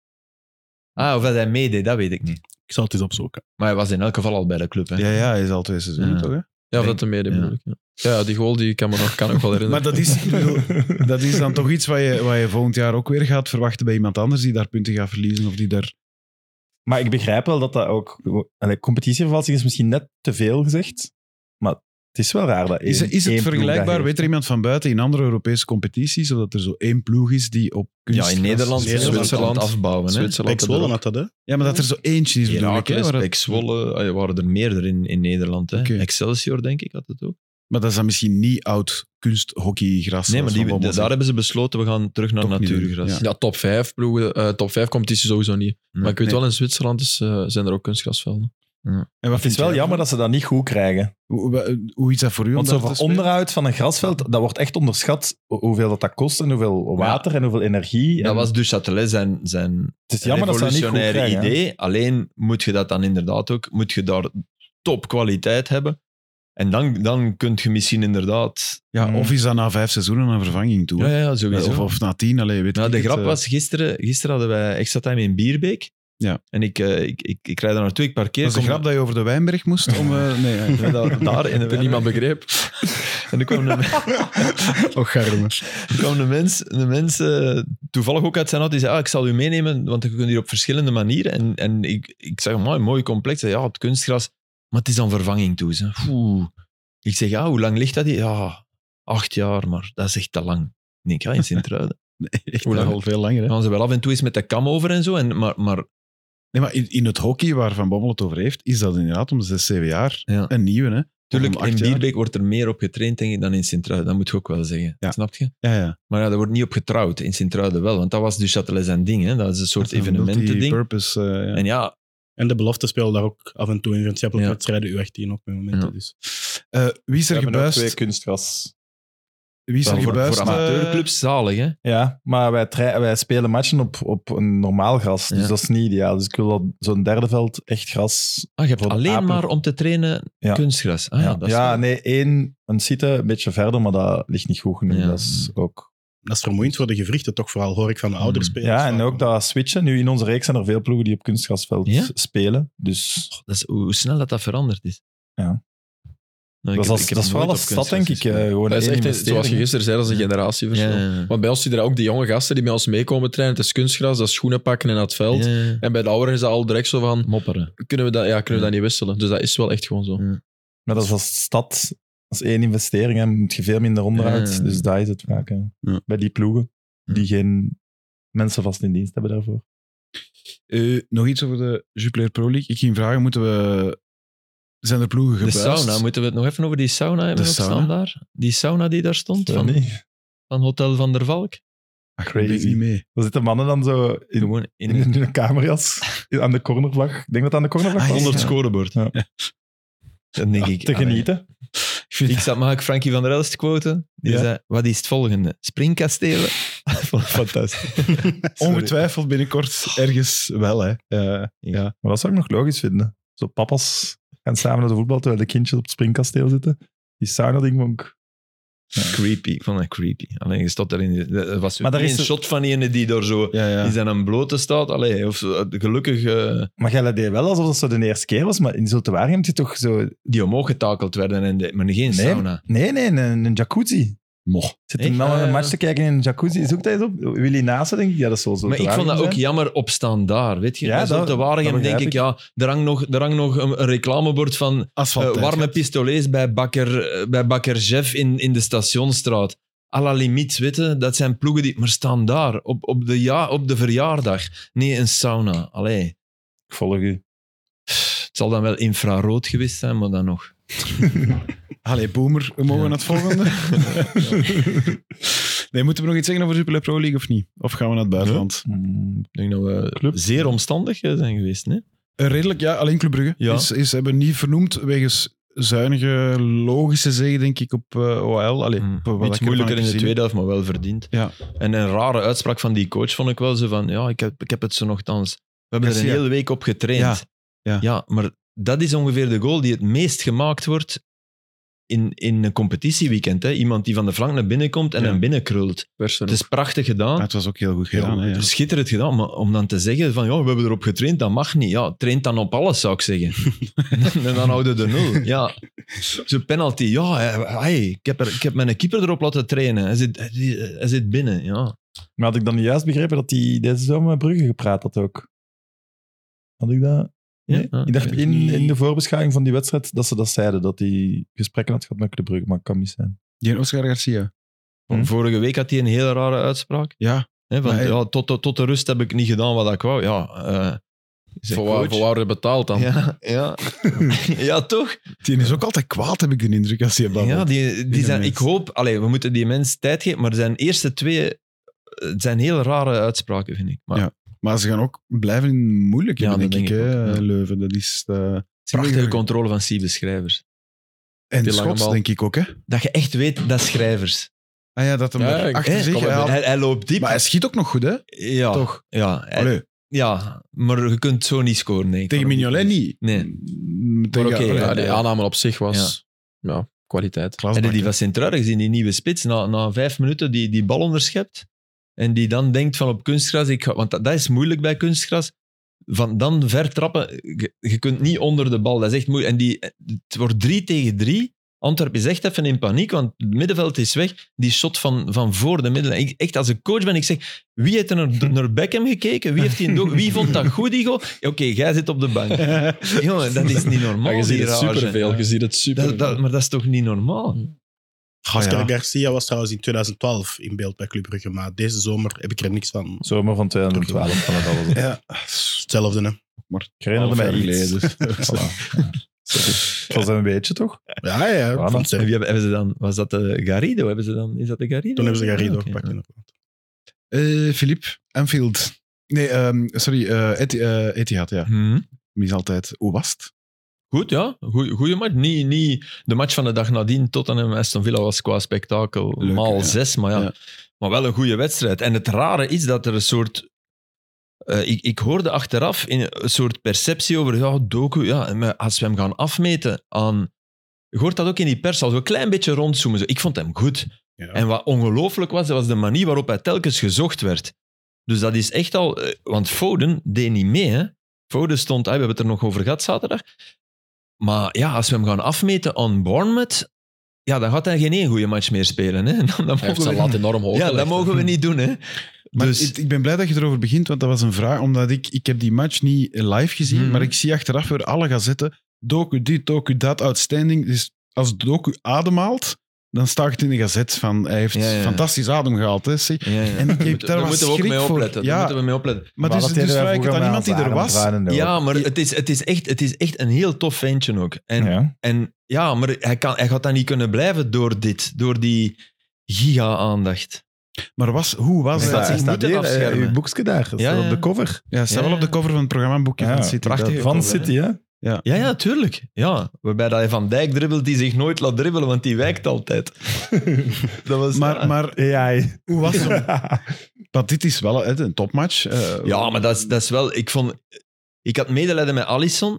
Of dat hij meedeed, dat weet ik niet. Ik zal het eens opzoeken. Maar hij was in elk geval al bij de club. Hè. Ja, hij is al 2 seizoenen, Ja. toch? Hè? Ja, of Denk- dat de mede ja. bedoel ik. Ja, die goal die kan ik nog wel herinneren. Maar dat is, ik bedoel, dat is dan toch iets wat je volgend jaar ook weer gaat verwachten bij iemand anders die daar punten gaat verliezen of die daar... Maar ik begrijp wel dat ook... Competitievervalsing is misschien net te veel gezegd, maar het is wel raar dat Is één het ploeg vergelijkbaar? dat Weet heeft. er iemand van buiten in andere Europese competities, zodat er zo één ploeg is die op Ja, kunstgras... in Nederland zijn we Zwitserland. aan het afbouwen. Hè. Zwitserland. Pek Zwolle had dat, hè? Ja, maar dat er zo eentje is, bedoel ik. Hè, Heracles, waar het- Pek Zwolle, er waren er meerdere in Nederland. Hè. Oké. Excelsior, denk ik, had het ook. Maar dat is dan misschien niet oud kunsthockey-gras. Nee, maar zoals Van Bommel daar zegt. hebben ze besloten, we gaan terug naar Toch niet natuurgras. doen, Ja, top 5 ploegen, top 5 competitie sowieso niet. Maar ik weet nee. wel, in Zwitserland zijn er ook kunstgrasvelden. En wat Het is wel jammer dat ze dat niet goed krijgen. Hoe is dat voor u? Want om zo daar te voor spelen? onderhoud van een grasveld, dat wordt echt onderschat hoeveel dat kost en hoeveel water en hoeveel energie. Dat En was dus Châtelet zijn het is jammer dat ze dat niet goed revolutionaire krijgen. hè. idee. Alleen moet je dat dan inderdaad ook, moet je daar topkwaliteit hebben. En dan kun je misschien inderdaad... Ja, of is dat na 5 seizoenen een vervanging toe? Ja, sowieso. Of na 10, allee, weet Nou, ik de het, grap was, gisteren hadden wij extra time in Bierbeek. Ja. En ik rijd daar naartoe, ik parkeer. was de kom- grap dat je over de Wijnberg moest? Om, nee, Ja, daar in de Dat niemand begreep. En dan kwam Och, garme. de mens toevallig ook uit zijn auto, die zei, ik zal u meenemen, want je kunt hier op verschillende manieren. En ik zeg, mooi complex. Ja, het kunstgras, maar het is dan vervanging toe. Ze. Oeh. Ik zeg, hoe lang ligt dat hier? Ja, 8 jaar, maar dat is echt te lang. Ik denk, ja, in Sint-Truiden. echt Hoe lang? al veel langer. Hè? Dan gaan ze wel af en toe eens met de kam over en zo. Maar Nee, maar in het hockey waar Van Bommel het over heeft, is dat inderdaad om 6, 7 jaar ja. een nieuwe. Hè? Tuurlijk, Om 8 in jaar. Bierbeek wordt er meer op getraind, denk ik, dan in Sint-Truiden. Dat moet je ook wel zeggen. Ja. Snap je? Ja. Maar ja, daar wordt niet op getrouwd. In Sint-Truiden wel. Want dat was dus Châtelet zijn ding. Hè? Dat is een soort evenementending. Multi-purpose, ja. En ja, En de belofte spelen daar ook af en toe in vriendschappelijke Ja. wedstrijden U18 ook met momenten. Ja. Dus. Wie is We er hebben ook 2 gebuist? kunstgras. Wie is er voor gebuist? amateurclubs zalig, hè? Ja, maar wij spelen matchen op een normaal gras, dus Ja. dat is niet ideaal. Dus ik wil dat zo'n derde veld echt gras. Je hebt Voor de alleen apen. maar om te trainen Ja. kunstgras. Dat is wel- nee, een site een beetje verder, maar dat ligt niet goed genoeg. Ja. Dat is ook... Dat is vermoeiend voor de gewrichten, toch vooral, hoor ik van de oudere spelers. Ja, en vaak. ook dat switchen. Nu in onze reeks zijn er veel ploegen die op kunstgrasveld Ja? spelen. Dus Dat is hoe snel dat veranderd is. Ja. Nou, dat is vooral als stad, denk ik. Gewoon Dat is één echt, zoals je investering. gisteren zei, dat is een generatieverschil. Ja. Want bij ons zie je er ook die jonge gasten die met ons meekomen trainen. Het is kunstgras, dat is schoenen pakken in het veld. Ja. En bij de ouderen is dat al direct zo van, Mopperen. kunnen we dat niet wisselen? Dus dat is wel echt gewoon zo. Ja. Maar dat is als stad, als één investering, hè, moet je veel minder onderhoud. Ja. Dus dat is het vaak. Hè. Ja. Bij die ploegen, die Ja. geen mensen vast in dienst hebben daarvoor. Nog iets over de Jupiler Pro League. Ik ging vragen, zijn er ploegen De gebuist? sauna, moeten we het nog even over die sauna hebben De op sauna? staan daar? Die sauna die daar stond, Ja, van niet? Hotel van der Valk? Ach, dat deed ik niet mee. Dan zitten mannen dan zo in Gewoon in een kamerjas aan de cornervlag. Ik denk dat het aan de cornervlag was. onder het ja. scorebord. Ja. Dan denk ik, Te genieten. Mag ik Frankie van der Elst quoten? Die Ja. zei, wat is het volgende? Springkastelen? Vond ik fantastisch. Ongetwijfeld binnenkort ergens wel. Hè. Ja. Maar dat zou ik nog logisch vinden. Zo papa's gaan samen naar de voetbal terwijl de kindjes op het springkasteel zitten. Die sauna-ding vond ik... Creepy. Ik vond dat creepy. Alleen je staat erin. Er was Maar daar een is er- shot van ene die daar zo in zijn blote staat. Allee, of gelukkig Maar jij deed wel alsof dat zo de eerste keer was, maar in Zulte Waregem heb je toch zo... die omhoog getakeld werden, maar geen sauna. Nee, een jacuzzi. Mocht. Zit Echt? een man een match te kijken in een jacuzzi. Zoek dat eens op. Willy Naassen, denk ik. Ja, dat zal zo Maar ik vond dat ook jammer op standaard. Weet je, Ja, bij Zulte dat Waregem begrijp denk ik, ik. er hangt nog een reclamebord van warme pistolets bij bakker Jeff in de Stationsstraat. À la limiet, weet je, dat zijn ploegen die... Maar staan daar, op de verjaardag. Nee, een sauna. Allee. Ik volg u. Het zal dan wel infrarood geweest zijn, maar dan nog. Allee, boomer, we mogen naar het volgende. Nee, moeten we nog iets zeggen over de Jupiler Pro League of niet? Of gaan we naar het buitenland? Ik denk dat we zeer omstandig zijn geweest. Nee? Redelijk, ja. Alleen Club Brugge Ja. hebben niet vernoemd wegens zuinige, logische zege, denk ik, op OL. Allee, op wat Iets ik ervan moeilijker heb in de gezien. tweede helft, maar wel verdiend. Ja. En een rare uitspraak van die coach vond ik wel zo van, ja, ik heb het zo nogthans... We hebben er een Garcia. hele week op getraind. Ja. Maar dat is ongeveer de goal die het meest gemaakt wordt in een competitieweekend. Hè. Iemand die van de flank naar binnen komt en Ja. hem binnenkrult. Het is prachtig gedaan. Ja, het was ook heel goed gedaan. Hè, ja. Schitterend gedaan, maar om dan te zeggen van ja, we hebben erop getraind, dat mag niet. Ja, traint dan op alles, zou ik zeggen. En dan houden we de 0. Ja, zo'n penalty. Ja, hey, ik heb mijn keeper erop laten trainen. Hij zit binnen, ja. Maar had ik dan niet juist begrepen dat hij deze zomer met Brugge gepraat had ook? Had ik dat... Nee? Ja. Ik dacht in de voorbeschouwing van die wedstrijd dat ze dat zeiden, dat hij gesprekken had gehad met Club Brugge, maar het kan niet zijn. Die Oscar Garcia. Vorige week had hij een hele rare uitspraak. Ja. Hè, van, Maar hij- ja, tot de rust heb ik niet gedaan wat ik wou. Ja, Voor waar je betaalt dan. Ja. Ja, toch? Die is ook altijd kwaad, heb ik de indruk, als hij babbelt. Ja, die Die zijn, mens. ik hoop... Allee, we moeten die mens tijd geven, maar zijn eerste twee zijn heel rare uitspraken, vind ik. Maar Ja. Maar ze gaan ook blijven in moeilijk Ja, hebben, dat denk ik, denk ik hè, ook, ja. Leuven. Dat is prachtige controle van Siebe Schrijvers. En Die lange Schots, bal. denk ik ook, hè? Dat je echt weet, dat is Schrijvers. Ah ja, dat hem Ja, er ik- achter Hè? zich... hij haalt- Hij loopt diep. Maar hij schiet ook nog goed, hè? Ja, Toch? Ja, Allee, ja, maar je kunt zo niet scoren. Nee, tegen Mignolet niet. Nee. Tegen, oké, allee, Ja, die Ja. aanname op zich was kwaliteit. Klasbak, En die hè. van Sint-Truiden gezien, die nieuwe spits, na 5 minuten die bal onderschept. En die dan denkt van op kunstgras, want dat is moeilijk bij kunstgras. Van dan ver trappen, je kunt niet onder de bal. Dat is echt moeilijk. En het wordt 3-3. Antwerpen is echt even in paniek, want het middenveld is weg. Die shot van voor de middenlijn. Echt, als een coach ben ik zeg, wie heeft er naar Beckham gekeken? Wie vond dat goed, Igo? Oké, jij zit op de bank. Jongen, dat is niet normaal. Maar je ziet die het rage. superveel. Je ziet het super. Maar dat is toch niet normaal? Ah, Oscar ja. Garcia was trouwens in 2012 in beeld bij Club Brugge, maar deze zomer heb ik er niks van. Zomer van 2012 van het al was het. Ja. Hetzelfde, hè. Ik herinnerde mij Half jaar iets. geleden. Voilà. Ja. Sorry. Het was een beetje, toch? Ja, ja. Voilà. Ik vond het En sterk. wie hebben ze dan? Was dat de Garrido? Is dat de Garrido? Toen hebben ze Garrido Ah, oké, gepakt. ja. inderdaad. Philippe, Anfield. Nee, sorry, Etihad, ja. Mis altijd. Hoe was het? Goed, ja. Goeie match. Niet de match van de dag nadien. Tottenham Aston Villa was qua spektakel Leuk, maal ja. 6. Maar, Ja. maar wel een goede wedstrijd. En het rare is dat er een soort... ik hoorde achteraf een soort perceptie over Doku. Ja, maar als we hem gaan afmeten aan... Je hoort dat ook in die pers, als we een klein beetje rondzoomen. Zo. Ik vond hem goed. Ja. En wat ongelooflijk was, dat was de manier waarop hij telkens gezocht werd. Dus dat is echt al... want Foden deed niet mee, hè. Foden stond... we hebben het er nog over gehad zaterdag. Maar ja, als we hem gaan afmeten aan Bournemouth... Ja, dan gaat hij geen één goede match meer spelen. Hè. Dan Hij heeft mogen zijn we, lat enorm hoog ja, gelegd, dat mogen we niet doen. Hè. Maar Dus, ik ben blij dat je erover begint, want dat was een vraag, omdat ik heb die match niet live gezien, maar ik zie achteraf weer alle gazetten, Doku dit, Doku dat, outstanding. Dus als Doku ademhaalt, dan staat het in de gazet van, hij heeft Ja, ja. fantastisch adem gehaald. Hè, zeg. ja, ja. En ik heb daar Daar was moeten we ook schrik mee voor. opletten. Daar Ja, moeten we mee opletten. maar dus vraag ik het aan iemand die er was. Ja, maar het is echt een heel tof ventje ook. En Ja. maar hij gaat dat niet kunnen blijven door die giga-aandacht. Maar hoe was Hij hij? staat zich moeten afschermen. Uw boekje daar, dat Ja, staat ja. op de cover. Ja, hij staat Ja, wel op de ja. cover van het programmaboekje Ja, van City. prachtig. Dat- Van cover, City, hè? Ja, tuurlijk. Ja, waarbij dat hij Van Dijk dribbelt die zich nooit laat dribbelen, want die wijkt altijd. Dat was, Maar Ja. hoe was hem? Want dit is wel een topmatch. Ja, maar dat is wel... Ik had medelijden met Alisson.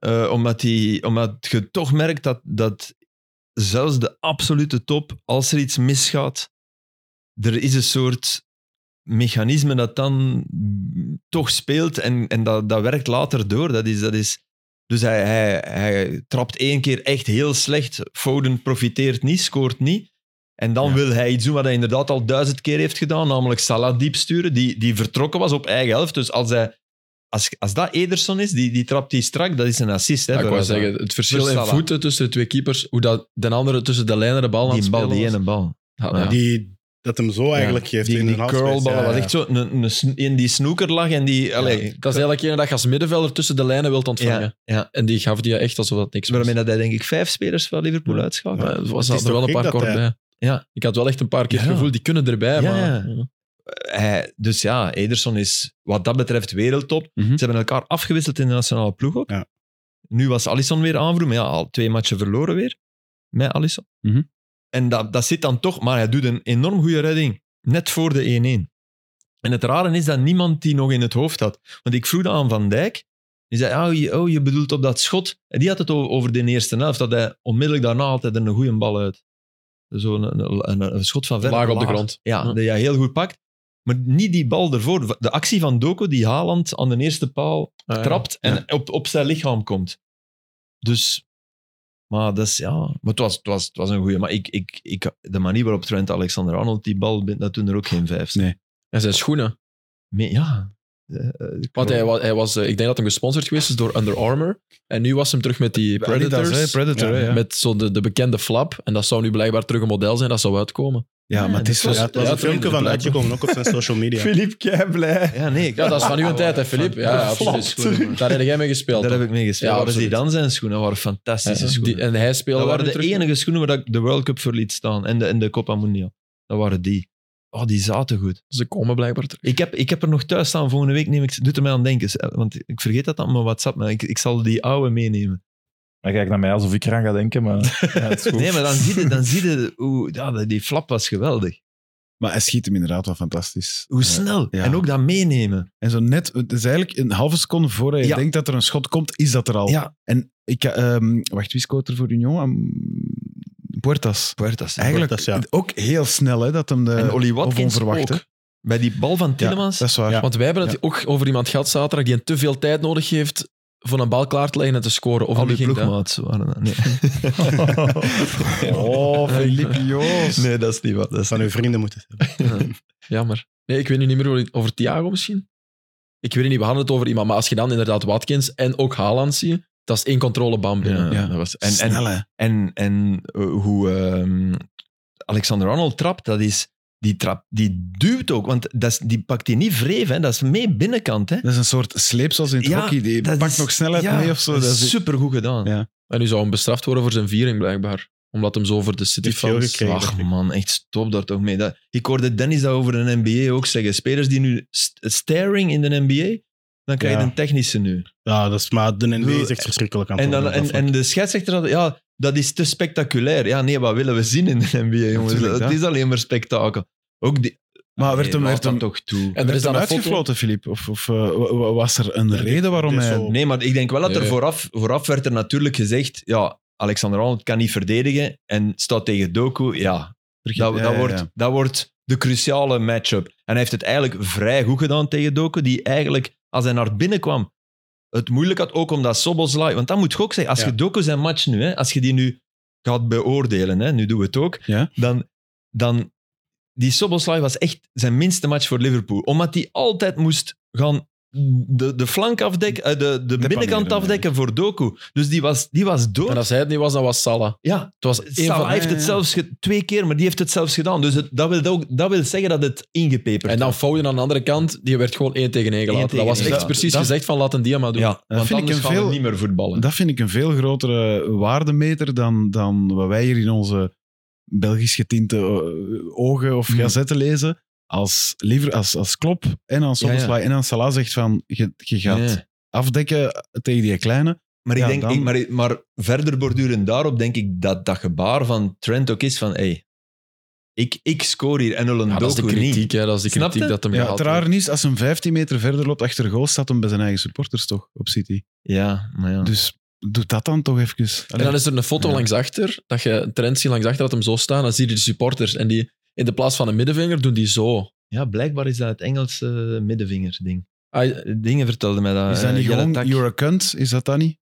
Omdat je toch merkt dat zelfs de absolute top, als er iets misgaat, er is een soort mechanisme dat dan toch speelt en dat werkt later door. Dat is, dus hij trapt 1 keer echt heel slecht. Foden profiteert niet, scoort niet. En dan wil hij iets doen wat hij inderdaad al 1000 keer heeft gedaan, namelijk Salah diep sturen, die vertrokken was op eigen helft. Dus als dat Ederson is, die trapt die strak, dat is een assist. Hè, ik wou zeggen, het verschil in voeten tussen de 2 keepers, hoe dat de andere tussen de lijnen de bal aan het spelen was. Die ene bal. Dat hem zo eigenlijk geeft. Die curlballen was echt zo in die snooker lag en die... Dat is eigenlijk een dat je als middenvelder tussen de lijnen wilt ontvangen. Ja. En die gaf die echt alsof dat niks was. Waarmee dat hij denk ik 5 spelers van Liverpool uitschakelde. Er was er wel een paar kort bij. Ja. Ik had wel echt een paar keer het gevoel, die kunnen erbij. Dus ja, Ederson is wat dat betreft wereldtop. Mhm. Ze hebben elkaar afgewisseld in de nationale ploeg ook. Ja. Nu was Alisson weer aanvoerder, maar al 2 matchen verloren weer met Alisson. Mhm. En dat zit dan toch, maar hij doet een enorm goede redding. Net voor de 1-1. En het rare is dat niemand die nog in het hoofd had. Want ik vroeg dat aan Van Dijk. Die zei, je bedoelt op dat schot. En die had het over de eerste helft, dat hij onmiddellijk daarna altijd een goede bal uit. Een schot van ver. Laag op de grond. Ja, die je heel goed pakt. Maar niet die bal ervoor. De actie van Doku, die Haaland aan de eerste paal trapt en op zijn lichaam komt. Dus... Maar dat is, maar het was een goeie. Maar de manier waarop Trent Alexander-Arnold die bal bent, dat doen er ook geen 5. Nee. En zijn schoenen. Want hij was, ik denk dat hij gesponsord geweest is door Under Armour. En nu was hem terug met die Predators. Predator, ja. Met zo de bekende flap. En dat zou nu blijkbaar terug een model zijn, dat zou uitkomen. Ja, maar het is... Het was een filmpje van uitgekomen, ook op zijn social media. Philippe, kei blij. Ja, nee. Ja, dat is van uw tijd, hè, Filip? Ja, absoluut. Daar heb jij mee gespeeld. Daar heb ik mee gespeeld. Ja, waren absoluut. Zidane zijn schoenen, dat waren fantastische schoenen. En hij speelde Dat waren daar de nu terug. enige schoenen waar ik de World Cup voor liet staan. En de Copa Mundial. Dat waren die. Oh, die zaten goed. Ze komen blijkbaar terug. Ik heb er nog thuis staan. Volgende week doet er mij aan denken. Want ik vergeet dat aan mijn WhatsApp. Maar ik zal die oude meenemen. Hij kijkt naar mij alsof ik eraan ga denken, maar ja, het is goed. Nee, maar dan zie je hoe... die flap was geweldig. Maar hij schiet hem inderdaad wel fantastisch. Hoe snel. Ja. En ook dat meenemen. En zo net, het is eigenlijk een halve seconde voor je denkt dat er een schot komt, is dat er al. Ja. En wie scoort er voor Union? Puertas. Eigenlijk Puertas, ook heel snel, hè, dat hem En Oli Watkins onverwacht, hè. ook. Bij die bal van Tielemans. Dat is waar. Ja. Want wij hebben het ook over iemand gehad zaterdag die te veel tijd nodig heeft voor een bal klaar te leggen en te scoren. Of Al die ging dat? ploegmaats waren dat. Nee. Oh, Philippe Joos. Nee, dat is niet wat. Dat is Van uw vrienden moeten hebben. Jammer. Nee, ik weet nu niet meer over Thiago misschien. Ik weet niet, we hadden het over iemand. Maar als je dan inderdaad Watkins en ook Haaland ziet, dat is 1 controlebaan binnen. Ja. Ja. Dat was, Snel, hè. en hoe Alexander-Arnold trapt, die duwt ook. Want die pakt die niet wreef, hè. Dat is mee binnenkant. Hè. Dat is een soort sleep zoals in het hockey. Die dat pakt is- nog snelheid ja, mee of zo. dat is supergoed gedaan. Ja. En nu zou hem bestraft worden voor zijn viering, blijkbaar. Omdat hem zo voor de City Heeft veel fans... gekregen. Ach man, echt stop daar toch mee. Ik hoorde Dennis dat over de NBA ook zeggen. Spelers die nu staring in de NBA, dan krijg je Ja. een technische nu. Ja, dat is, maar de NBA is echt verschrikkelijk aan het En, worden, en de scheidsrechter had, ja, dat is te spectaculair. Ja, nee, wat willen we zien in de NBA, jongens? Natuurlijk, Het ja. is alleen maar spektakel. Ook die... Maar werd hem- laat werd dat hem- toch toe. En er Werd is dan hem een foto... uitgefloten, Filip? Of was er een reden waarom dit is hij... zo- Nee, maar ik denk wel dat er Nee. vooraf werd er natuurlijk gezegd, ja, Alexander-Arnold kan niet verdedigen en staat tegen Doku. Ja, dat wordt de cruciale matchup. En hij heeft het eigenlijk vrij goed gedaan tegen Doku, die eigenlijk, als hij naar binnen kwam, het moeilijk had, ook omdat Szoboszlai... Want dat moet je ook zeggen, als Ja. je Doku zijn match nu, hè, als je die nu gaat beoordelen, hè, nu doen we het ook, Ja. dan die Szoboszlai was echt zijn minste match voor Liverpool. Omdat hij altijd moest gaan de flank afdekken, de binnenkant afdekken voor Doku. Dus die was dood. En als hij het niet was, dan was Salah. Ja, Het was Salah heeft het zelfs 2 keer, maar die heeft het zelfs gedaan. Dus dat wil zeggen dat het ingepeperd En dan was. Foden aan de andere kant, die werd gewoon 1 tegen 1 gelaten. tegen Dat was één. echt precies Dat- gezegd van laat een dia maar doen. Ja, want vind ik anders een gaan we veel- niet meer voetballen. Dat vind ik een veel grotere waardemeter dan wat wij hier in onze Belgisch getinte ogen of gazetten lezen. Als Klopp en aan Szoboszlai en aan Salah zegt van je gaat Nee. afdekken tegen die kleine. Maar, Ja, ik denk, dan- maar verder borduren daarop denk ik dat gebaar van Trent ook is van hey, ik score hier en een Ja, dat is de Doku kritiek, niet. hè. Dat is de Snap kritiek je? dat hem Ja, gehaald het rare wordt. is, als hem 15 meter verder loopt achter goal, staat hem bij zijn eigen supporters toch, op City. Ja, maar ja. Dus doe dat dan toch even. En dan is er een foto langs achter, dat je een trend ziet langs achter, dat hem zo staan, dan zie je de supporters. En die, in de plaats van een middenvinger, doen die zo. Ja, blijkbaar is dat het Engelse middenvinger-ding. Ah, Dingen vertelde mij dat. Is dat niet Jelle gewoon Tak. you're a cunt? Is dat niet?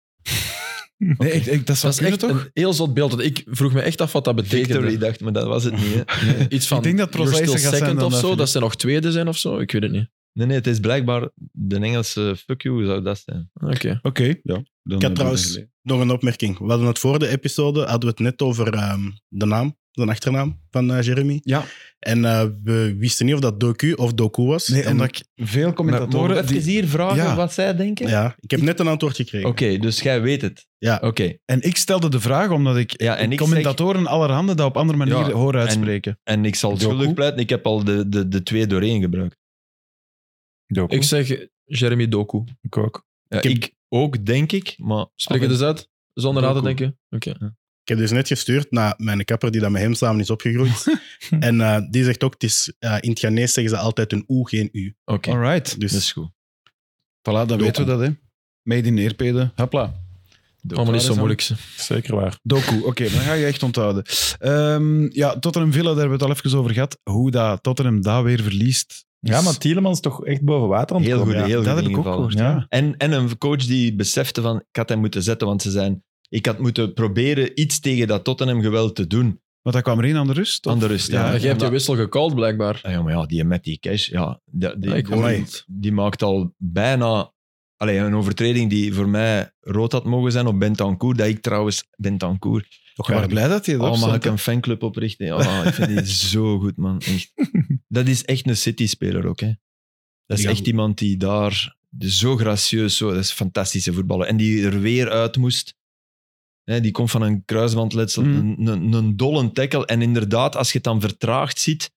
Nee, dat zou dat is kunnen, echt toch? een heel zot beeld. Want ik vroeg me echt af wat dat betekende. Victory dacht, maar dat was het niet. Hè. Nee. Iets van, Ik denk dat you're prozaïscher still gaat zijn second dan of dat, zo, Filip. dat ze nog tweede zijn of zo. Ik weet het niet. Nee, het is blijkbaar de Engelse fuck you zou dat zijn. Oké. Oké, ja. Dan Ik had trouwens nog een opmerking. We hadden het voor de episode, hadden we het net over de naam, de achternaam van Jeremy. Ja. En we wisten niet of dat Doku of Doku was. Nee, En- omdat ik veel commentatoren... Mogen we even hier vragen Ja. wat zij denken? Ja, ik heb net een antwoord gekregen. Oké, dus jij weet het. Ja. Oké. En ik stelde de vraag omdat ik, Ja, en ik commentatoren allerhande dat op andere manieren Ja, hoor uitspreken. En ik zal Doku? schuldig pleiten, ik heb al de 2 doorheen gebruikt. Doku. Ik zeg Jeremy Doku. Ik ook. Ja, heb- ik ook, denk ik, maar... Spreek het eens uit, zonder na te Doku. denken. Oké. Ik heb dus net gestuurd naar mijn kapper die dat met hem samen is opgegroeid. En die zegt ook, het is, in het Ghanese zeggen ze altijd een oe, geen u. Oké, Alright. Dus dat is goed. Voilà, dan weten we dat, hè. Made in Neerpede. Hopla. Allemaal niet zo moeilijk. Ze. Zeker waar. Doku, oké, dan ga je echt onthouden. Ja, Tottenham Villa, daar hebben we het al even over gehad. Hoe dat Tottenham daar weer verliest. Ja, maar Tielemans is toch echt boven water aan het Heel komen. goed, Ja. heel dat goed heb ik ook ingevallen. gehoord, ja. En een coach die besefte van, ik had hem moeten zetten, want ze zijn... Ik had moeten proberen iets tegen dat Tottenham geweld te doen. Want dat kwam er één aan de rust. of? Aan de rust, ja. Ja, Jij hebt je wissel gecalled, blijkbaar. Ah, ja, maar ja, die met die cash, ja, Ik hoor amai. het. die maakt al bijna... Allee, een overtreding die voor mij rood had mogen zijn op Bentancur, dat ik trouwens... Bentancur. Ik ben blij dat hij het Oh, mag opstond, ik een fanclub oprichten? Ja, ik vind die zo goed, man. Echt. Dat is echt een City-speler ook, hè. Dat is Ja. echt iemand die daar zo gracieus, zo, dat is een fantastische voetballer. En die er weer uit moest. Hè, die komt van een kruisbandletsel, een dolle tackle. En inderdaad, als je het dan vertraagd ziet,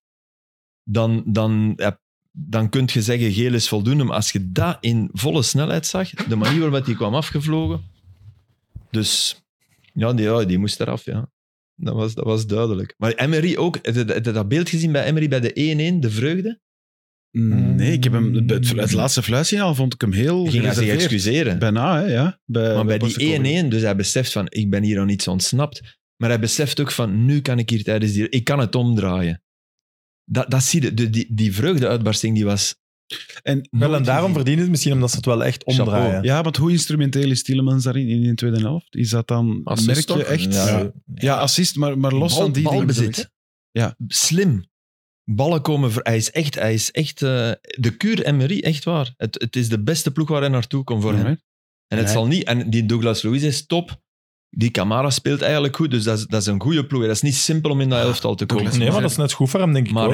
dan kun je zeggen, geel is voldoende. Maar als je dat in volle snelheid zag, de manier waarop hij kwam afgevlogen. Dus ja, die moest eraf, ja. Dat was duidelijk. Maar Emery ook, heb je dat beeld gezien bij Emery bij de 1-1, de vreugde? Nee, ik heb hem... Het laatste fluitsignaal vond ik hem heel Ging hij zich gereserveerd. excuseren. Bijna, hè, ja. Maar bij Postecoglou. die 1-1, dus hij beseft van, ik ben hier aan iets ontsnapt. Maar hij beseft ook van, nu kan ik hier tijdens ik kan het omdraaien. Dat zie je, die vreugdeuitbarsting, die was... En, Wel, en daarom verdienen ze het misschien omdat ze het wel echt Chapeau. omdraaien. Ja, want hoe instrumenteel is Tielemans daarin in de tweede helft? Is dat dan... Assist merk je toch? echt... Ja. Ja, assist, maar los van die dingen. balbezit. Ja. Slim. Ballen komen... Hij is echt de kuur Emery, echt waar. Het is de beste ploeg waar hij naartoe komt voor hem. Alright. En het Ja. zal niet... En die Douglas Luiz is top. Die Camara speelt eigenlijk goed, dus dat is een goede ploeg. Dat is niet simpel om in dat elftal te komen. Nee, maar dat is net goed voor hem, denk ik Maar ook.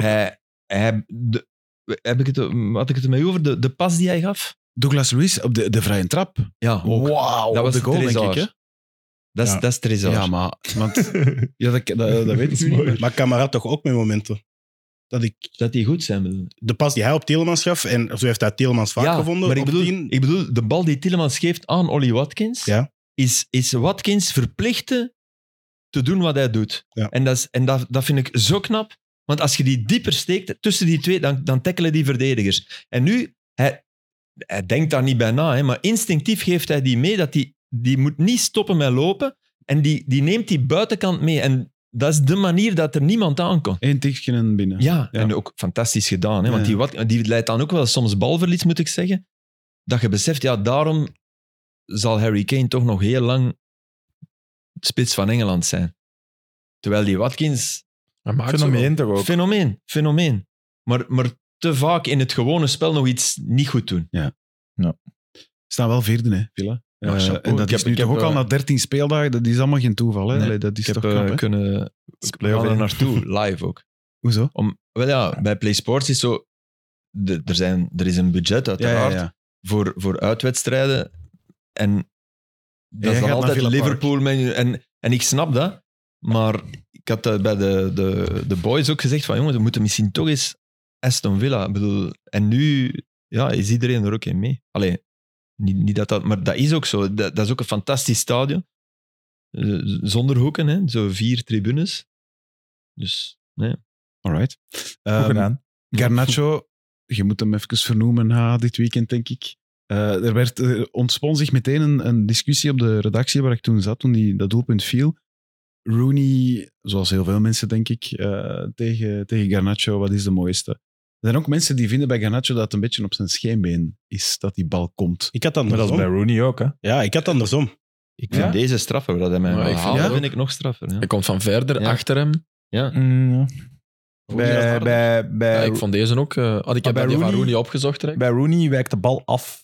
had ik het ermee over? De pas die hij gaf? Douglas Luiz op de vrije trap. Ja, ook. Wauw, Dat was de goal, denk Trezor. ik. Hè? Ja. Dat is Trezor. Ja, maar... Want, ja, dat weet ik niet. meer. Maar Kamara toch ook met momenten. Dat die goed zijn, bedoel. De pas die hij op Tielemans gaf, en zo heeft hij Tielemans vaak gevonden. maar ik op bedoel, 10. ik bedoel, de bal die Tielemans geeft aan Ollie Watkins, Ja. is Watkins verplicht te doen wat hij doet. Ja. En dat vind ik zo knap. Want als je die dieper steekt, tussen die twee, dan tackelen die verdedigers. En nu, hij denkt daar niet bij na, hè, maar instinctief geeft hij die mee, dat die moet niet stoppen met lopen. En die neemt die buitenkant mee. En dat is de manier dat er niemand aankomt. Eén tikje en binnen. Ja, Ja. en ook fantastisch gedaan. Hè? Want Ja. die leidt dan ook wel soms balverlies, moet ik zeggen. Dat je beseft, ja, daarom zal Harry Kane toch nog heel lang spits van Engeland zijn. Terwijl die Watkins... Hij maakt Fenomeen toch ook. Fenomeen. Maar te vaak in het gewone spel nog iets niet goed doen. Staan wel vierde, hè, Villa. Ja, chapeau. En dat Ik is heb- nu ik toch heb, ook al na 13 speeldagen. Dat is allemaal geen toeval. Hè? Nee, Allee, dat is Ik toch heb knap, hè? kunnen... play-off gaan er één. naartoe, live ook. Hoezo? Wel ja, bij Play Sports is zo... Er is een budget, uiteraard. Ja. Voor uitwedstrijden. En dat jij is dan gaat naar altijd Villa Park. Liverpool. En ik snap dat. Maar ik had dat bij de boys ook gezegd van jongens, we moeten misschien toch eens Aston Villa. Ik bedoel, en nu is iedereen er ook in mee. Allee, niet dat, maar dat is ook zo. Dat is ook een fantastisch stadion. Zonder hoeken, hè. Zo 4 tribunes. Dus, nee. Alright. Goed gedaan. Garnacho, je moet hem even vernoemen dit weekend, denk ik. Er ontspon zich meteen een discussie op de redactie waar ik toen zat, toen dat doelpunt viel. Rooney, zoals heel veel mensen denk ik, tegen Garnacho, wat is de mooiste? Er zijn ook mensen die vinden bij Garnacho dat het een beetje op zijn scheenbeen is, dat die bal komt. Ik had Maar dat is andersom. bij Rooney ook, hè? Ja, ik had andersom. Ik vind deze straffer, dat hij mij Maar ik haalt, vind- vind ik nog straffer. Ja. Hij komt van verder, Ja. achter hem. Ja. Bij Ik vond deze ook... ik heb bij die van Rooney- Rooney opgezocht direct. Bij Rooney wijkt de bal af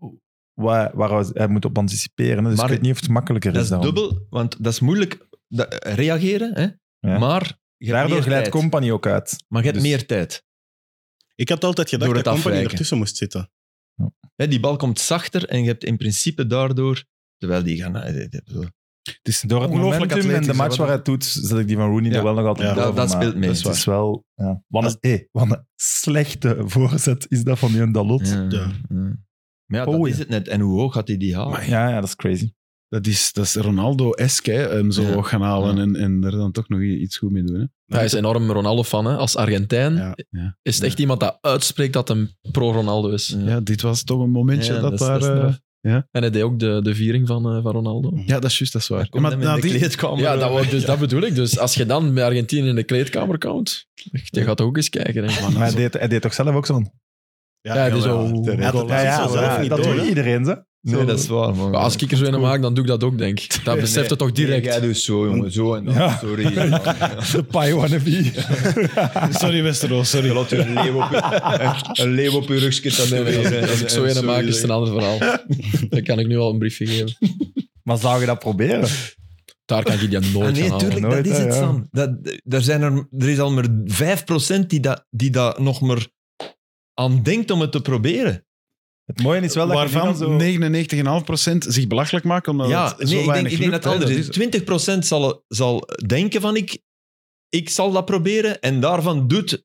waar hij moet op anticiperen. Hè. Dus Maar ik weet niet of het makkelijker Dat is is dan. dubbel, want dat is moeilijk reageren, hè? Ja. Maar je hebt Daardoor meer glijdt tijd. Company ook uit. Maar je hebt Dus- meer tijd. Ik had altijd gedacht Door dat het Company afwijken. ertussen moest zitten. Hè, die bal komt zachter en je hebt in principe daardoor... Terwijl die gaan... Het is Door het ongelooflijk momentum en de atletisch, match hè, waar hij het doet, zet ik die van Rooney Ja. er wel nog altijd Ja, boven. dat maar speelt mee. Het Dat is wel... Ja. Wat een slechte voorzet is dat van die Dalot. Ja. Ja. Maar ja, dat Oh, ja. is het net. En hoe hoog gaat hij die halen? Maar Ja, dat is crazy. Dat is Ronaldo-esque, hè, hem zo Ja. hoog gaan halen Ja. en er dan toch nog iets goed mee doen. Hè. Hij is enorm Ronaldo-fan. Hè. Als Argentijn Ja. is het echt iemand dat uitspreekt dat hem pro-Ronaldo is. Ja, dit was toch een momentje Ja, dat is daar... straf. En hij deed ook de viering van Ronaldo. ja, dat is juist, dat is waar. Komt Maar hem in de nadien- kleedkamer. Ja, dat bedoel ik. Dus als je dan met Argentinië in de kleedkamer komt, je gaat ook eens kijken. Denk ik. Maar hij deed toch zelf ook zo'n... Ja, die zo- Hij had het Ja, precies zelf niet dat door, doet hè. iedereen, hè? Nee, dat is waar, man. Maar als ik er zo een maak, dan doe ik dat ook, denk ik. Dat beseft het toch direct. Jij doet zo, jongen. Zo en dan. Ja. Sorry. De pie wannabe. Sorry, Westeros, sorry. Je laat je een leeuw op je rugje tatoeëren. Als ik zo een maak, is het een ander verhaal. Dan kan ik nu al een briefje geven. Maar zou je dat proberen? Daar kan ik die nooit Ah, nee, gaan halen. tuurlijk, Nooit, dat is hè, het, ja. Sam. Er is al maar 5% die dat nog maar aan denkt om het te proberen. Het mooie is wel dat je Waarvan niet dan zo... 99,5% zich belachelijk maken, omdat Ja, het zo nee, weinig ik denk lukt, dat het hè. anders is. 20% zal denken van ik zal dat proberen en daarvan doet 10%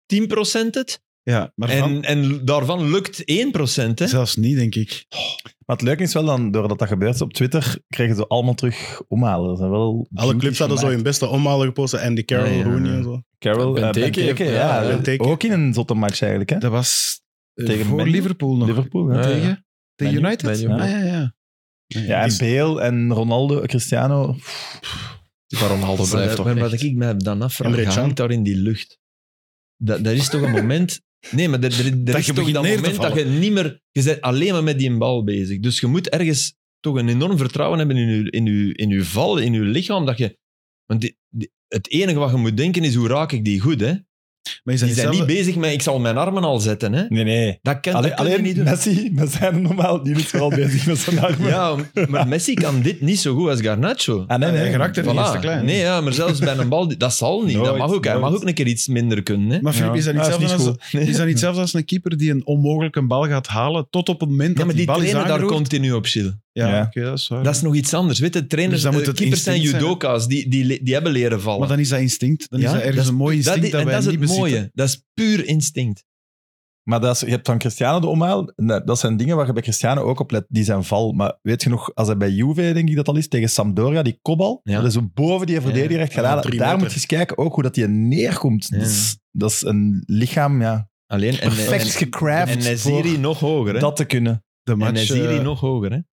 het Ja, maar van, en daarvan lukt 1%. Hè? zelfs niet, denk ik. Maar het leuke is wel dan, doordat dat gebeurt op Twitter, krijgen ze allemaal terug omhalen. Dat zijn wel Alle clubs hadden zo hun beste omhalen gepost. Andy Carroll, Ja, ja. Rooney en zo. Carroll, Benteke, Benteke, ja, Benteke. ook in een zotte match eigenlijk. Hè? Dat was Tegen voor Man U? Liverpool nog. Liverpool, Ja, hè? ja. Tegen Man U. United? Man U. Ah, ja. Ja, en Bale en Ronaldo, Cristiano. Die van Ronaldo blijft toch Maar wat echt. ik mij dan afvraag, Emre je Can. hangt daar in die lucht. Dat is toch een moment... Nee, maar er is je toch begint dat neer te moment dat vallen. je niet meer... Je bent alleen maar met die bal bezig. Dus je moet ergens toch een enorm vertrouwen hebben in je val, in je lichaam. Dat je, want het enige wat je moet denken is, hoe raak ik die goed? Hè? Maar is Die dat zijn niet niet bezig met, ik zal mijn armen al zetten. Hè? Nee. Dat kan je Alleen niet doen. Messi, met zijn normaal, die is vooral bezig met zijn armen. Ja, maar Messi kan dit niet zo goed als Garnacho. Ah, nee. Hij geraakt er niet Voilà. eens te klein. Nee, ja, maar zelfs bij een bal, dat zal niet. Dat Nooit, mag ook. Hij mag nooit. ook een keer iets minder kunnen. Hè? Maar Filip, is dat niet Ja, zelfs is niet als, is dat niet zelfs als een keeper die een onmogelijke bal gaat halen tot op het moment Ja, dat maar die die bal is trainen daar aangeroerd? continu op, Gilles. Ja, Ja. oké, dat is waar. Dat is nog iets anders. Weet je, trainers, Dus dan moet het keepers zijn instinct zijn, hè? judoka's, die hebben leren vallen. Maar dan is dat instinct. Dan is Ja, dat ergens is- een mooi instinct dat, en wij dat is niet het bezitten. mooie. Dat is puur instinct. Maar je hebt van Cristiano de omhaal. Dat zijn dingen waar je bij Cristiano ook op let. Die zijn val. Maar weet je nog, als hij bij Juve, denk ik dat al is, tegen Sampdoria, die kopbal, Ja. dat is zo boven die verdediger recht Ja, gedaan. 3 Daar meter. moet je eens kijken ook hoe dat die neerkomt. Ja. Dat is een lichaam, ja, Alleen, perfect gecraft en Neziri voor nog hoger. Hè? dat te kunnen. De En match, Neziri nog hoger. Hè?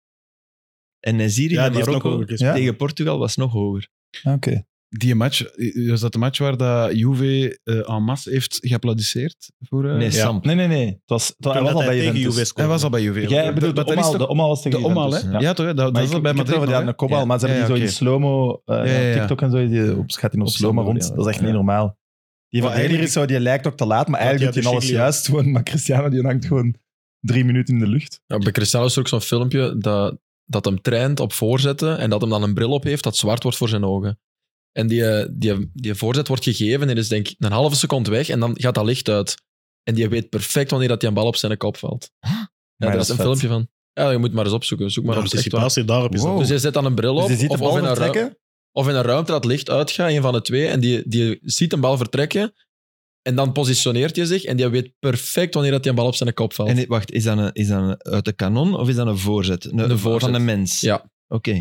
En Neziri Ja, bij die heeft nog Marokko hoger gespeeld. Ja? tegen Portugal was nog hoger. Oké. die match, is dat de match waar dat Juve en masse heeft geapplaudisseerd? Voor, Nee, Ja. Sam. Nee. Het was, hij was al bij tegen Juventus. Juve Hij scoorde. was al bij Juve. Jij bedoelt Maar de dat is omhaal, toch de omhaal was tegen de omhaal, hè? Juventus. Ja, toch? Hè? Dat Maar is al bij ik heb Madrid het over nog, die hè? een kopbal, Ja. maar ze hebben Ja, die zo in oké. slow-mo, ja. op TikTok en zo, gaat hij nog Op slow-mo slow-mo, rond. ja. Dat is echt Ja. niet normaal. Die Maar verdediger is zo, die lijkt ook te laat, maar Ja, eigenlijk doet die hij alles had de juist. Gewoon, maar Cristiano die hangt gewoon 3 minuten in de lucht. Ja, bij Cristiano is er ook zo'n filmpje dat hem traint op voorzetten en dat hem dan een bril op heeft dat zwart wordt voor zijn ogen. En die voorzet wordt gegeven en is denk ik een halve seconde weg en dan gaat dat licht uit. En die weet perfect wanneer dat die een bal op zijn kop valt. Ja, Maar daar dat is is een vet. filmpje van. Ja, je moet maar eens opzoeken. Zoek maar De op. Echt waar. anticipatie daarop is Wow. dat. Dus je zet dan een bril Dus op je ziet de of, bal in een vertrekken. of in een ruimte dat licht uitgaat, een van de twee, en die ziet een bal vertrekken en dan positioneert hij zich en die weet perfect wanneer dat die een bal op zijn kop valt. En wacht, is dat een uit de kanon of is dat een voorzet? Een voorzet. Van een mens? Ja. Oké.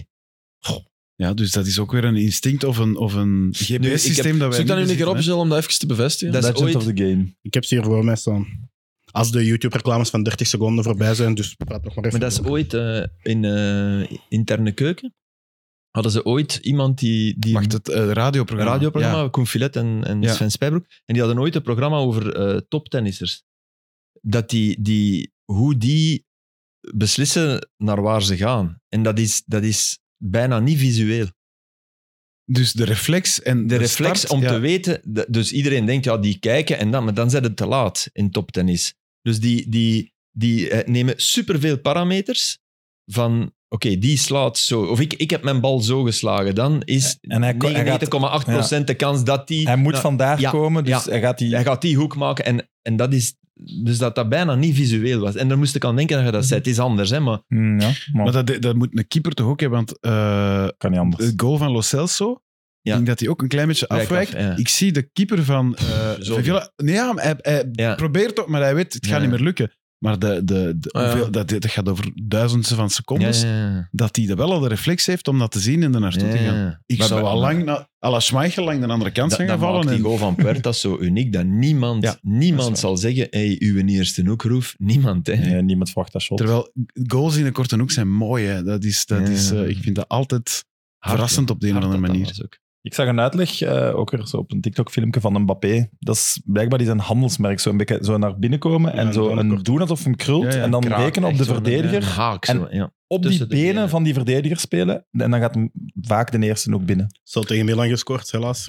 Ja, dus dat is ook weer een instinct of een GPS-systeem dat wij Zoek dat nu niet een keer op, bezitten, Gilles, om dat even te bevestigen. Dat is Legend ooit- of the game. Ik heb ze hier voor mij staan. als de YouTube-reclames van 30 seconden voorbij zijn. Dus praat nog maar even. Maar dat is door. ooit in Interne Keuken. Hadden ze ooit iemand die Wacht, het radioprogramma. radioprogramma, Ja. Koen Filet en Ja. Sven Spijbroek. En die hadden ooit een programma over toptennissers. Dat hoe die beslissen naar waar ze gaan. En dat is bijna niet visueel. Dus de reflex en De reflex start, om ja. te weten... Dus iedereen denkt, ja, die kijken en dan... Maar dan zijn het te laat in toptennis. Dus die nemen superveel parameters van... Oké, die slaat zo. Of ik heb mijn bal zo geslagen. Dan is En hij 99,8% de kans dat die... Hij moet Nou, vandaag ja, komen, dus ja. hij gaat die... Hij gaat die hoek maken en dat is... Dus dat bijna niet visueel was. En daar moest ik aan denken dat je dat zei. Het is anders, hè, maar... Ja, maar Maar dat moet een keeper toch ook hebben, want kan niet anders. het goal van Lo Celso, ik denk dat hij ook een klein beetje Wijkt af, afwijkt. ja. Ik zie de keeper van Zo. Viviola... Nee, ja, maar hij Ja. probeert toch, maar hij weet, het gaat Ja. niet meer lukken. Maar ja. dat gaat over duizendsten van secondes. Ja. Dat hij wel al de reflex heeft om dat te zien en er naartoe te gaan. Ja. Ik Maar zou bij- al lang, à la Schmeichel, lang de andere kant zijn Dat gevallen. maakt die En, goal van Puertas zo uniek dat niemand, Ja, dat is niemand waar. zal zeggen, hey, uw eerste hoekroef. Niemand, hè. Nee, niemand verwacht dat shot. terwijl goals in de korte hoek zijn mooi. Hè. Dat is, ik vind dat altijd verrassend op de een of andere manier. Ik zag een uitleg, ook er zo op een TikTok-filmpje van Mbappé. Dat is blijkbaar die zijn handelsmerk. Zo een beetje zo naar binnen komen en Ja, zo een een kort. doen alsof hem krult. Ja, ja, en dan kraak, rekenen op echt de zo'n, verdediger. haak, En zo, ja. Op die tussen de benen benen. van die verdediger spelen. En dan gaat hem vaak de eerste ook binnen. Zal tegen Milan gescoord, helaas.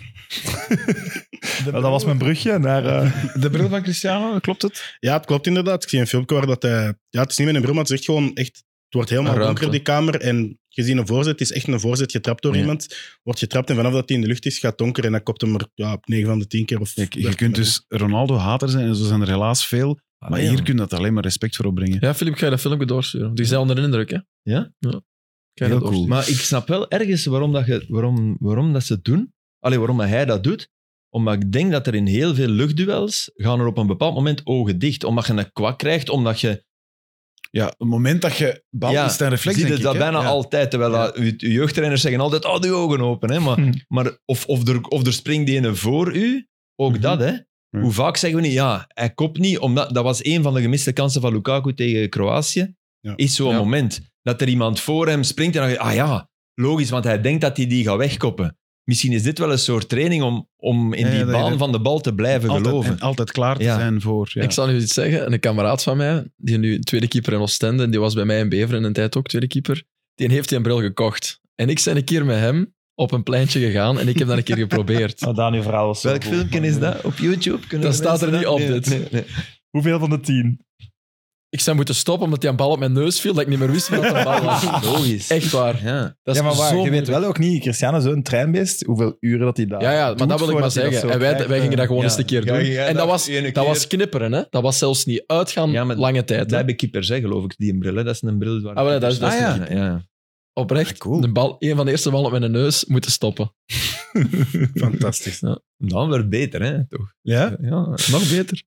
Maar dat was mijn brugje naar... De bril van Cristiano, klopt het? Ja, het klopt inderdaad. Ik zie een filmpje waar dat hij... Ja, het is niet met een bril, maar het is echt gewoon echt... Het wordt helemaal Een ruimte. donker, die kamer. En gezien een voorzet, het is echt een voorzet getrapt door Ja. iemand. Wordt getrapt en vanaf dat hij in de lucht is, gaat het donker. En dan kopt hem er op 9 van de 10 keer. Of Kijk, je kunt dus Ronaldo-hater zijn en zo zijn er helaas veel. Maar hier kun je dat alleen maar respect voor opbrengen. Ja, Filip, ga je dat filmpje doorsturen? Die zijn onder de indruk, hè? Ja? Ga je Heel dat cool. doorsturen? Maar ik snap wel ergens waarom dat ze het doen. Allee, waarom hij dat doet. Omdat ik denk dat er in heel veel luchtduels gaan er op een bepaald moment ogen dicht. Omdat je een kwak krijgt, omdat je... Ja, het moment dat je bal is het een reflex, zie je denk ik. dat hè? bijna Ja. altijd. Terwijl uw jeugdtrainers zeggen altijd, doe je ogen open. Hè? Maar of er springt die ene voor u, ook Mhm. dat. Hè? Ja. Hoe vaak zeggen we niet, hij kopt niet, omdat dat was een van de gemiste kansen van Lukaku tegen Kroatië. Ja. Is zo'n Ja. moment moment dat er iemand voor hem springt en dan ja, logisch, want hij denkt dat hij die gaat wegkoppen. Misschien is dit wel een soort training om in Ja, die dat je baan dat- van de bal te blijven geloven. En altijd klaar te Ja. zijn voor... Ja. Ik zal nu iets zeggen. Een kameraad van mij, die nu tweede keeper in Oostende, die was bij mij in Beveren in een tijd ook tweede keeper, die heeft die een bril gekocht. En ik ben een keer met hem op een pleintje gegaan en ik heb dat een keer geprobeerd. Daniel verhaal was zo Welk goed. filmpje is dat? Op YouTube? Kunnen Dat de staat er mensen niet op, dat? dit. Nee. Hoeveel van de 10? Ik zou moeten stoppen omdat die een bal op mijn neus viel, dat ik niet meer wist wat een bal was. Logisch. Echt waar. Ja. Dat is Ja, maar waar, zo je weet moeilijk. wel ook niet, Cristiano zo'n treinbeest, hoeveel uren dat hij daar Ja, maar doet dat wil ik maar voordat hij dat zeggen. zo En wij krijgt, gingen dat gewoon ja. eens een keer Ja, doen. ja, En dat dat ene keer. was knipperen, hè? Dat was zelfs niet uitgaan Ja, maar lange tijd. Dat Hè? hebben keepers, hè, geloof ik, die een bril. Hè. Dat is een bril waar... Ah, wel, dat is- Ah, ja. ja. Oprecht, Ah, cool. een van de eerste ballen op mijn neus moeten stoppen. Fantastisch. Dan werd beter, hè, toch? Ja? Ja, nog beter.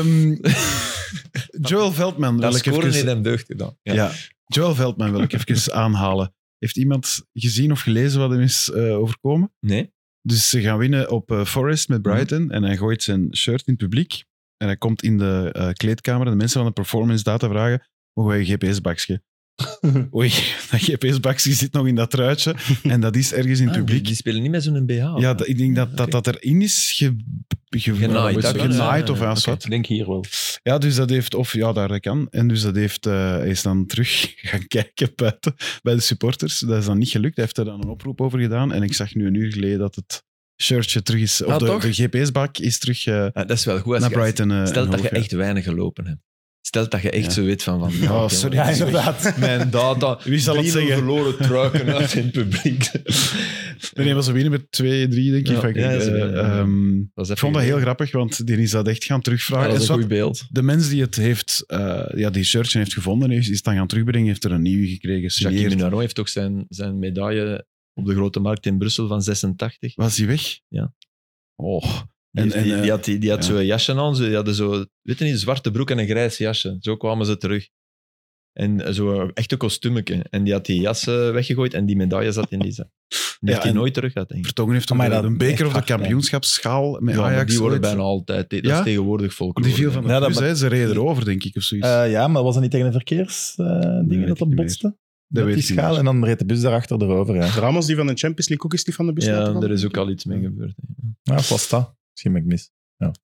Joel Veldman wil Dat ik scoren heeft even... hem deugd gedaan. Ja. Joel Veldman wil ik even aanhalen. Heeft iemand gezien of gelezen wat hem is overkomen? Nee? Dus ze gaan winnen op Forest met Brighton en hij gooit zijn shirt in het publiek en hij komt in de kleedkamer en de mensen van de performance data vragen, mogen wij een GPS-bakje? Oei, dat GPS-bakje zit nog in dat truitje en dat is ergens in het publiek. Die spelen niet met zo'n BH. Ja, ik denk dat erin is Genaaid, dat kan, genaaid ja. of ja, Oké. wat. Ik denk hier wel. Ja, dus dat heeft, of ja, daar kan. En dus dat heeft, hij is dan terug gaan kijken buiten bij de supporters. Dat is dan niet gelukt. Hij heeft er dan een oproep over gedaan. En ik zag nu een uur geleden dat het shirtje terug is, of Ah, de toch? GPS-bak is terug Ja, dat is wel goed. Als naar je- Brighton. Stel en dat je Hove, ja. echt weinig gelopen hebt. Stel dat je echt Ja. zo weet van... Ja, oké, sorry. Ja, maar- inderdaad. Mijn data. Wie zal het 3-0 zeggen? verloren truiken uit in het publiek. Nee, maar ze winnen met 2-3, denk ik. Ja, Van, ja, ze winnen, ik vond dat heel grappig, want die is dat echt gaan Ja, terugvragen. dat is En een zwart, goed beeld. de mens die het heeft, die shirtje heeft gevonden, is het dan gaan terugbrengen, heeft er een nieuwe gekregen, Jacques gesigneerd. Minaron heeft toch zijn medaille op de grote markt in Brussel van 86. Was die weg? Ja. Oh. Die had ja. zo'n jasje aan. Die hadden zo, weet je niet, een zwarte broek en een grijs jasje. Zo kwamen ze terug. En zo'n echte kostuumetje. En die had die jas weggegooid en die medaille zat in die zak. Die heeft hij en nooit terug gehad, denk ik. Vertongen heeft Amai, ook dat een beker echt of de hard, hè. kampioenschapsschaal met Ja, maar Ajax. die worden ooit. bijna altijd. Dat Ja? is tegenwoordig folklore. Die viel van de Ja, bus, dat- hè. Ze reden erover, denk ik, of zoiets. Ja, maar was dat niet tegen een verkeersdingen weet dat ik dat niet botste? Dat Met weet die ik niet schaal meer. en dan reed de bus daarachter erover. Ja, Ramos, die van de Champions League, ook is die van de bus Ja, laten vallen? er is ook al iets mee gebeurd. hè. ja of was dat? Misschien ben ik mis.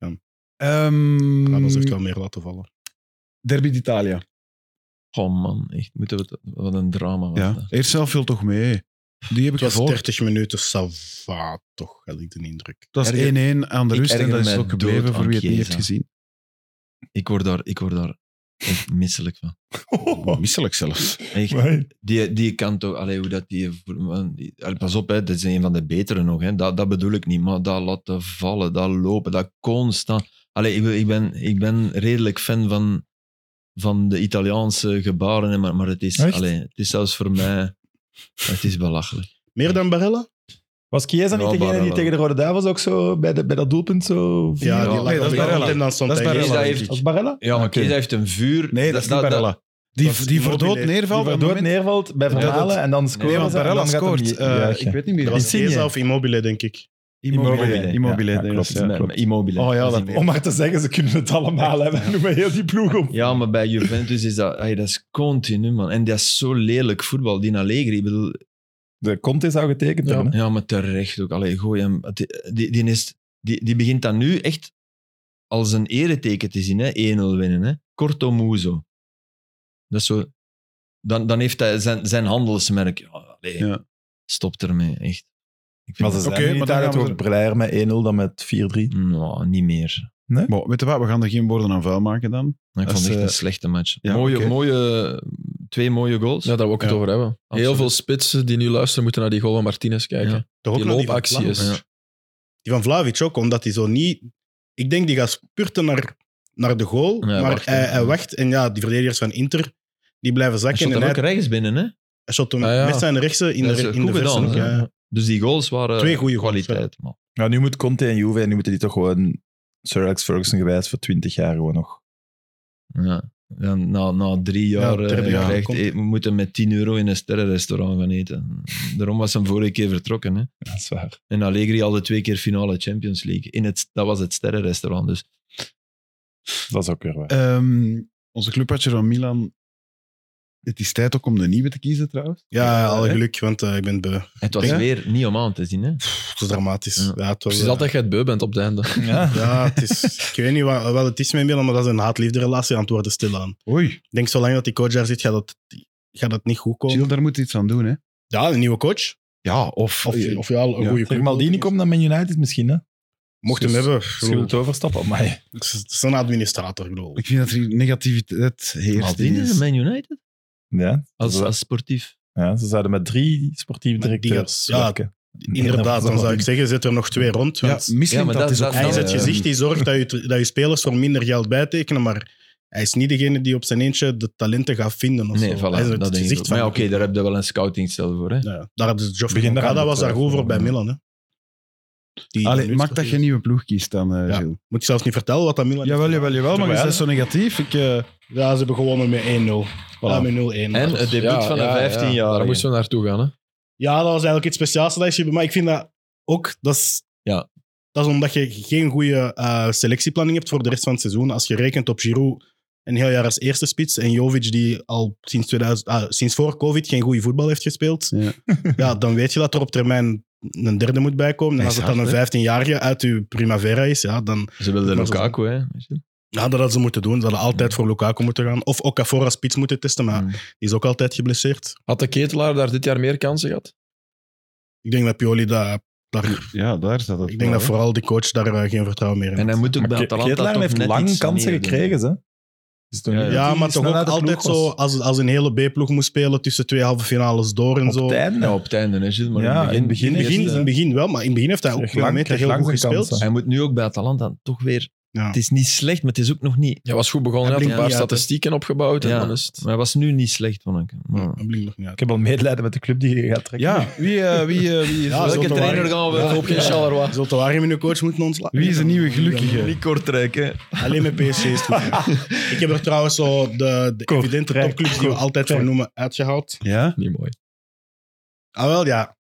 Ramos heeft wel meer laten vallen. Derby d'Italia. Oh man, echt. Moeten we het, wat een drama was Ja. dat. Eerst zelf viel toch mee. Die heb ik Het was gevolgd. 30 minuten, sava, toch, had ik de indruk. Het was Erger- 1-1 aan de ik rust en erger dat is mij ook gebleven dood voor aan wie het niet heeft Chiesa. gezien. Ik word daar echt misselijk van. Misselijk zelfs. Echt. Nee. Die kan toch... Allee, hoe dat pas op, hè, dat is een van de betere nog. Hè. Dat bedoel ik niet. Maar dat laten vallen, dat lopen, dat constant... Allee, ik ben redelijk fan van de Italiaanse gebaren. Hè, maar het is... Echt? Allee, het is zelfs voor mij... Het is belachelijk. Meer dan Barella? Was Chiesa niet Ja, degene die Barella. tegen de Rode Duivels ook zo bij dat doelpunt zo... Ja, die nee, lag dat op is de Barella. kant en dan stond Dat is hij Barella, neer. heeft- denk ik. Was Barella? Ja, maar Oké. Chiesa heeft een vuur... Nee, dat is niet Barella. Die dat is voor dood Immobile. neervalt. Die op voor het dood moment- neervalt bij Vermalen dat- en dan scoren Nee, want ze en Barella dan gaat hem scoort. niet juichen. Ik weet niet meer. Dat was Insigne. Chiesa of Immobile, denk ik. Immobile. Immobile. Ja, denk ik. klopt. Ja. klopt. Immobile. Oh ja, dat Om maar te zeggen, ze kunnen het allemaal hebben. Noem maar heel die ploeg op. Ja, maar bij Juventus is dat is continu, man. En dat is zo lelijk voetbal. Die Allegri, ik bedoel... De Conte zou getekend hebben. hè? Ja, maar terecht ook. Allee, gooi hem... Die begint dan nu echt als een ereteken te zien, hè. 1-0 winnen. Hè. Corto muso. Dat is zo... Dan heeft hij zijn handelsmerk. Ja, allee, Ja. stop ermee, echt. Ik Maar vind ze dat- zijn Oké, in maar dan Italië gaan we toch blijer met 1-0 dan met 4-3. Nou, niet meer. Bon, weet je wat, we gaan er geen woorden aan vuil maken dan. Ik Dat vond is, het echt een eh, slechte match. ja, mooie, oké. twee mooie goals. Ja, daar wil ik het Ja, over hebben. Heel absoluut. veel spitsen die nu luisteren moeten naar die goal van Martinez kijken. Ja. Toch ook Die nog loopactie van is... Vlahovic. Die van Vlahovic ook, omdat hij zo niet... Ik denk die gaat spurten naar de goal, Ja, maar wacht, hè. hij wacht. En ja, die verdedigers van Inter, die blijven Hij zakken. shot En dan hij ook rechts binnen, hè? shot hem Ah, ja. met zijn rechtse in Dat is de goed versen gedaan, ook, hè. ja. Dus die goals waren Twee goede goals, kwaliteit. Maar. Ja, nu moet Conte en Juve, nu moeten die toch gewoon Sir Alex Ferguson gewijs voor 20 jaar gewoon nog. Ja. Ja, na 3 jaar het derde jaar krijgt, komt. we moeten met €10 in een sterrenrestaurant gaan eten. Daarom was hij vorige keer vertrokken. Hè? Ja, dat is waar. En Allegri al de 2 keer finale Champions League. Dat was het sterrenrestaurant. Dus. Dat is ook weer waar. Onze clubwatcher van Milan. Het is tijd ook om de nieuwe te kiezen trouwens. Ja, alle hè? geluk, want ik ben beu. Het was Ja? weer niet om aan te zien. Hè? Het was dramatisch. Ja. Ja, het was, Precies altijd je het beu bent op het einde. Ja. ja, het is, ik weet niet wat het is met Milan, maar dat is een haat-liefde relatie aan het worden stilaan. Oei, Ik denk, zolang dat die coach daar zit, gaat dat niet goed komen. Gilles, daar moet je iets aan doen, hè? Ja, een nieuwe coach. Ja, of Of ja, een Ja. goede Zeg, Maldini komt naar Man United misschien, hè? Mocht hem Dus hebben. Schuld overstappen, maar Het is een administrator, geloof ik. ik vind dat er negativiteit heerst. Maldini in is is. Man United? ja, Als sportief. ja, ze zouden met 3 sportieve Maar die directeurs gaat- ja, werken. Inderdaad, dan zou ik zeggen, zet er nog 2 rond. Ja, Want misschien Ja, maar dat dat- is ook dat- hij is wel, het gezicht die zorgt dat je spelers voor minder geld bijtekenen, maar hij is niet degene die op zijn eentje de talenten gaat vinden. Of Nee, zo. voilà, Hij is het dat denk ik gezicht ook. van Maar ja, de oké, club. daar heb je wel een scoutingcel voor. Hè? Ja, daar had Geoffrey Begin daar aan Moncada te was daar goed voor bij twijfelen. Milan. Hè. Die Allee, nu maak dat je een nieuwe ploeg kiest dan, Ja. Gilles. Moet ik zelfs niet vertellen wat dat Milan heeft Jawel, gedaan. maar je Ja. bent zo negatief. Ja, ze hebben gewonnen met 1-0. Ja, met 0-1. En het debuut van een 15 jaar. Daar moesten we naartoe gaan. Hè. Ja, dat was eigenlijk iets speciaals dat je... Maar ik vind dat ook... Dat is omdat je geen goede selectieplanning hebt voor de rest van het seizoen. Als je rekent op Giroud een heel jaar als eerste spits en Jovic die al sinds voor COVID geen goede voetbal heeft gespeeld, Ja. ja, dan weet je dat er op termijn een derde moet bijkomen. En Hij als is het dan hard, een 15-jarige uit je Primavera is, ja, dan... Ze wilden Maar zo- Lukaku, hè. Ja, dat hadden ze moeten doen. Ze hadden altijd voor Lukaku moeten gaan. Of Okafor als spits moeten testen, maar Mm. die is ook altijd geblesseerd. Had de Ketelaar daar dit jaar meer kansen gehad? Ik denk dat Pioli daar Daar staat het. ik denk dat vooral die coach daar geen vertrouwen meer in En hij heeft. moet ook bij Maar Atalanta Ketelaar toch heeft net lang iets kansen meer doen. gekregen, hè? Is toch Ja, niet ja. dat Ja, hij maar toch snel ook uit de altijd ploeg was? zo, als een hele B-ploeg moet spelen tussen 2 halve finales door en Op zo. het einde. Ja, op het einde, hè, Gilles. Maar Ja, in het begin, In het begin wel, maar in het begin heeft hij ook Kreeg veel lang- meter kreeg heel lang goed zijn gespeeld. kansen. hij moet nu ook bij Atalanta toch weer... Ja. Het is niet slecht, maar het is ook nog niet... Ja, was goed begonnen. Hij Hij had een paar blinkt niet uit, hè. statistieken opgebouwd. En Ja, dan is het... maar hij was nu niet slecht, vond ik. Maar... Dat blinkt nog niet Ik uit. heb al medelijden met de club die je gaat trekken. Ja, wie is Ja, Welke Zoltawari- trainer gaan we... Ja. Hoop geen Charleroi. Zoltawari met een coach moeten ontslagen. Wie is de nieuwe gelukkige? Niet Kortrijk, hè. Alleen met PSG is het goed. Ik heb er trouwens zo de evidente Kortrijk. topclubs die we altijd voor noemen uitgehaald. Ja? Niet mooi. Ah wel, ja.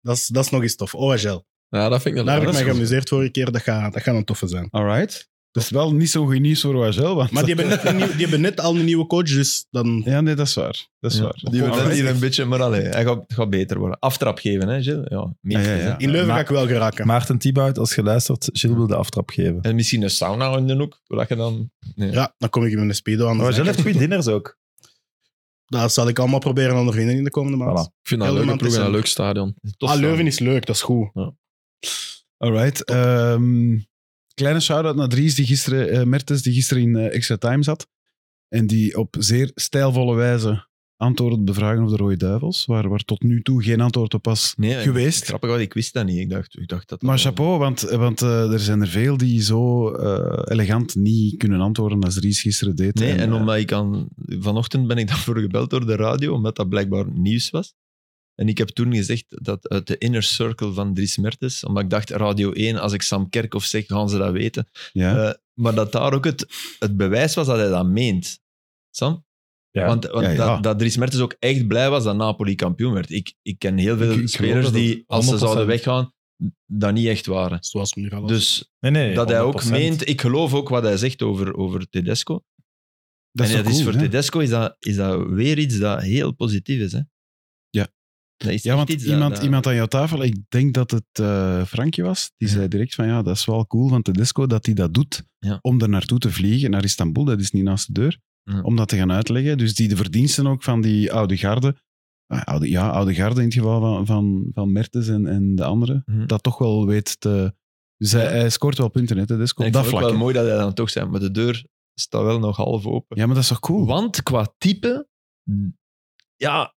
Dat is nog eens tof. OHL. Ja, dat vind ik Daar heb ik dat mij is goed. geamuseerd vorige keer. Dat gaat een toffe zijn. Alright. Dat is wel niet zo goed nieuws voor OHL. Want... Maar die hebben net al een nieuwe coach, dus dan... Ja, nee, dat is waar. Dat is waar. Die wordt Alright. hier een beetje, maar allee, hij gaat beter worden. Aftrap geven, hè, Gilles? Ja, minstens, Ja. hè. In Leuven Maar- ga ik wel geraken. Maarten Thibaut, als je luistert, Gilles wil de aftrap geven. En misschien een sauna in de hoek, zodat je dan... Nee. Ja, dan kom ik in mijn speedo aan. Maar Gilles heeft goede dinners ook. Dat zal ik allemaal proberen ondervinden in de komende maand. Voilà. Ik vind dat een leuke Helemaal ploeg en een december. leuk stadion. Tof Ah, sauna. Leuven is leuk, dat is goed. Alright. Kleine shout-out naar Dries, Mertens, die gisteren in Extra Time zat. En die op zeer stijlvolle wijze antwoordde op de vragen over de Rode Duivels, waar tot nu toe geen antwoord op was Nee, geweest. Grappig, want ik wist dat niet. Ik dacht dat... Maar chapeau, want er zijn er veel die zo elegant niet kunnen antwoorden als Dries gisteren deed. Nee, en eh, omdat vanochtend ben ik daarvoor gebeld door de radio, omdat dat blijkbaar nieuws was. En ik heb toen gezegd dat uit de inner circle van Dries Mertens, omdat ik dacht, Radio 1, als ik Sam Kerkhoff zeg, gaan ze dat weten. ja. Maar dat daar ook het bewijs was dat hij dat meent. Sam? Ja. Want ja. Dat Dries Mertens ook echt blij was dat Napoli kampioen werd. Ik ken heel veel Ik spelers geloof dat die, als ze 100%. zouden weggaan, dat niet echt waren. Zoals meneer Alles. Dus Nee, dat hij ook 100%. meent, ik geloof ook wat hij zegt over Tedesco. Dat is en toch dat is cool, voor hè? Tedesco is dat weer iets dat heel positief is. Hè? Ja. Dat is Ja, echt want iets iemand aan jouw tafel, ik denk dat het Frankje was, die zei direct van ja, dat is wel cool van Tedesco dat hij dat doet Ja. om er naartoe te vliegen, naar Istanbul, dat is niet naast de deur, Ja. om dat te gaan uitleggen. Dus die de verdiensten ook van die oude garde, oude garde in het geval van Mertens en de anderen, dat toch wel weet te... Dus hij scoort wel punten, hè, Tedesco, En op ik dat vond het vlak. wel hè. mooi dat hij dan toch zei, maar de deur staat wel nog half open. Ja, maar dat is toch cool? Want qua type... Ja,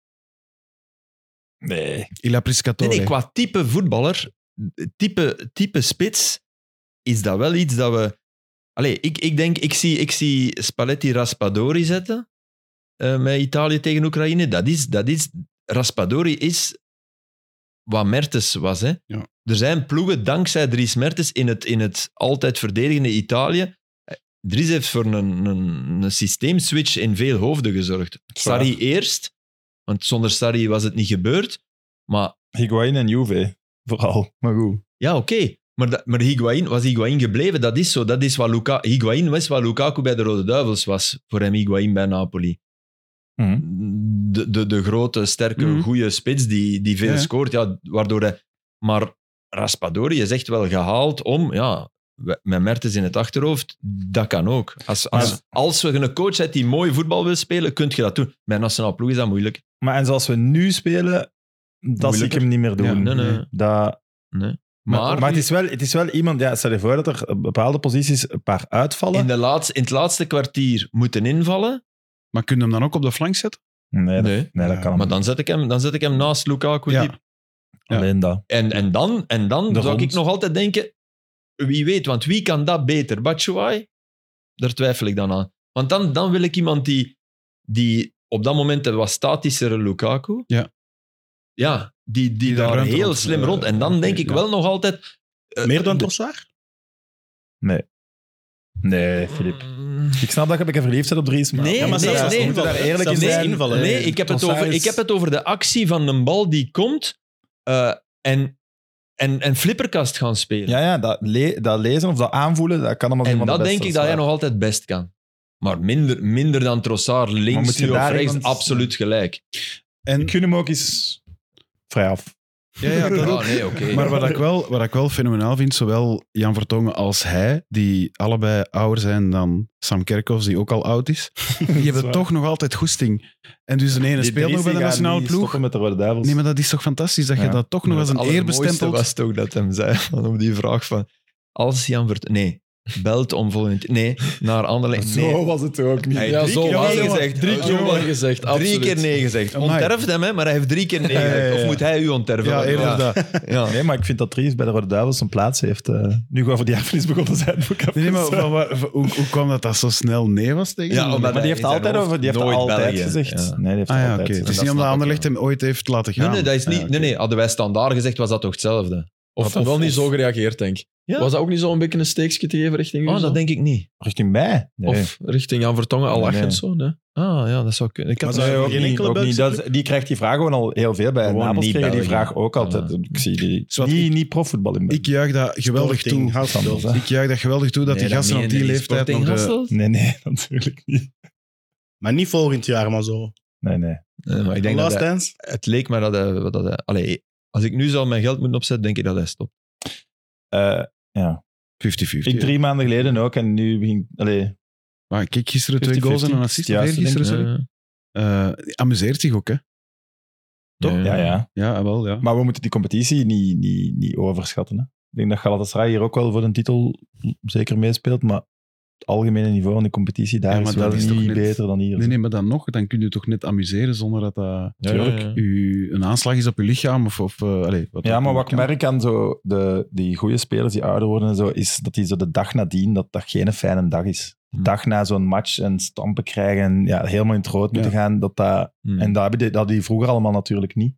Il Priscatore. nee, qua type voetballer, type spits, is dat wel iets dat we... Allee, ik denk, ik zie Spalletti Raspadori zetten met Italië tegen Oekraïne. Dat is... Raspadori is wat Mertens was. Hè? Ja. Er zijn ploegen, dankzij Dries Mertens, in het altijd verdedigende Italië. Dries heeft voor een systeemswitch in veel hoofden gezorgd. Sarri eerst, want zonder Sarri was het niet gebeurd. Maar Higuain en Juve, vooral. Maar goed. ja, oké. Maar Higuain gebleven? Dat is zo. Dat is wat Higuain was wat Lukaku bij de Rode Duivels was. Voor hem Higuain bij Napoli. Mhm. De grote, sterke, Mhm. goede spits die veel Ja. scoort. Ja, waardoor hij... Maar Raspadori is echt wel gehaald om... Ja, met Mertens in het achterhoofd, dat kan ook. Als we een coach hebt die mooi voetbal wil spelen, kun je dat doen. Bij nationale ploeg is dat moeilijk. Maar en zoals we nu spelen, dat zie ik Moeilijker. hem niet meer doen. Ja, nee. Dat, Nee. maar het is wel iemand... Ja, stel je voor dat er op bepaalde posities een paar uitvallen. in het laatste kwartier moeten invallen. Maar kun je hem dan ook op de flank zetten? Nee, Nee. dat kan Maar hem dan zet ik hem naast Lukaku. Ja. Die- Ja. Alleen dat. En dan De zou ik rond. nog altijd denken, wie weet, want wie kan dat beter? Batshuayi? Daar twijfel ik dan aan. Want dan wil ik iemand die op dat moment een wat statischere Lukaku. Ja. Ja, die daar daar ruimte heel rond, slim rond. En dan denk ik ja. wel nog altijd... Meer dan Trossard? Nee, Filip. Ik snap dat je verliefd bent op Dries, maar... Nee, Ja, maar nee, zelfs- nee. we moeten daar eerlijk in Zelfs zijn. invallen, Nee, hè. ik heb Trossard het over de actie van een bal die komt en flipperkast gaan spelen. Ja, dat lezen of dat aanvoelen, dat kan allemaal zijn En van de dat beste, denk ik dat hij is nog waar. altijd best kan. Maar minder dan Trossard, moet links je nu of daar rechts, iemand- absoluut gelijk. En, Ik gun hem ook eens vrij af. ja, dat ook. nee, oké. Maar wat ik wel fenomenaal vind, zowel Jan Vertongen als hij, die allebei ouder zijn dan Sam Kerkhoff, die ook al oud is, die hebben waar. toch nog altijd goesting. En dus de ene Die speelt nog bij de Dries, die gaat nationale niet ploeg. stoppen met de Rode Duivels. Nee, maar dat is toch fantastisch, dat je Ja. dat toch nog als een eer bestempelt. was toch dat hem zei, van op die vraag van, als Jan nee, belt om volgend... Nee, naar Anderlecht. Nee. Zo was het ook niet. Hij Ja, heeft zo 3 keer was nee het. gezegd. 3 keer nee gezegd, Drie absoluut. keer nee gezegd. Amai. Onterft hem, hè, maar hij heeft 3 keer nee gezegd. Of moet hij u onterven? Ja, eerder dat. Ja. Nee, maar ik vind dat Dries bij de Rode Duivels een plaats heeft. Nu gewoon voor die erfenis begonnen zijn. Nee, maar hoe kwam dat zo snel nee was tegen Ja, hem? omdat Maar die heeft in zijn altijd hoofd over, die heeft nooit altijd België. gezegd. Ja. Nee, die heeft Ah ja, altijd oké. Het gezegd. is dat niet omdat snap ik Anderlecht hem ooit heeft laten gaan. Nee, dat is niet, Ah, ja, oké. nee, hadden wij standaard gezegd, was dat toch hetzelfde? Of wel niet zo gereageerd, denk ik. Ja? Was dat ook niet zo een beetje een steekje te geven richting u? Oh, zo? dat denk ik niet. Richting mij? Nee. Of richting Jan Vertongen, al Nee, lachend nee. zo? Nee. Ah, ja, dat zou kunnen. Ik had Maar zou je ook geen niet, enkele ook niet. Belgische Dat, die krijgt die vraag gewoon al heel veel bij Gewoon Napels. niet Krijg je die België. vraag ook altijd. Voilà. Ik zie die Zwart, niet profvoetbal in Ik België. juich dat geweldig Sporting toe. Hasselt. Hè? Ik juich dat geweldig toe dat die gasten op die leeftijd nog de... Nee, natuurlijk niet. Maar niet volgend jaar, maar zo. Nee. maar ik denk dat Last hij- Dance? het leek me dat hij... Allee, als ik nu zou mijn geld moeten opzetten, denk ik dat hij stopt. Ja. 50-50. Ik 3 maanden geleden ook en nu begin... Allee, Maar kijk, gisteren 2 goals en een assist. Of Juist, eergisteren, denk ik. sorry. Amuseert zich ook, hè? toch? Ja. Ja, wel, ja. Maar we moeten die competitie niet overschatten. Hè. Ik denk dat Galatasaray hier ook wel voor een titel zeker meespeelt, maar het algemene niveau van de competitie daar Ja, maar is wel dat is toch niet net- beter dan hier. Nee, maar dan nog, dan kun je toch net amuseren zonder dat dat Tuurlijk. een aanslag is op je lichaam. Ja, maar wat ik merk aan zo die goede spelers die ouder worden en zo, is dat die zo de dag nadien, dat geen fijne dag is. De dag na zo'n match en stampen krijgen en ja, helemaal in het rood moeten gaan. En dat hadden die vroeger allemaal natuurlijk niet.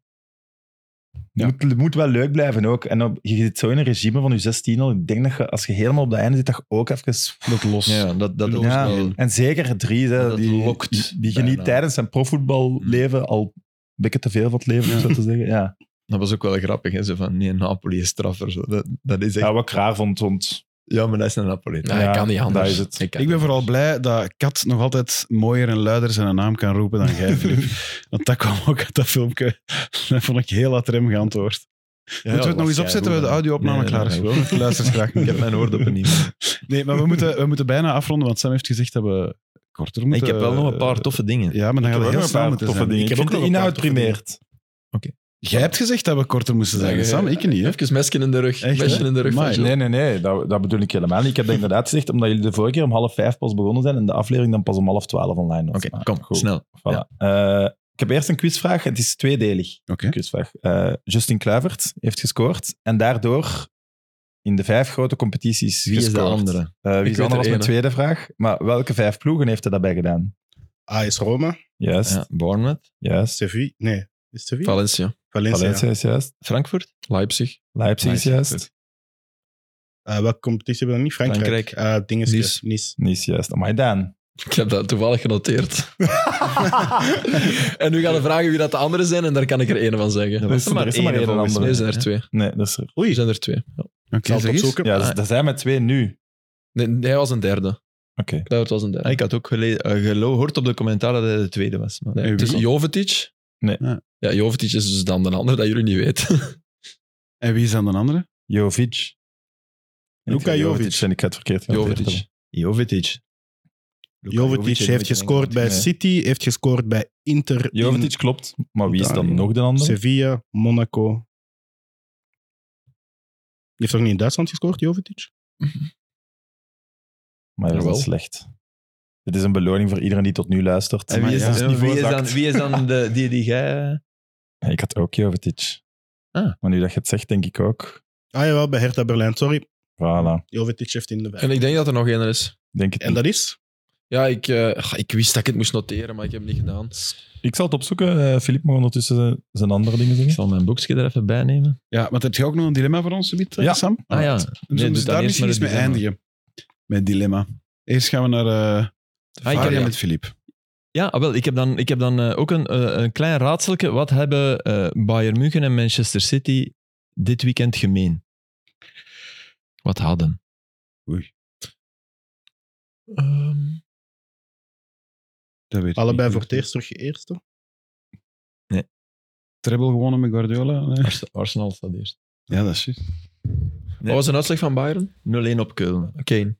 Het moet wel leuk blijven ook. En je zit zo in een regime van je 16 al. Ik denk dat je, als je helemaal op de einde zit, dat je ook even... Dat los. Ja, dat is Ja, wel... en zeker Dries, hè, Dat die lokt die geniet bijna. tijdens zijn profvoetballeven al een beetje te veel van het leven, om zo te zeggen. Ja. Dat was ook wel grappig, hè? Zo van, nee, Napoli is straffer. Zo. Dat is echt... Ja, wat ik raar vond, want Ja, maar dat is een Napoli. Ja, ik kan niet anders. dat is het. Ik kan Ik ben niet. vooral blij dat Kat nog altijd mooier en luider zijn naam kan roepen dan jij, Filip. Want dat kwam ook uit dat filmpje. Dat vond ik heel ad rem geantwoord. Moeten we het nog eens opzetten? We hebben de audio-opname klaar is. De luisteraars graag. Ik heb mijn oordoppen niet. Nee, maar we moeten bijna afronden, want Sam heeft gezegd dat we korter moeten... Ik heb wel nog een paar toffe dingen. Ja, maar dan gaan we heel snel moeten zijn. dingen. Ik heb heb ook de nog een paar inhoud toffe dingen. primeert. Jij hebt gezegd dat we korter moesten zijn, Sam. Ik niet, hè? Even mesje in de rug. Echt, Mesje hè? in de rug van Amai. Gilles. Nee, dat bedoel ik helemaal niet. Ik heb dat inderdaad gezegd, omdat jullie de vorige keer om 11:30 pas begonnen zijn en de aflevering dan pas om 11:30 online was. Oké, Maar kom, goed, snel. Voilà. Ik heb eerst een quizvraag. Het is tweedelig. Oké. Quizvraag. Justin Kluivert heeft gescoord en daardoor in de 5 grote competities Wie is de gescoord. andere? Wie Ik is de weet andere er was mijn ene. tweede vraag. Maar welke 5 ploegen heeft hij daarbij gedaan? AS Roma, Juist, Ja, Bournemouth, juist. Sevilla. Nee, is het Sevilla? Valencia. Valencia. Valencia is juist. Frankfurt, Leipzig. Leipzig is juist. Welke competitie hebben we dan niet? Frankrijk. Dinges, Nice. Nice. Niet is juist. Amai, Daan. Ik heb dat toevallig genoteerd. En nu gaan we vragen wie dat de anderen zijn en daar kan ik er één van zeggen. Er is er maar één volgens andere. mij. Nee, zijn er twee. Nee, dat is er. Er zijn er twee. Ja. Oké, Zal het zeg eens. opzoeken? Ja, dat zijn met 2 nu. Nee, hij was een derde. Oké. Kluivert was een derde. Ik had ook gehoord op de commentaar dat hij de tweede was. Maar... Nee, En het is wie? Jovetic. Nee. Ja. Ja, Jovetic is dus dan de andere dat jullie niet weten. En wie is dan de andere? Jovic. Luka Jovic. En ik ga het verkeerd genoteerd Jovetic. Jovetic. Jovetic heeft gescoord bij City, heeft gescoord bij Inter, hebben. Jovetic klopt. Maar wie is dan Italië. nog de andere? Sevilla, Monaco. Die heeft toch niet in Duitsland gescoord, Jovetic? Maar dat is Jawel. wel slecht. Dit is een beloning voor iedereen die tot nu luistert. En wie is, Maar ja. wie is dan die jij... Ja, ik had ook Jovetic. Ah. Maar nu dat je het zegt, denk ik ook. Ah jawel, bij Hertha Berlijn. Sorry, Voilà. Jovetic heeft in de vijf. En ik denk dat er nog één is. Denk het En niet. dat is? Ja, ik wist dat ik het moest noteren, maar ik heb het niet gedaan. Ik zal het opzoeken. Filip mag ondertussen zijn andere dingen Ik zeggen. zal mijn boekje er even bij nemen. Ja, maar heb je ook nog een dilemma voor ons, subiet, Ja. Sam? Ah ja. Dus Nee, we doe daar dan misschien eens eerst mee maar het dilemma. eindigen. Met dilemma. Eerst gaan we naar Varia ik heb- met Filip. Ja, wel, ik heb dan ook een klein raadseltje. Wat hebben Bayern München en Manchester City dit weekend gemeen? Wat hadden? Oei. Dat weet ik Allebei niet. voor het eerst terug eerste. Treble gewonnen met Guardiola. Nee. Arsenal staat eerst. Ja, dat is juist. Wat was een uitslag van Bayern? 0-1 op Keulen. Kane.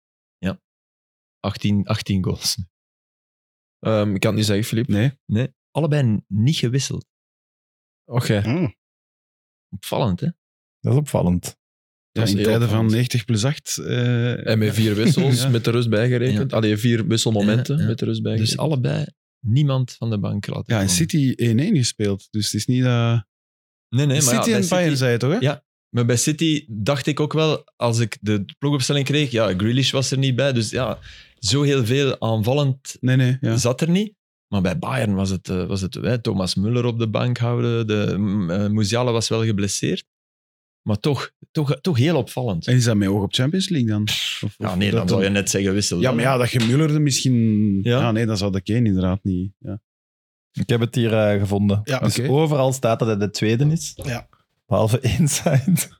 18 goals. Ik kan het niet zeggen, Filip. Nee. Nee, allebei niet gewisseld. Oké. Opvallend, hè? Dat is opvallend. Ja, Dat is in heel tijden van opvallend. 90+8. En met 4 wissels Ja. met de rust bijgerekend. Allee, 4 wisselmomenten Ja, ja. met de rust bijgerekend. Dus allebei niemand van de bank laten Ja, en komen. City 1-1 gespeeld. Dus het is niet dat... Nee, maar City bij en Bayern zei je toch, hè? Ja. Maar bij City dacht ik ook wel, als ik de ploegopstelling kreeg, ja, Grealish was er niet bij, dus ja, zo heel veel aanvallend Nee, ja. zat er niet. Maar bij Bayern was het Thomas Müller op de bank houden, Musiala was wel geblesseerd. Maar toch heel opvallend. En is dat met oog op Champions League dan? Ja, nee, dan zou je net zeggen wissel. Ja, maar ja, dat je Müller er misschien... Ja. Ja, nee, dat zou de Kane inderdaad niet. Ja. Ik heb het hier gevonden. Ja, Dus oké. overal staat dat hij de tweede is. Ja. Behalve één site.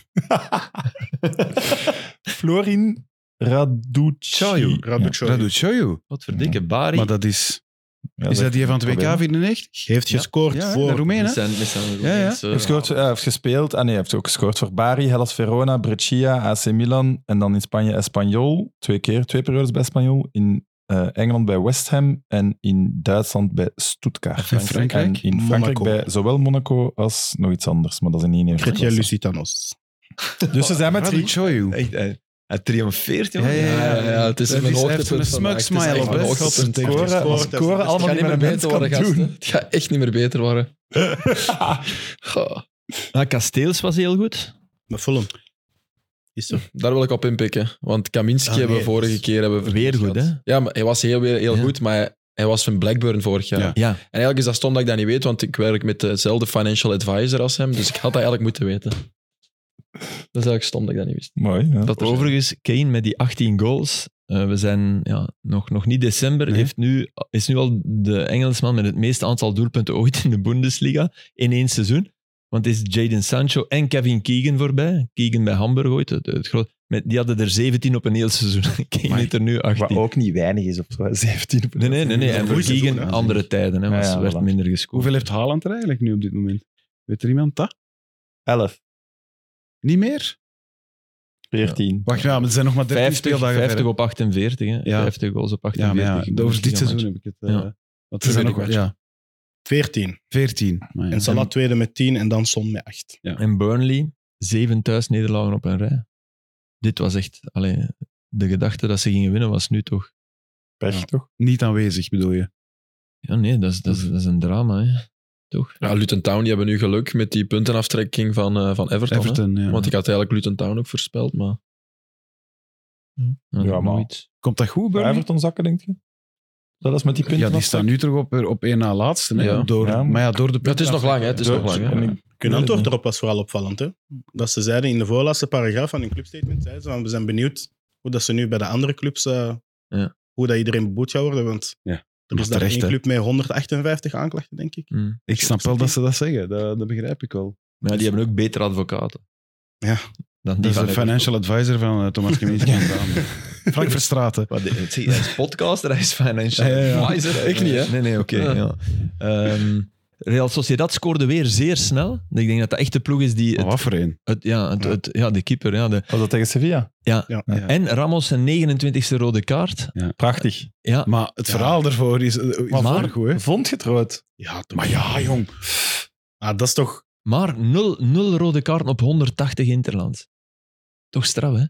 Florin Raducanu. Raducanu. Wat verdikke Bari. Maar dat is... Ja, Is dat die van het WK probleem. 94? Heeft gescoord Ja, voor... de Roemeen, Met hè? zijn Ja, ja. Roemeense- Hij heeft gespeeld. Hij heeft ook gescoord voor Bari, Hellas Verona, Brescia, AC Milan. En dan in Spanje Espanyol. 2 periodes bij Espanyol. In Engeland bij West Ham. En in Duitsland bij Stuttgart. En Frankrijk? En in Frankrijk Monaco. bij zowel Monaco als nog iets anders. Maar dat is in één Chrétien Lusitanos. Dus ze zijn met 3. Raducanu. Echt, hij triomfeert, jongen. Ja, het is Dat mijn is echt hoogtepunt een vandaag. smug Het is smile echt op, mijn hè. hoogtepunt. Scoren. Scoren Het allemaal gaat die niet meer met een beter mens worden, kan gasten. doen. Het gaat echt niet meer beter worden. Goh, Kasteels was heel goed. Met Fulham. Is er. daar wil ik op inpikken. Want Kaminski Ah, nee, hebben we vorige dus keer... Hebben we weer verdiend goed, gehad. Ja, maar hij was heel Ja. goed, maar hij was van Blackburn vorig jaar. Ja. Ja. En eigenlijk is dat stom dat ik dat niet weet, want ik werk met dezelfde financial advisor als hem, dus ik had dat eigenlijk moeten weten. Dat is eigenlijk stom dat ik dat niet wist. Mooi. Ja. Dat er Overigens, Kane met die 18 goals. We zijn nog niet december. Nee. Is nu al de Engelsman met het meeste aantal doelpunten ooit in de Bundesliga in 1 seizoen. Want het is Jadon Sancho en Kevin Keegan voorbij. Keegan bij Hamburg ooit. Die hadden er 17 op een heel seizoen. Kane heeft er nu 18. Wat ook niet weinig is, of zo. 17 op Nee. En een voor goed seizoen, Keegan hè. andere tijden. Hè, Ja, werd voilà. minder gescoord. Hoeveel heeft Haaland er eigenlijk nu op dit moment? Weet er iemand dat? 11, Niet meer? 14. Wacht, ja, maar er zijn nog maar 13 50 speeldagen 50 verder. op 48. Hè. Ja. 50 goals op Ja, 48. maar ja, over dit seizoen heb ik het. Ja. Want er zijn nog Premier ja, 14. 14. Maar ja. En Salah tweede met 10 en dan Son met 8. En Burnley, 7 thuisnederlagen op een rij. Dit was echt... de gedachte dat ze gingen winnen was nu toch... Pech, toch? Niet aanwezig, bedoel je? Ja, nee, dat is een drama. Hè. Toch? Ja, Luton Town die hebben nu geluk met die puntenaftrekking van Everton. Hè? Everton, ja. Want ik had eigenlijk Luton Town ook voorspeld, maar... Ja, maar- nooit. Komt dat goed, Burnley? Everton zakken, denk je? Dat is met die punten. Ja, die staan nu terug op één na laatste. Hè? Ja. Door, Ja. maar ja, door de Ja, het is nog lang, hè. Het is nog lang, hè. Hun antwoord erop was vooral opvallend. Hè? Dat ze zeiden in de voorlaatste paragraaf van hun clubstatement, zeiden ze, van, we zijn benieuwd hoe dat ze nu bij de andere clubs, hoe dat iedereen beboet gaat worden. Want Ja, er maar is daar terecht, één hè. club met 158 aanklachten, denk ik. Mm. Ik snap wel dat ze dat zeggen. Dat begrijp ik wel. Maar ja, die hebben ook betere advocaten. Ja. Dan Dat die is van de Everton. financial advisor van Thomas Kaminski. Frank Verstraeten. Wat, hij is podcaster, hij is financial Ja. advisor. Ik niet, hè. Nee, oké. Ja. Ja. Real Sociedad scoorde weer zeer snel. Ik denk dat dat echt de ploeg is die... Maar wat voor een? de keeper. Ja, Was dat tegen Sevilla? Ja. En Ramos zijn 29e rode kaart. Prachtig. Ja. Maar het verhaal daarvoor is Maar- goed, hè? Vond je het rood? Ja, toch. Maar ja, jong. Ah, dat is toch... Maar 0 rode kaarten op 180 interlands. Toch straf, hè?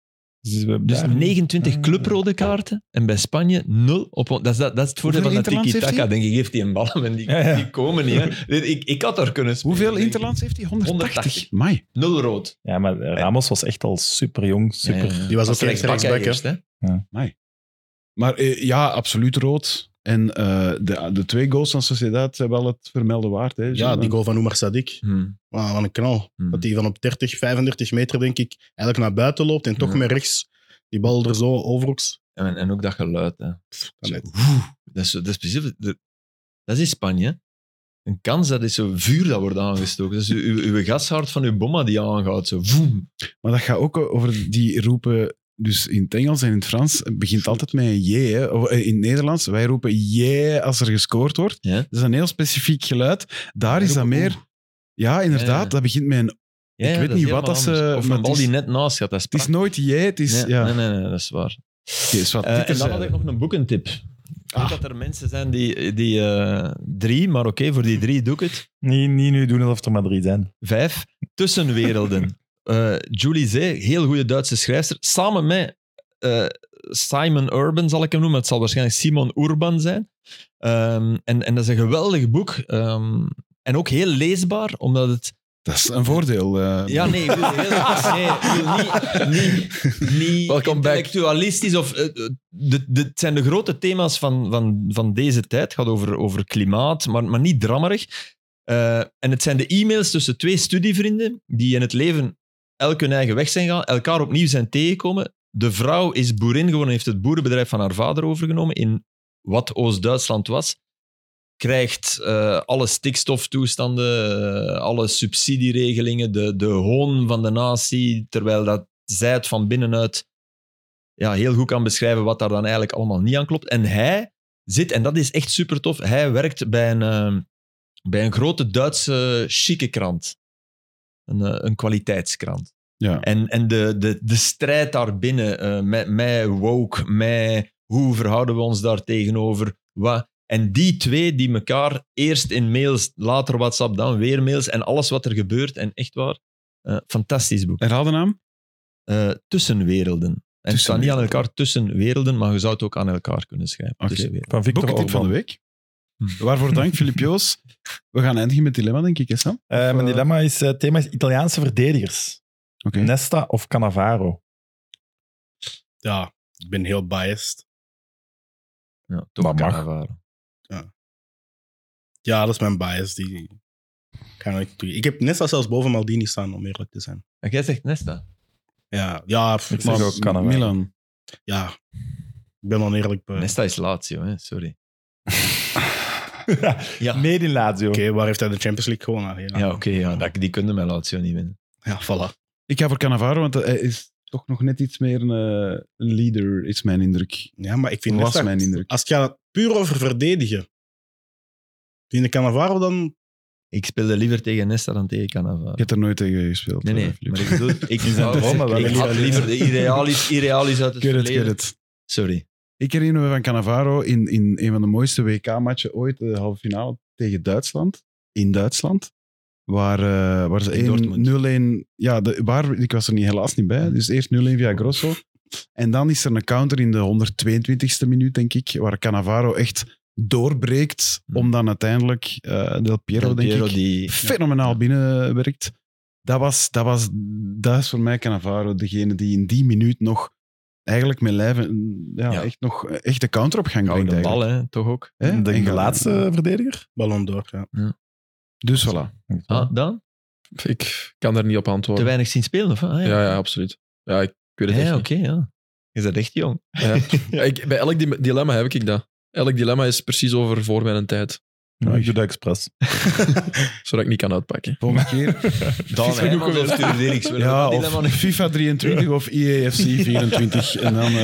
Dus 29 clubrode kaarten en bij Spanje 0 op... Dat is het voordeel van dat interlands heeft tiki-taka. hij? Denk ik, geeft hij een bal en die, Ja. die komen niet. Hè. Ik had daar kunnen spelen. Hoeveel denk ik. interlands heeft hij? 180. 180. Mai. 0 rood. Ja, maar Ramos was echt al super jong. Super. Die was ook rechtsback rechtsback, hè. hè. Maar ja, absoluut rood. En de 2 goals van Sociedad zijn wel het vermelden waard. Hè, Ja, die goal van Oumar Sadik. Wat een knal. Dat hij van op 30, 35 meter, denk ik, eigenlijk naar buiten loopt en toch Ja. met rechts die bal er zo overhoekt. En ook dat geluid. Hè. Kan net. Dat is precies... Dat is in Spanje. Hè. Een kans, dat is zo vuur dat wordt aangestoken. Dat is uw gashard van uw bomma die aangaat. Zo. Voem. Maar dat gaat ook over die roepen... Dus in het Engels en in het Frans het begint altijd met een je. Hè. Of, in het Nederlands, wij roepen je als er gescoord wordt. Ja? Dat is een heel specifiek geluid. Daar is dat meer... Ja, inderdaad. Ja. Dat begint met een... Ja, Ik weet dat is niet wat helemaal dat ze- anders. Of maar een bal het is- die net naast gaat. Dat is Het is nooit je, het is... Nee, ja. nee, dat is waar. Oké, is wat En dikker dan zijn. had ik nog een boekentip. Ik weet dat er mensen zijn die 3, maar oké, voor die 3 doe ik het. Niet nu doen alsof er maar 3 zijn. 5, Tussenwerelden. Julie Zee, heel goede Duitse schrijfster, samen met Simon Urban, zal ik hem noemen. Het zal waarschijnlijk Simon Urban zijn. En dat is een geweldig boek. En ook heel leesbaar, omdat het... Dat is een voordeel. Ja, nee, ik wil niet Welcome back. intellectualistisch. Of, het zijn de grote thema's van deze tijd. Het gaat over klimaat, maar niet drammerig. En het zijn de e-mails tussen 2 studievrienden die in het leven elk hun eigen weg zijn gegaan, elkaar opnieuw zijn tegengekomen. De vrouw is boerin geworden, heeft het boerenbedrijf van haar vader overgenomen in wat Oost-Duitsland was. Krijgt alle stikstoftoestanden, alle subsidieregelingen, de hoon van de natie, terwijl dat zij het van binnenuit heel goed kan beschrijven wat daar dan eigenlijk allemaal niet aan klopt. En hij zit, en dat is echt super tof, hij werkt bij een grote Duitse chique krant. Een kwaliteitskrant. Ja. En de strijd daarbinnen, met woke, met hoe verhouden we ons daar tegenover, wat... En die 2 die elkaar eerst in mails, later WhatsApp, dan weer mails en alles wat er gebeurt. En echt waar, fantastisch boek. Herhaal de naam? Tussenwerelden. En het staat niet aan elkaar tussen werelden, maar je zou het ook aan elkaar kunnen schrijven. Oké. Van Victor Boekentip van de Orban. week. Waarvoor dank, Filip Joos. We gaan eindigen met dilemma, denk ik, hè, Sam? Mijn dilemma is, het thema is Italiaanse verdedigers. Oké. Nesta of Cannavaro? Ja, ik ben heel biased. Ja, toch Maar mag. Cannavaro. Ja, dat is mijn bias. Die kan ik toe. Ik heb Nesta zelfs boven Maldini staan, om eerlijk te zijn. En jij zegt Nesta. Ja, Ik zeg ook Cannavaro. Milan. ja. Ik ben oneerlijk. Nesta is Lazio, hè? Sorry. Ja. Mede in Lazio. Oké, waar heeft hij de Champions League gewonnen? Ja, oké, die kunnen met Lazio niet winnen. Ja, voilà. Ik ga voor Cannavaro, want hij is toch nog net iets meer een leader, is mijn indruk. Ja, maar ik vind Was Nesta, mijn indruk. als het gaat puur over verdedigen, vind ik Cannavaro dan... Ik speelde liever tegen Nesta dan tegen Cannavaro. Je hebt er nooit tegen gespeeld. Nee, Filip. maar ik bedoel... Ik zijn dromen wel. ik had liever de Irrealis uit het verleden. Credit. Sorry. Ik herinner me van Cannavaro in een van de mooiste WK-matchen ooit, de halve finale tegen Duitsland. In Duitsland. Waar ze In Dortmund. 0-1... Ja, ik was er helaas niet bij. Dus eerst 0-1 via Grosso. En dan is er een counter in de 122e minuut, denk ik, waar Cannavaro echt doorbreekt om dan uiteindelijk Del Piero, denk ik, die... fenomenaal binnenwerkt. Dat is voor mij Cannavaro, degene die in die minuut nog eigenlijk met lijven echt nog echt de counter op gang brengt. Gouden bal, eigenlijk. hè? Toch ook? Hè? De En laatste verdediger? Ballon d'Or, ja. Dus voilà. Dan? Ik kan daar niet op Te antwoorden. weinig zien spelen, of wat? Ja, absoluut. Ja, ik weet het echt Ja, niet. oké, ja. Je bent echt jong. Ja. Bij elk dilemma heb ik dat. Elk dilemma is precies over voor mijn tijd. Ja, ik doe dat expres. Zodat ik niet kan uitpakken. Volgende keer. Dan Heijmans of Stuur Dirks. Ja, of FIFA 23 of EAFC 24. En dan...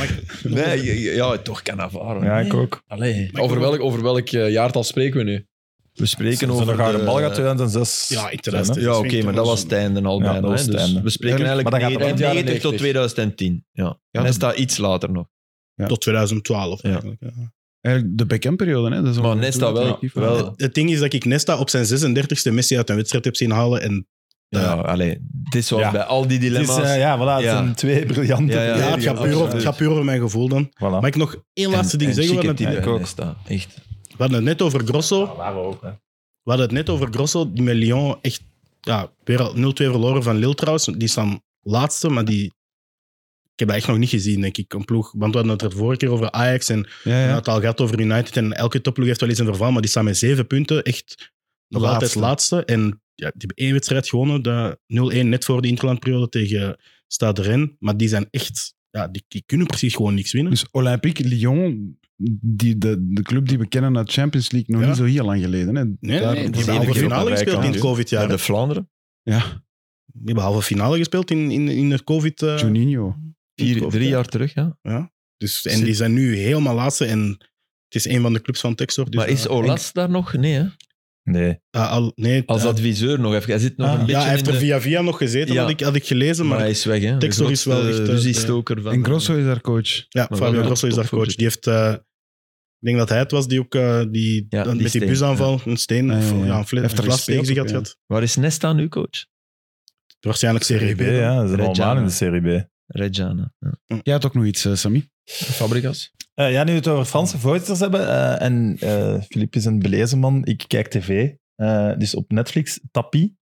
Nee, toch Cannavaro. Ja, ik ook. Allee. Over welk jaartal spreken we nu? We spreken Zijn over de gouden bal gaat de... 2006. Ja, ik zijn, hè? Ja, oké, maar dat was het einde al Ja, bijna. dat was hè. het Dus einde. we spreken Maar eigenlijk dan gaat het 1990 tot 90. 2010. Ja. Ja, En dat- staat iets later nog. Tot 2012 Ja. eigenlijk. Ja. Eigenlijk de Beckham-periode. Hè? Dat is Maar ongeveer Nesta toen dat wel- hij FIFA wel- had. Het ding is dat ik Nesta op zijn 36e Messi uit een wedstrijd heb zien halen. En Ja, allee. Dit is zoals Ja. bij al die Het is, dilemma's. voilà, het Ja. zijn 2 briljante Ja, ja, het gaat puur over- het gaat puur over mijn gevoel dan. Voilà. Mag ik nog één laatste ding zeggen? We hadden, Ja, ik ook. Nesta, echt. we hadden het net over Grosso. Waren we ook, hè. We hadden het net over Grosso, die met Lyon echt weer al 0-2 verloren van Lille trouwens. Die staan laatste, maar ik heb dat echt nog niet gezien, denk ik. Een ploeg, want we hadden het er vorige keer over Ajax en we Ja, hadden ja. het al gehad over United. En elke topploeg heeft wel eens een verval, maar die staan met 7 punten. Echt nog Laatste. altijd laatste. En die hebben 1 wedstrijd gewonnen, de 0-1 net voor de interlandperiode tegen Stade Rennes. Maar die zijn echt... Ja, die kunnen precies gewoon niks winnen. Dus Olympique Lyon, de club die we kennen uit Champions League, nog Ja. niet zo heel lang geleden. Hè. Nee, Daar- die daar- hebben zeven halve keer finale op een gespeeld in rij het kan. COVID-jaar. Ja, de Vlaanderen. Ja, Die hebben halve finale gespeeld in het COVID. Juninho. 3 jaar terug, ja. Ja. Dus, en die zijn nu helemaal laatste. En het is een van de clubs van Textor. Dus, Maar is Olas daar nog? Nee, hè? Nee. nee, Als adviseur nog even. Hij zit nog een beetje ja, hij heeft in er de... via nog gezeten, Ja. had ik gelezen. Maar Maar hij is weg, hè. Textor De is wel grootste echt, ruziestoker van... En Grosso is daar coach. ja, maar Fabio wel Grosso is daar topgozer. coach. Die heeft... ik denk dat hij het was die ook die die met steen, die busaanval een steen Ja, of ja, ja. een Heeft er glas gespeeld tegen zich ook, had ja. gehad. Waar is Nesta nu coach? Waarschijnlijk Serie B. Serie B, ja. Ze zijn Reggiana. allemaal in de Serie B. Reggiana. Ja. Jij had ook nog iets, Sammy? Fabregas. Nu we het over Franse voorzitters hebben, en Philippe is een belezen man, ik kijk tv, dus op Netflix, Tapis,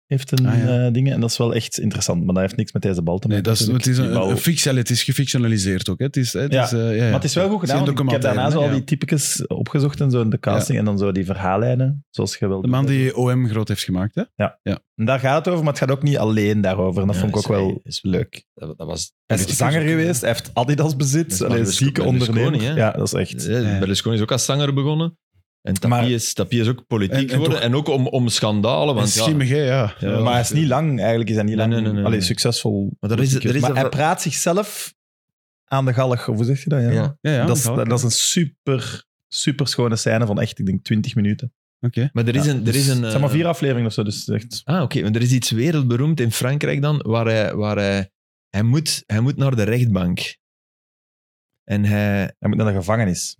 heeft een ding. En dat is wel echt interessant. Maar dat heeft niks met deze bal te maken. Nee, het is het is gefictionaliseerd ook. Hè. Het is, maar het is wel goed gedaan. Ik heb daarna zo al die typetjes opgezocht en zo in de casting. En dan zo die verhaallijnen, zoals je wel. De man die OM groot heeft gemaakt, hè? Ja. En daar gaat het over, maar het gaat ook niet alleen daarover. En dat vond ik ook wel leuk. Dat was... Hij is zanger geweest, hij heeft Adidas bezit. Hij is zieke ondernemer. Ja, dat is echt... Berlusconi is ook als zanger begonnen. En Tapie is ook politiek geworden. En ook om schandalen. Want schimmig, ja. Maar hij is niet lang, eigenlijk is hij niet lang. Nee. Succesvol. Maar hij praat zichzelf aan de galg. Of hoe zeg je dat? Ja. Dat is een super schone scène van echt, ik denk, 20 minuten. Oké. Maar er is een... Het zijn maar 4 afleveringen of zo, dus echt... Oké. Maar er is iets wereldberoemd in Frankrijk dan, waar hij moet naar de rechtbank. En hij moet naar de gevangenis.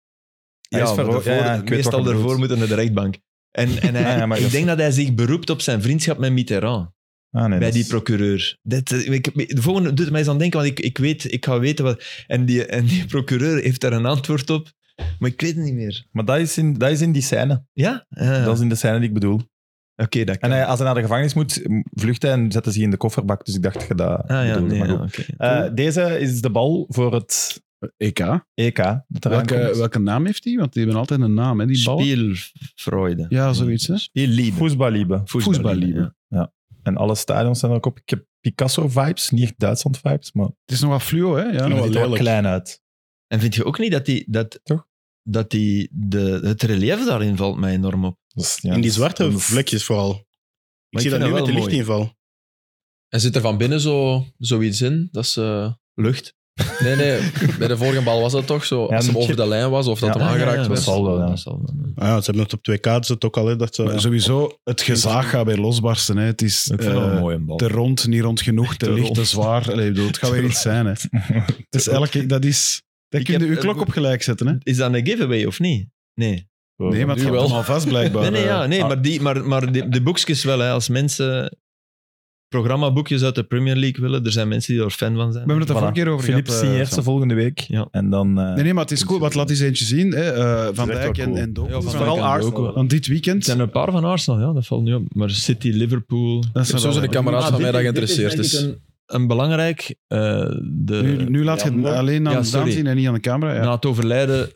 Meestal daarvoor moeten naar de rechtbank. En ik denk dat hij zich beroept op zijn vriendschap met Mitterrand. Bij die procureur. De volgende doet mij eens aan denken, want ik ga weten wat... En die procureur heeft daar een antwoord op, maar ik weet het niet meer. Maar dat is in die scène. Ja? Dat is in de scène die ik bedoel. Oké, dat kan. En als hij naar de gevangenis moet, vlucht hij en zetten ze in de kofferbak. Dus ik dacht dat je dat bedoelde. Deze is de bal voor het... EK. Welke naam heeft die? Want die hebben altijd een naam, hè, die bal. Spielfreude. Ja, zoiets, hè? Voetballiebe. Ja. En alle stadions zijn er ook op. Ik heb Picasso-vibes, niet echt Duitsland-vibes, maar... Het is nog wat fluo, hè? Ja, het ziet er wel klein uit. En vind je ook niet dat het relief daarin valt mij enorm op? In die zwarte vlekjes vooral. Ik zie dat nu met de lichtinval. En zit er van binnen zoiets in? Dat is lucht. Nee, bij de vorige bal was dat toch zo? Als hem over de lijn was of dat hem aangeraakt werd. Dat zal wel, ze hebben het op 2K, dus het ook al. Dat sowieso, het gezaag gaat weer losbarsten. Hè. Het is een mooie bal. te rond, niet rond genoeg, te licht, te zwaar. Het gaat weer iets zijn. Hè. Het is dat kun je uw klok op gelijk zetten. Hè. Is dat een giveaway of niet? Nee, maar het gaat allemaal vast blijkbaar. Maar de boekjes wel. Hè. Als mensen... programmaboekjes uit de Premier League willen. Er zijn mensen die er fan van zijn. We hebben het er vorige keer over gehad. Philippe signeert ze volgende week. Ja. En dan, nee, maar het is cool. Wat laat eens eentje zien. Hè? Van Dijk en Doku. Vooral Arsenal. Want dit weekend... Er zijn een paar van Arsenal, ja, dat valt niet op. Maar City, Liverpool... Dat is sowieso een kameraad van mij dat geïnteresseerd is. Een belangrijk... Nu laat je het alleen aan Daan zien en niet aan de camera. Ja. Na het overlijden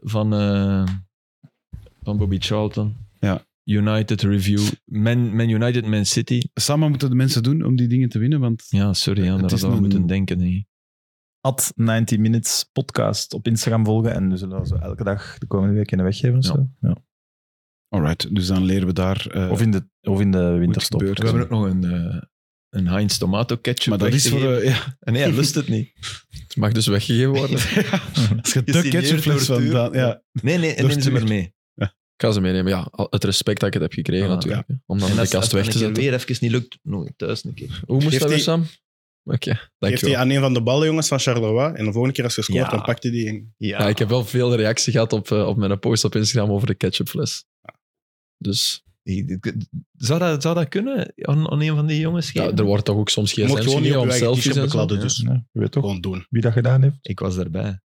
van Bobby Charlton... Ja. United Review, Man United, Man City. Samen moeten de mensen doen om die dingen te winnen, want... Ja, sorry, daar hadden we moeten denken. Nee. @ 90 Minutes podcast op Instagram volgen en we zullen zo elke dag de komende week in de weg geven of zo. Ja. Alright, dus dan leren we daar... Of in de winterstop. We hebben ook nog een Heinz tomato ketchup. Maar dat is voor... Nee, hij lust het niet. Het mag dus weggegeven worden. Als je de ketchupfles van... Nee, neem ze maar mee. Ik ga ze meenemen, ja. Het respect dat ik het heb gekregen natuurlijk. Ja. Om dan de kast weg te zetten. Weer even niet lukt, nog thuis een keer. Hoe moest dat weer, Sam? Oké, heeft hij aan een van de ballen, jongens, van Charleroi. En de volgende keer als je scoort, dan pakt hij die in. Ja, ik heb wel veel reactie gehad op mijn post op Instagram over de ketchupfles. Dus... Zou dat kunnen aan een van die jongens geven? Ja, er wordt toch ook soms geen gsm om selfies en zo. Dus je weet toch gewoon doen. Wie dat gedaan heeft? Ik was erbij.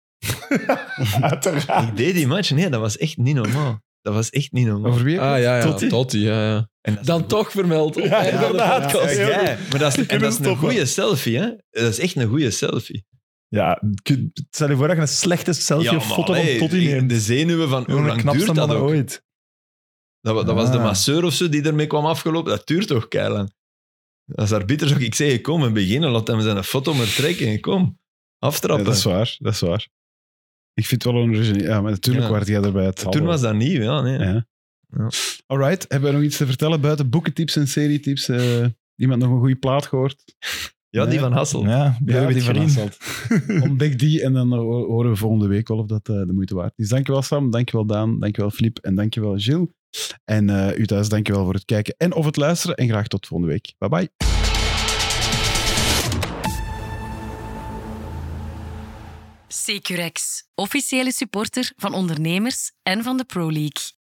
Uiteraard. Ik deed die match. Nee, dat was echt niet normaal. Dat was echt niet normaal. Over wie? Totti, ja. En dan toch vermeld. Ja, inderdaad. Maar dat is een goede selfie, hè? Dat is echt een goede selfie. Ja, stel je voor dat je een slechte selfie-foto van Totti neemt. De zenuwen van hoe lang duurt dat ook? Ooit. Dat was de masseur of zo die ermee kwam afgelopen. Dat duurt toch keilang. Als arbiter zou ik zeggen, kom en beginnen. Laat hem zijn foto maar trekken. Kom, aftrappen. Ja, dat is waar. Ik vind het wel een origineel. Ja, maar natuurlijk werd jij erbij. Toen was dat nieuw, ja. Nee. Ja. Alright, hebben we nog iets te vertellen buiten boekentips en serietips? Iemand nog een goede plaat gehoord? Ja, die van Hasselt. Ja, die van Hasselt. Ontdek die en dan horen we volgende week wel of dat de moeite waard is. Dankjewel Sam, dankjewel Daan, dankjewel Filip en dankjewel Gilles. En u thuis, dankjewel voor het kijken en of het luisteren. En graag tot volgende week. Bye bye. Securex, officiële supporter van ondernemers en van de Pro League.